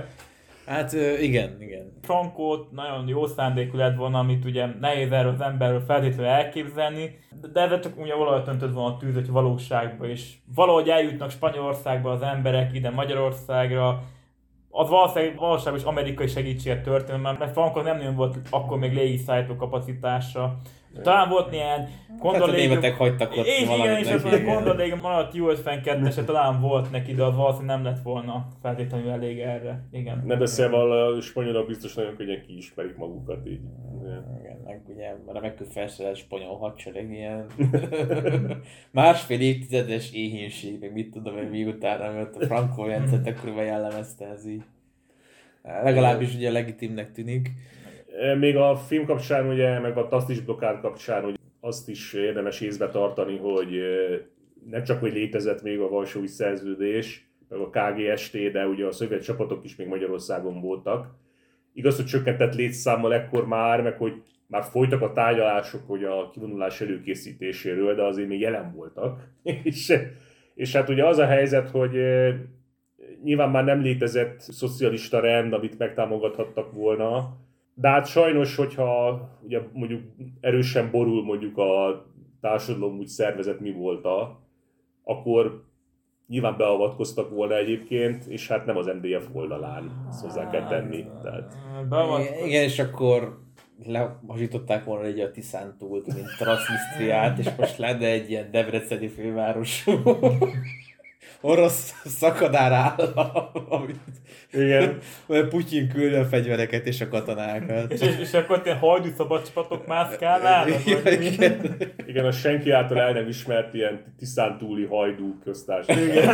Speaker 2: Hát igen.
Speaker 4: Franco nagyon jó szándékú lett volna, amit ugye nehéz erről az emberről feltétlenül elképzelni, de ezzel csak ugye valahogy töntött volna a tűz, hogy valóságba is. Valahogy eljutnak Spanyolországba az emberek, ide Magyarországra, az valóságban is amerikai segítséget történt, mert Franco nem nagyon volt akkor még légiszállító kapacitása. Talán volt néhány
Speaker 2: Condor németek hagytak ott
Speaker 4: igen, és az a Condor Légum maradt US-52-ese talán volt neki, de az valószínűleg nem lett volna feltétlenül elég erre. Igen.
Speaker 3: Ne beszélve, a spanyolok biztos nagyon könnyen kiismerik magukat így.
Speaker 2: Igen, meg ugye remekül felszerelt spanyol hadsereg, ilyen másfél évtizedes éhínség, meg mit tudom én miután, mert a Franco rendszert ekkoriban jellemezte ez így. Legalábbis ugye legitimnek tűnik.
Speaker 3: Még a film kapcsán, ugye, meg a tasztis blokkád kapcsán, hogy azt is érdemes észbe tartani, hogy nem csak hogy létezett még a Varsói Szerződés, meg a KGST, de ugye a szovjet csapatok is még Magyarországon voltak. Igaz, hogy csökkentett létszámmal ekkor már, meg hogy már folytak a tárgyalások hogy a kivonulás előkészítéséről, de azért még jelen voltak. és hát ugye az a helyzet, hogy nyilván már nem létezett szocialista rend, amit megtámogathattak volna, de hát sajnos, hogyha ugye mondjuk erősen borul mondjuk a társadalom úgy szervezet mi volta, akkor nyilván beavatkoztak volna egyébként, és hát nem az MDF oldalán, ezt hozzá kell tenni. Tehát...
Speaker 2: Igen, és akkor lehasították volna egy a Tiszántúlt, mint Transnistriát, és most lenne egy ilyen debreceni fővárosú orosz szakadár állam, amit
Speaker 3: igen.
Speaker 2: Putyin küldő a fegyvereket és a katonákat.
Speaker 4: És akkor ilyen hajdú szabad csapatok mászkálnának?
Speaker 3: Igen, a senki által el nem ismert ilyen tiszántúli hajdú köztárs.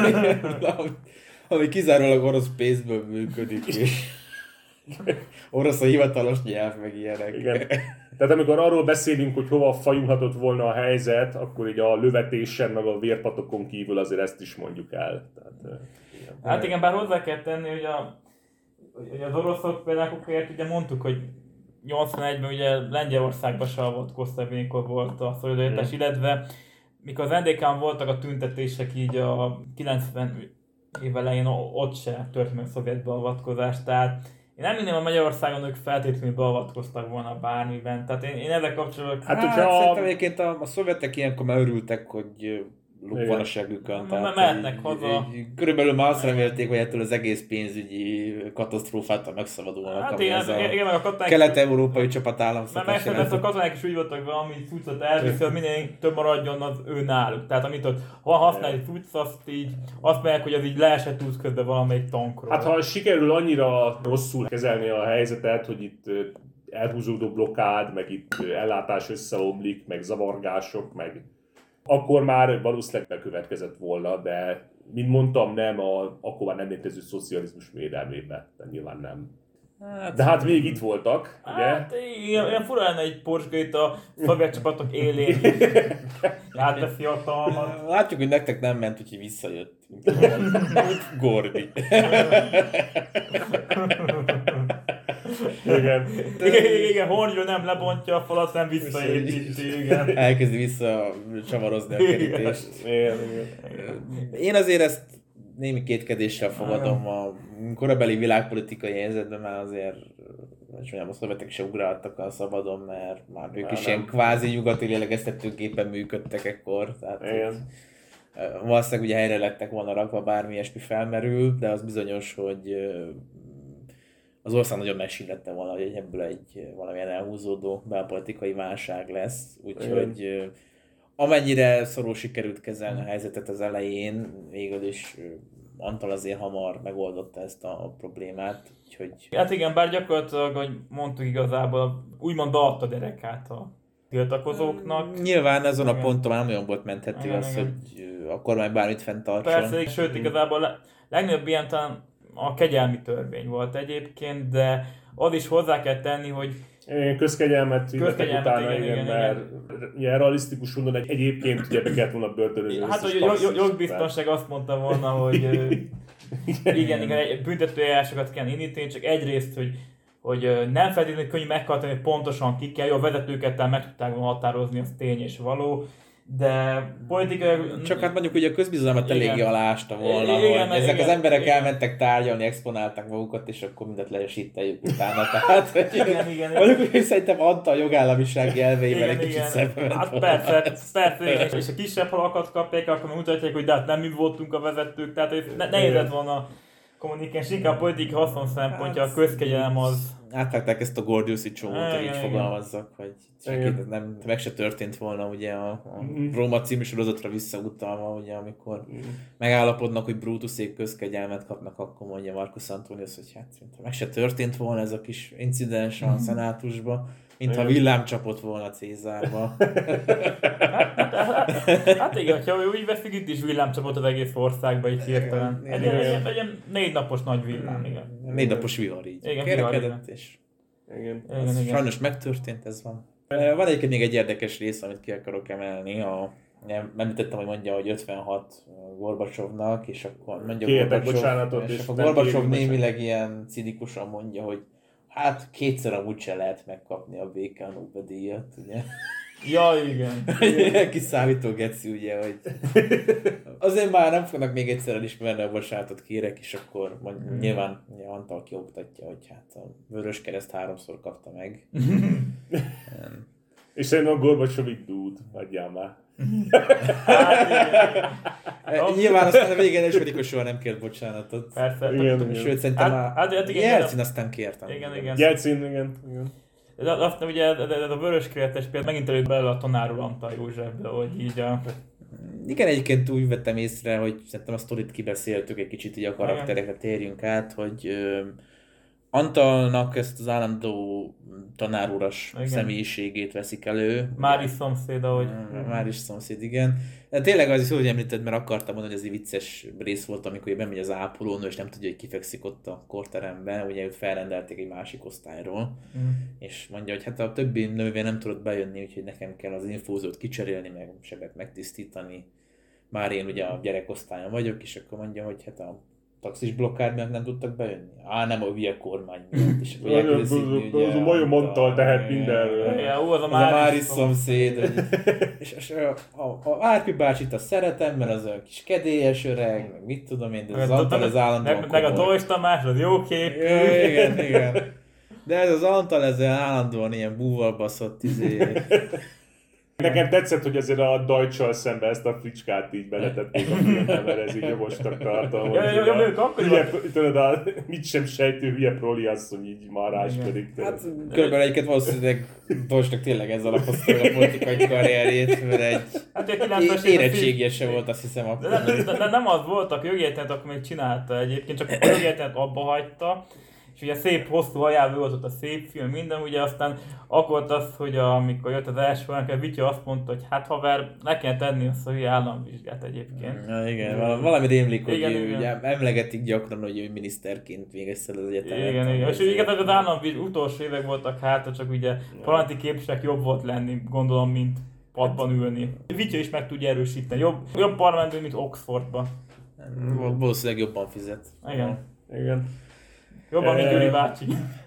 Speaker 2: Ami kizárólag orosz pénzből működik. Orosz a hivatalos nyelv, meg ilyenek.
Speaker 3: Igen. Tehát amikor arról beszélünk, hogy hova fajulhatott volna a helyzet, akkor így a lövetésen, meg a vérpatokon kívül azért ezt is mondjuk el. Tehát,
Speaker 4: igen. Hát igen, bár hozzá kell tenni, hogy az oroszok például ugye mondtuk, hogy 81-ben ugye Lengyelországban se avatkoztak, amikor volt a szolidaritás, illetve mikor az NDK-n voltak a tüntetések így a 90 év elején, ott se történt meg szovjet beavatkozás, tehát én nem hinném, a Magyarországon ők feltétlenül beavatkoztak volna bármiben, tehát én ezzel kapcsolatban...
Speaker 2: Hát szerintem egyébként a szovjetek ilyenkor már örültek, hogy luk van a segükön.
Speaker 4: Mehetnek haza.
Speaker 2: Körülbelül már azt remélték, hogy ettől az egész pénzügyi katasztrófától megszabadulnak,
Speaker 4: hát
Speaker 2: ami
Speaker 4: igen,
Speaker 2: ez a
Speaker 4: katonák...
Speaker 2: kelet-európai csapatállam szokás
Speaker 4: jelent. Mert a katonák is úgy voltak valami cuccot elviszi, hogy minél több maradjon az ő náluk. Tehát amit ott használni cucc, azt így azt mondják, hogy az így leesett útközben valamelyik tankról.
Speaker 3: Hát ha sikerül annyira rosszul kezelni a helyzetet, hogy itt elhúzódó blokkád, meg itt ellátás összeomlik, meg zavargások, meg akkor már valószínűleg bekövetkezett volna, de mint mondtam, nem akkor már nem létező szocializmus védelmében, de nyilván nem. De hát még itt voltak, ugye?
Speaker 4: Hát ilyen fura lenne egy Porsche-t a szovjet csapatok élén. Átveszi hatalmat.
Speaker 2: Látjuk, hogy nektek nem ment, úgyhogy visszajött. Gordi.
Speaker 4: Igen, Hornyó nem lebontja a falat, nem visszaépíti, igen.
Speaker 2: Elkezdi visszacsavarozni a kerítést. Én azért ezt némi kétkedéssel fogadom a korabeli világpolitikai helyzetben, már azért a szovjetek se ugráltak a szabadon, mert már ők is ilyen kvázi nyugati lélegeztetőképpen működtek ekkor. Tehát valószínűleg ugye helyre lettek volna rakva, bármi ilyesmi felmerül, de az bizonyos, hogy az ország nagyon megsínlette volna, hogy ebből valamilyen elhúzódó belpolitikai válság lesz. Úgyhogy amennyire szorul sikerült kezelni a helyzetet az elején, végül is Antal azért hamar megoldotta ezt a problémát. Úgyhogy...
Speaker 4: Hát igen, bár gyakorlatilag, hogy mondtuk igazából, úgymond beadta derekát a tiltakozóknak.
Speaker 2: Nyilván azon a ponton már nem olyan volt menthető az, hogy a kormány bármit fenntartson.
Speaker 4: Persze, sőt igazából legnagyobb ilyen talán a kegyelmi törvény volt egyébként, de az is hozzá kell tenni, hogy
Speaker 3: közkegyelmet utána, igen, mert realisztikus módon egyébként ugye be kellett volna börtönölni.
Speaker 4: Hát, hogy jogbiztonság azt mondta volna, hogy igen, büntetőeljárásokat kell indítani, csak egyrészt, hogy nem feltétlenül könnyű meghatárolni, hogy pontosan ki kell, a vezetőket meg tudták volna határozni, az tény és való. De politikai...
Speaker 2: Csak hát mondjuk ugye a közbizalmat eléggé aláásta volna, hogy ezek az emberek elmentek tárgyalni, exponálták magukat, és akkor mindet leesíteljük utána. Tehát,
Speaker 4: igen.
Speaker 2: Mondjuk, hogy szerintem Antal jogállamisági elveivel egy kicsit szembe ment
Speaker 4: hát persze, és a kisebb halakat kapják, akkor mutatják, hogy de hát nem mi voltunk a vezetők, tehát nehéz lett volna kommunikálni, és inkább a politikai haszon szempontja, a közkegyelem az...
Speaker 2: átvágták ezt a Gordiuszi csomót, hogy így fogalmazzak, hogy nem, meg se történt volna ugye a Róma című sorozatra visszautalva, ugye amikor megállapodnak, hogy Brutusék közkegyelmet kapnak, akkor mondja Marcus Antonius, hogy hát meg se történt volna ez a kis incidens a szenátusba, mintha villám csapott volna Cézárba.
Speaker 4: Hát igen, ha úgy veszik, itt is villám csapott az egész országba, így hirtelen. Egy 4 napos nagy villám, igen.
Speaker 2: 4 napos vihar így.
Speaker 4: Igen,
Speaker 2: kerekedett, és
Speaker 3: igen.
Speaker 2: sajnos megtörtént, ez van. Van egyébként még egy érdekes rész, amit ki akarok emelni. Említettem, hogy mondja, hogy 56 Gorbacsovnak, és akkor mondja Gorbacsov némileg ilyen cinikusan mondja, hogy hát kétszer amúgy se lehet megkapni a béke Nobel-díjat, ugye?
Speaker 4: Ja, igen.
Speaker 2: Kiszámító geci, ugye, hogy azért már nem fognak még egyszer elismerni a bocsánatot kérek, és akkor nyilván Antal kioktatja, hogy hát a Vöröskereszt 3-szor kapta meg.
Speaker 3: És szerintem a Gorbacsov így dúd, adjál már.
Speaker 2: Nyilván aztán a végén elismerik, hogy soha nem kért bocsánatot.
Speaker 4: Persze.
Speaker 2: Igen. Sőt, szerintem Jelcin aztán kértem.
Speaker 4: Igen.
Speaker 3: Jelcin, igen.
Speaker 4: Aztán ugye ez a vöröskeretes például megint előtt belőle a tanár úr Antal Józsefbe, hogy így a...
Speaker 2: Igen, egyébként úgy vettem észre, hogy szerintem a sztorit kibeszéltük, egy kicsit így a karakterekre térjünk át, hogy Antalnak ezt az állandó tanáruras személyiségét veszik elő.
Speaker 4: Már is szomszéd, ahogy...
Speaker 2: Már is szomszéd, igen. De tényleg az is úgy említed, mert akartam mondani, hogy ez egy vicces rész volt, amikor bemegy az ápolónő, és nem tudja, hogy kifekszik ott a korteremben, ugye őt felrendelték egy másik osztályról, és mondja, hogy hát a többi nővér nem tudott bejönni, úgyhogy nekem kell az infúzót kicserélni, meg sebet megtisztítani. Már én ugye a gyerekosztályon vagyok, és akkor mondja, hogy hát a taxis blokkád miatt nem tudtak bejönni? Nem a hülye kormány miatt. És
Speaker 3: az a majom Antal tehet mindenről.
Speaker 4: Az a
Speaker 2: Máris szomszéd. És a Árpi bácsit azt szeretem, mert az olyan kis kedélyes öreg, meg mit tudom én, de az Antal az állandóan
Speaker 4: meg a Dojs Tamás, az jó kép.
Speaker 2: Igen. De ez az Antal ezzel állandóan ilyen búval baszott
Speaker 3: Nekem tetszett, hogy azért a Deutschal szemben ezt a fricskát így beletették a filmben, mert ez így jogosnak tartom. Tudod, a mit sem sejtő hülye proli asszony így maráskedik.
Speaker 2: Hát körülbelül egyiket valószínűleg Deutschnak tényleg ez alapozta a politikai karrierjét, mert egy érettségje se volt, azt hiszem akkor.
Speaker 4: De nem az volt, aki jogjegyzetet akkor még csinálta egyébként, csak a jogjegyzetet abba hagyta. És ugye szép, hosszú hajával volt ott a szép film, minden, ugye aztán akkor az, hogy amikor jött az első olyan, Vitya azt mondta, hogy hát haver, le kell tenni azt a hülye államvizsgát egyébként.
Speaker 2: Igen, valami rémlik, hogy ugye emlegetik gyakran, hogy ő miniszterként végezte az egyetemet.
Speaker 4: Igen. És ugye az államvizsgák utolsó évek voltak hátra, csak ugye parlamenti képviselőnek jobb volt lenni, gondolom, mint padban ülni. Vitya is meg tudja erősíteni, jobb parlamentben, mint Oxfordban.
Speaker 2: Valószínűleg jobban fizet.
Speaker 3: Igen.
Speaker 4: Jobban, mint Gyuri bácsi.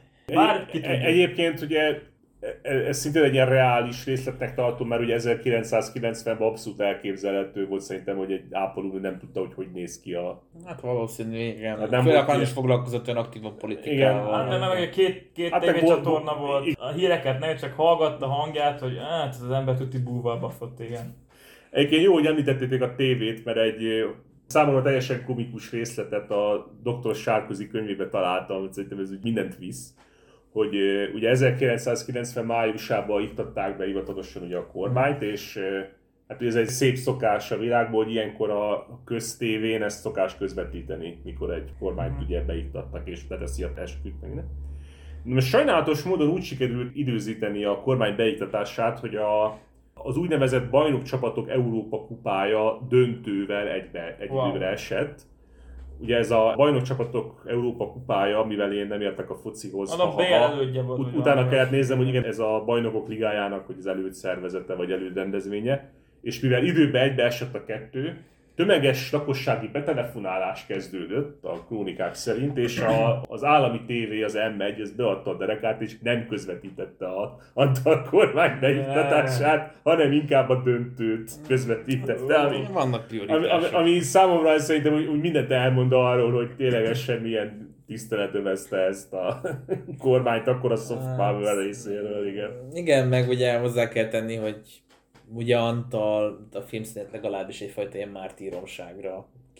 Speaker 3: Egyébként ugye ez szintén egy ilyen reális részletnek tartom, mert ugye 1990-ben abszolút elképzelhető volt szerintem, hogy egy ápolónő nem tudta, hogy néz ki a...
Speaker 2: Hát valószínű, igen. Hát főleg nem is foglalkozott olyan aktívan politikával.
Speaker 4: Igen, meg két tévécsatorna volt. A híreket nem csak hallgatta a hangját, hogy hát az ember tuti búval baszott, igen.
Speaker 3: Egyébként jó, hogy említettétek a tévét, mert egy számomra teljesen komikus részletet a Dr. Sarkozy könyvébe találtam, hogy szerintem ez úgy mindent visz, hogy ugye 1990 májusában iktatták be hivatalosan ugye a kormányt, és hát ez egy szép szokás a világban, hogy ilyenkor a köztévén ezt szokás közvetíteni, mikor egy kormányt ugye beiktattak és beteszi a testüknek. Most sajnálatos módon úgy sikerült időzíteni a kormány beiktatását, hogy az úgynevezett bajnokcsapatok Európa kupája döntővel egy időre esett. Ugye ez a bajnokcsapatok Európa kupája, mivel én nem értek a focihoz, utána kellett néznem, hogy igen, ez a bajnokok ligájának hogy az előszervezete vagy elődrendezvénye, és mivel időben egybeesett a kettő, tömeges lakossági betelefonálás kezdődött a krónikák szerint, és az állami tévé, az M1, ez beadta a derekát, és nem közvetítette a kormány beiktatását, hanem inkább a döntőt közvetítette.
Speaker 2: Vannak prioritások.
Speaker 3: Ami számomra szerintem úgy mindent elmond arról, hogy ténylegesen milyen tisztelet övezte ezt a kormányt, akkor a soft power részéről, igen.
Speaker 2: Igen, meg ugye hozzá kell tenni, hogy ugye Antal a filmszínet legalábbis egyfajta ilyen mártíromságra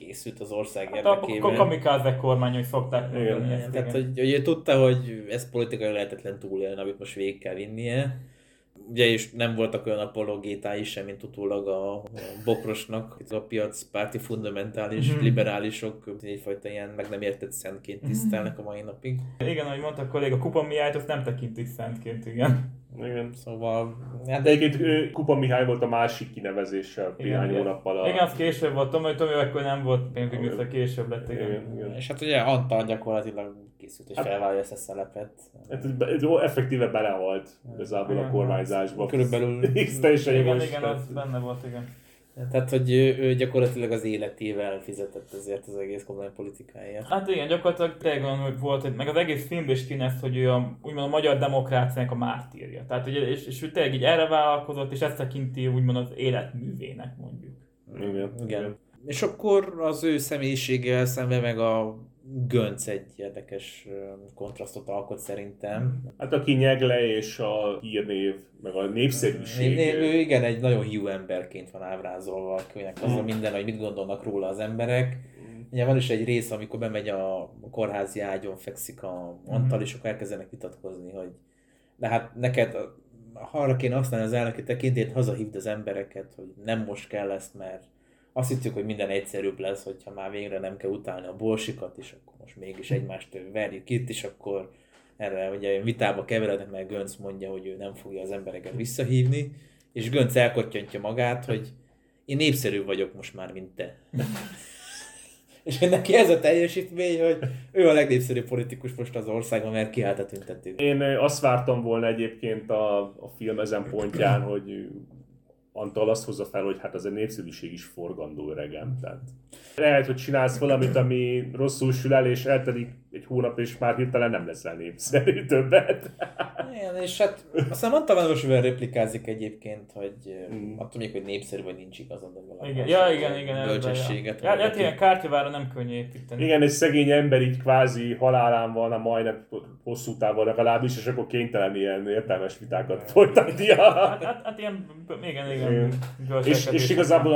Speaker 2: készült az ország
Speaker 4: hát
Speaker 2: érdekében.
Speaker 4: A kamikáze kormányok szokták mondani ezt.
Speaker 2: Tehát, hogy ő tudta, hogy ez politikai lehetetlen túlélni, amit most végig kell vinnie. Ugye és nem voltak olyan apologétái sem, mint utólag a Bokrosnak. A piacpárti fundamentális liberálisok egyfajta ilyen meg nem értett szentként tisztelnek a mai napig.
Speaker 4: Igen, ahogy mondta a kolléga, Kupa Mihályt azt nem tekintik szentként, igen.
Speaker 3: Igen.
Speaker 2: Szóval...
Speaker 3: Hát de egyébként Kupa Mihály volt a másik kinevezéssel néhány hónappal.
Speaker 4: Igen, az később volt, Tomi akkor nem volt pénzügyminiszter, később lett, igen.
Speaker 2: És hát ugye Antal gyakorlatilag készült, és felvállalja ezt a szerepet.
Speaker 3: Hát ez effektíve belehalt igazából a kormányzásba.
Speaker 2: Körülbelül...
Speaker 4: Igen, az benne volt, igen.
Speaker 2: Tehát, hogy ő gyakorlatilag az életével fizetett ezért az egész kormánypolitikáját.
Speaker 4: Hát igen, gyakorlatilag tényleg volt, hogy meg az egész filmben is kinezt, hogy ő úgymond a magyar demokráciának a mártírja. Tehát, ugye, és ő tényleg így erre vállalkozott, és ezt tekinti úgymond az életművének, mondjuk.
Speaker 2: Igen. És akkor az ő személyiséggel szemben meg a Gönc egy érdekes kontrasztot alkot szerintem.
Speaker 3: Hát a kinyegle és a hírnév, meg a népszerűség.
Speaker 2: Ő igen, egy nagyon hiú emberként van ábrázolva, akinek az a minden, hogy mit gondolnak róla az emberek. Ugye van is egy rész, amikor bemegy a kórházi ágyon, fekszik a Antal, és akkor elkezdenek vitatkozni, hogy de hát neked arra kéne használni az elnöki tekintélyt, hazahívd az embereket, hogy nem most kell ezt, mert azt hittük, hogy minden egyszerűbb lesz, hogyha már végre nem kell utálni a bolsikat, és akkor most mégis egymást verjük itt, és akkor erre ugye vitába keverednek, mert Gönc mondja, hogy ő nem fogja az embereket visszahívni, és Gönc elkottyantja magát, hogy én népszerűbb vagyok most már, mint te. És neki ez a teljesítmény, hogy ő a legnépszerűbb politikus most az országban, mert kiállt a tüntetők.
Speaker 3: Én azt vártam volna egyébként a film ezen pontján, hogy Antal azt hozza fel, hogy hát az a népszerűség is forgandó öregem. Tehát lehet, hogy csinálsz valamit, ami rosszul sül el, és eltelik egy hónap, és már hirtelen nem leszel népszerű többet.
Speaker 2: Igen, és hát aztán mondtam, hogy most olyan replikázik egyébként, hogy attól még, hogy népszerű vagy nincs igazad, de
Speaker 4: igen.
Speaker 2: Bölcsességet.
Speaker 4: Hát ilyen kártyavára nem könnyű építeni.
Speaker 3: Igen, egy szegény ember így kvázi halálán van, majdnem hosszú távon legalábbis, és akkor kénytelen ilyen értelmes vitákat folytatnia.
Speaker 4: Hát ilyen, igen.
Speaker 3: És igazából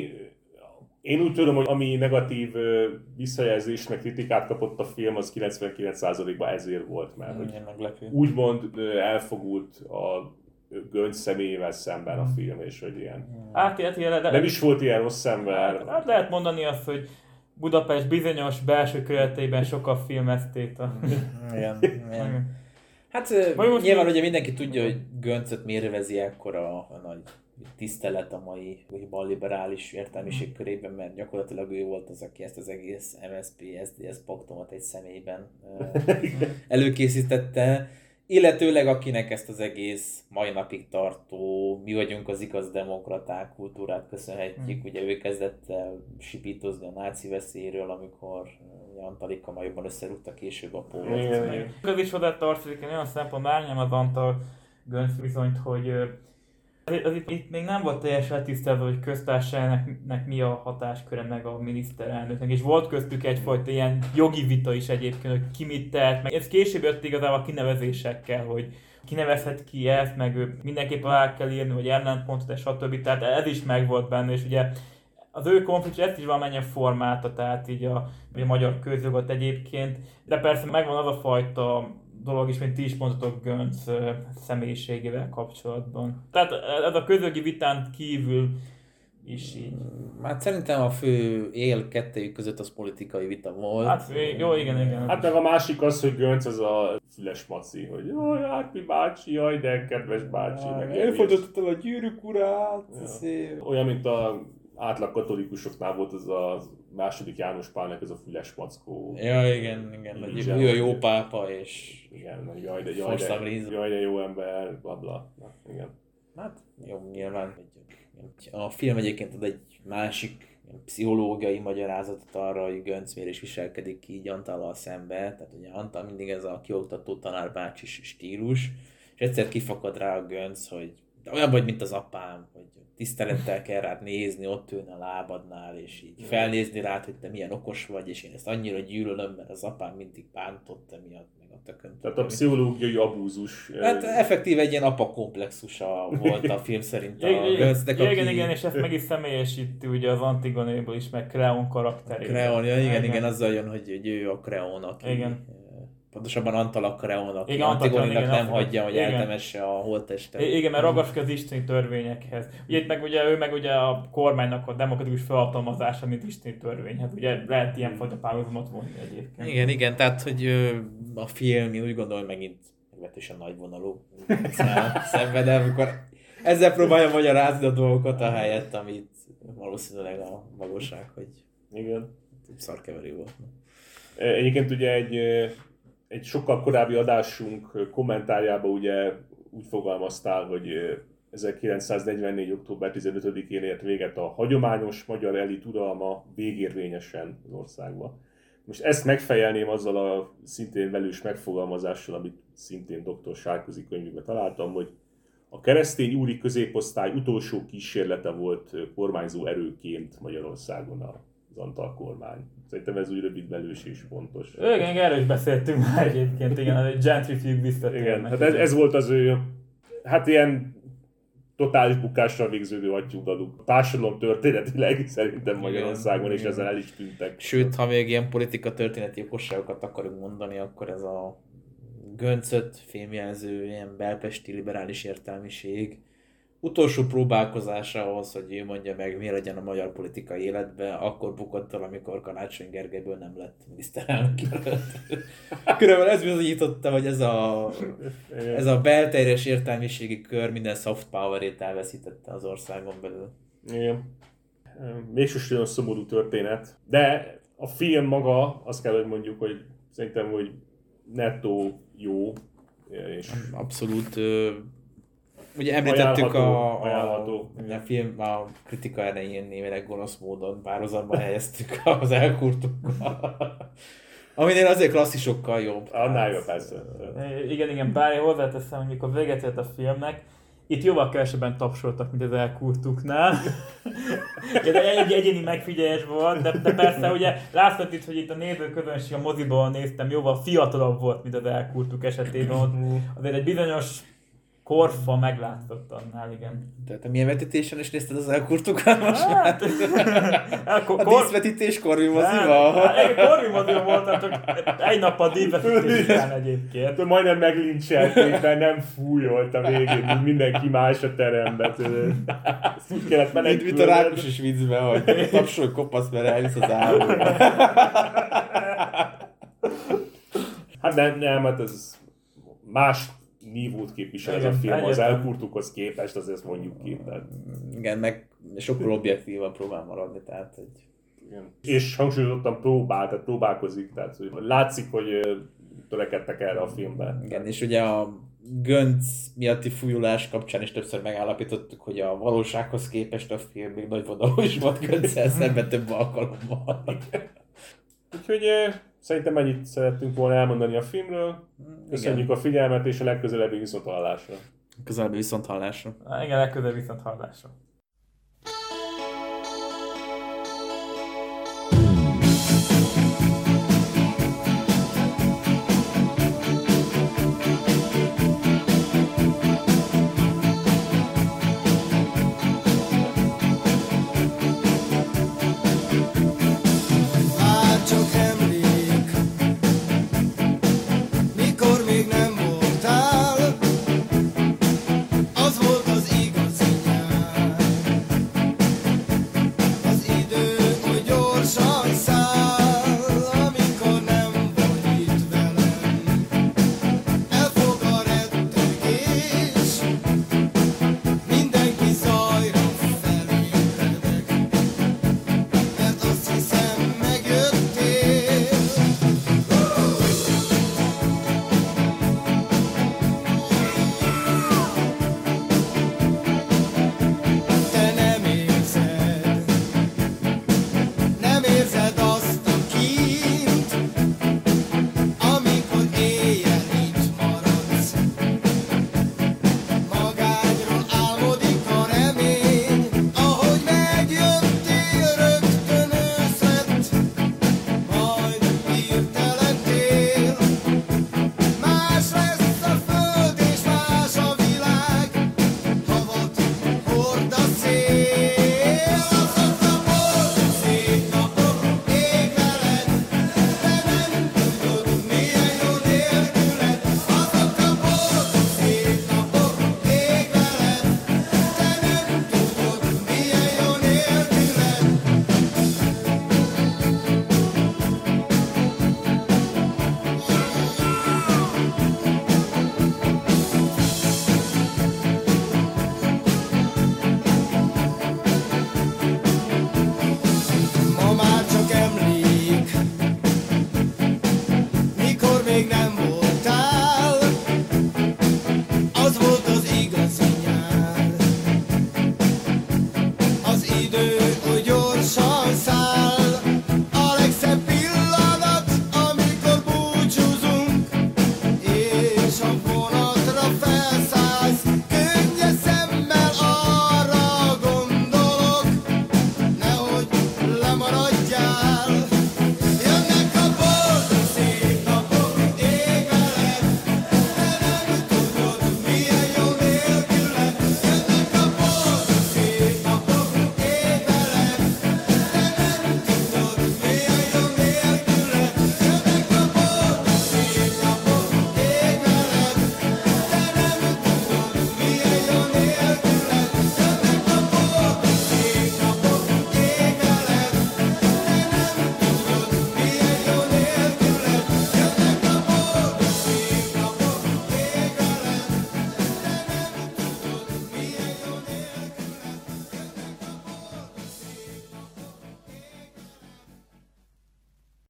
Speaker 3: én úgy tudom, hogy ami negatív visszajelzés, meg kritikát kapott a film, az 99%-ban ezért volt, mert úgymond elfogult a Gönc személyével szemben a film, és hogy ilyen. Nem is volt ilyen rossz szemvel.
Speaker 4: Hát lehet mondani azt, hogy Budapest bizonyos belső körleteiben sokkal filmezték.
Speaker 2: Igen. Hát nyilván ugye mindenki tudja, hogy Göncöt miért övezi ekkora a nagy tisztelet a mai balliberális értelmiség körében, mert gyakorlatilag ő volt az, aki ezt az egész MSZP-SZDSZ paktumot egy személyben előkészítette, illetőleg akinek ezt az egész mai napig tartó mi vagyunk az igaz demokraták kultúrát köszönhetjük. Ugye ő kezdett el sipítozni a náci veszélyről, amikor Antalika már jobban összerúgta később a pólót.
Speaker 4: Ez is oda tartozik, én olyan szempontból árnyam az Antal-Gönc viszonyt, hogy itt még nem volt teljesen tisztelve, hogy köztársaságnak mi a hatásköre meg a miniszterelnöknek, és volt köztük egyfajta ilyen jogi vita is egyébként, hogy ki mit tehet, meg ez később jött igazából a kinevezésekkel, hogy kinevezhet ki ezt, meg ő mindenképpen alá kell írni, hogy ellentpontot, stb. Tehát ez is megvolt benne, és ugye az ő konfliktus ezt is valamennyien formálta, tehát így a magyar közjogot egyébként, de persze megvan az a fajta dolog is, mint ti is mondhatok Gönc személyiségével kapcsolatban. Tehát ez a közjogi vitán kívül is így.
Speaker 2: Hát szerintem a fő él kettejük között az politikai vita volt.
Speaker 4: Hát jó, igen.
Speaker 3: Hát meg a másik az, hogy Gönc az a füles maci, hogy jaj, Árpi bácsi, jaj, de kedves bácsi.
Speaker 2: Elfogyottam a gyűrűk urát.
Speaker 3: Olyan, mint a átlag katolikusoknál volt az a második János Pálnak ez a füles mackó.
Speaker 2: Ja, igen. Ő a jó pápa, és
Speaker 3: igen, jaj, de jó ember, blabla. Igen.
Speaker 2: Hát jó, nyilván. A film egyébként ad egy másik pszichológiai magyarázatot arra, hogy Gönc miért is viselkedik így Antallal szembe. Tehát ugye Antal mindig ez a kioktató tanárbácsis stílus, és egyszer kifakad rá a Gönc, hogy olyan vagy, mint az apám, hogy tisztelettel kell rád nézni, ott ülni a lábadnál, és így felnézni rád, hogy te milyen okos vagy, és én ezt annyira gyűlölöm, mert az apám mindig bántott emiatt, meg a tökön.
Speaker 3: Tehát a pszichológiai abúzus.
Speaker 2: Hát effektív egy ilyen apakomplexusa volt a film szerint a Göncnek,
Speaker 4: igen, és ezt meg is személyesíti ugye az Antigonéból is, meg Creon karakterében.
Speaker 2: Creon, igen, azzal jön, hogy ő a Creon, aki... Igen. Pontosabban Antal Creon, aki Antigoninak nem hagyja, hogy eltemesse a holttestet.
Speaker 4: Igen, mert ragaszkodik az isteni törvényekhez. Ugye itt meg ugye, ő meg ugye a kormánynak a demokratikus felhatalmazása, mint isteni törvényhez. Ugye lehet ilyenfajta párhuzamot vonni egyébként.
Speaker 2: Igen, tehát hogy a film, én úgy gondolom, hogy megint meglehetősen nagyvonalú szenved, amikor ezzel próbálja magyarázni a dolgokat a helyett, amit valószínűleg a valóság, hogy
Speaker 3: igen.
Speaker 2: Szarkeverő volt.
Speaker 3: Egyébként ugye egy sokkal korábbi adásunk kommentárjában ugye úgy fogalmaztál, hogy 1944. október 15-én ért véget a hagyományos magyar elit uralma végérvényesen az országban. Most ezt megfejelném azzal a szintén velős megfogalmazással, amit szintén dr. Sárközi könyvében találtam, hogy a keresztény úri középosztály utolsó kísérlete volt kormányzó erőként Magyarországon az Antal kormány. Szerintem ez úgy rövid, velős és pontos.
Speaker 4: Igen, erről is beszéltünk már egyébként, igen, egy gentrifuge visszatérnek.
Speaker 3: Igen, hát ez volt az ő, hát ilyen totális bukással végződő atyúdaluk. Társadalom történetileg szerintem Magyarországon, és ezzel el is tűntek.
Speaker 2: Sőt, ha még ilyen politika történeti okosságokat akarunk mondani, akkor ez a Göncöt fémjelző ilyen belpesti liberális értelmiség utolsó próbálkozása ahhoz, hogy ő mondja meg, mi legyen a magyar politikai életben, akkor bukott el, amikor Karácsony Gergelyből nem lett miniszterelnök jelölt. Körülbelül ez bizonyította, hogy ez a belterjes értelmiségi kör minden soft power-ét elveszítette az országon belül.
Speaker 3: Igen. Mégsem olyan szomorú történet, de a film maga, azt kell, hogy mondjuk, hogy szerintem, hogy nettó jó. És
Speaker 2: abszolút. Ugye említettük
Speaker 3: ajánlható.
Speaker 2: A kritika elején némileg gonosz módon párhuzamban helyeztük az elkurtukkal. Aminél azért klasszisokkal jobb.
Speaker 3: Annál jobb, persze.
Speaker 4: Igen, bár én hozzáteszem, hogy mikor véget ért a filmnek, itt jóval kevesebben tapsoltak, mint az elkurtuknál. Egy egyéni megfigyelés volt, de persze ugye látszott itt, hogy itt a nézőközönség a moziban néztem, jóval fiatalabb volt, mint az elkurtuk esetében. Azért egy bizonyos korfa meglátszott annál, igen.
Speaker 2: Tehát a milyen vetítésen is nézted az elkurtukat most
Speaker 4: hát,
Speaker 2: a díszvetítés Korvi moziban?
Speaker 4: Korvi moziban volt, csak egy nappal díszvetítés után egyébként.
Speaker 3: Majdnem meglincselték, mert nem fújolt a végén, mint mindenki más a teremben. Ezt úgy kellett menekülni.
Speaker 2: Mint a Rákos is viccben, hogy tapsolj kopasz, mert elvisz az állóra.
Speaker 3: Hát nem, hát ez más nívót képvisel ez a film az elkurtukhoz képest, azért mondjuk ki. Tehát...
Speaker 2: Igen, meg sokkal objektívan próbál maradni, tehát hogy...
Speaker 3: Igen. És hangsúlyozottan próbálkozik, tehát hogy látszik, hogy törekedtek erre a filmben.
Speaker 2: Igen, és ugye a Gönc miatti fújulás kapcsán is többször megállapítottuk, hogy a valósághoz képest a film még nagyvonalú is volt Gönccel szemben több alkalommal.
Speaker 3: Úgyhogy szerintem ennyit szerettünk volna elmondani a filmről. Köszönjük a figyelmet, és a legközelebbi viszonthallásra.
Speaker 2: Közelebbi viszonthallásra.
Speaker 4: Igen, legközelebbi viszonthallásra.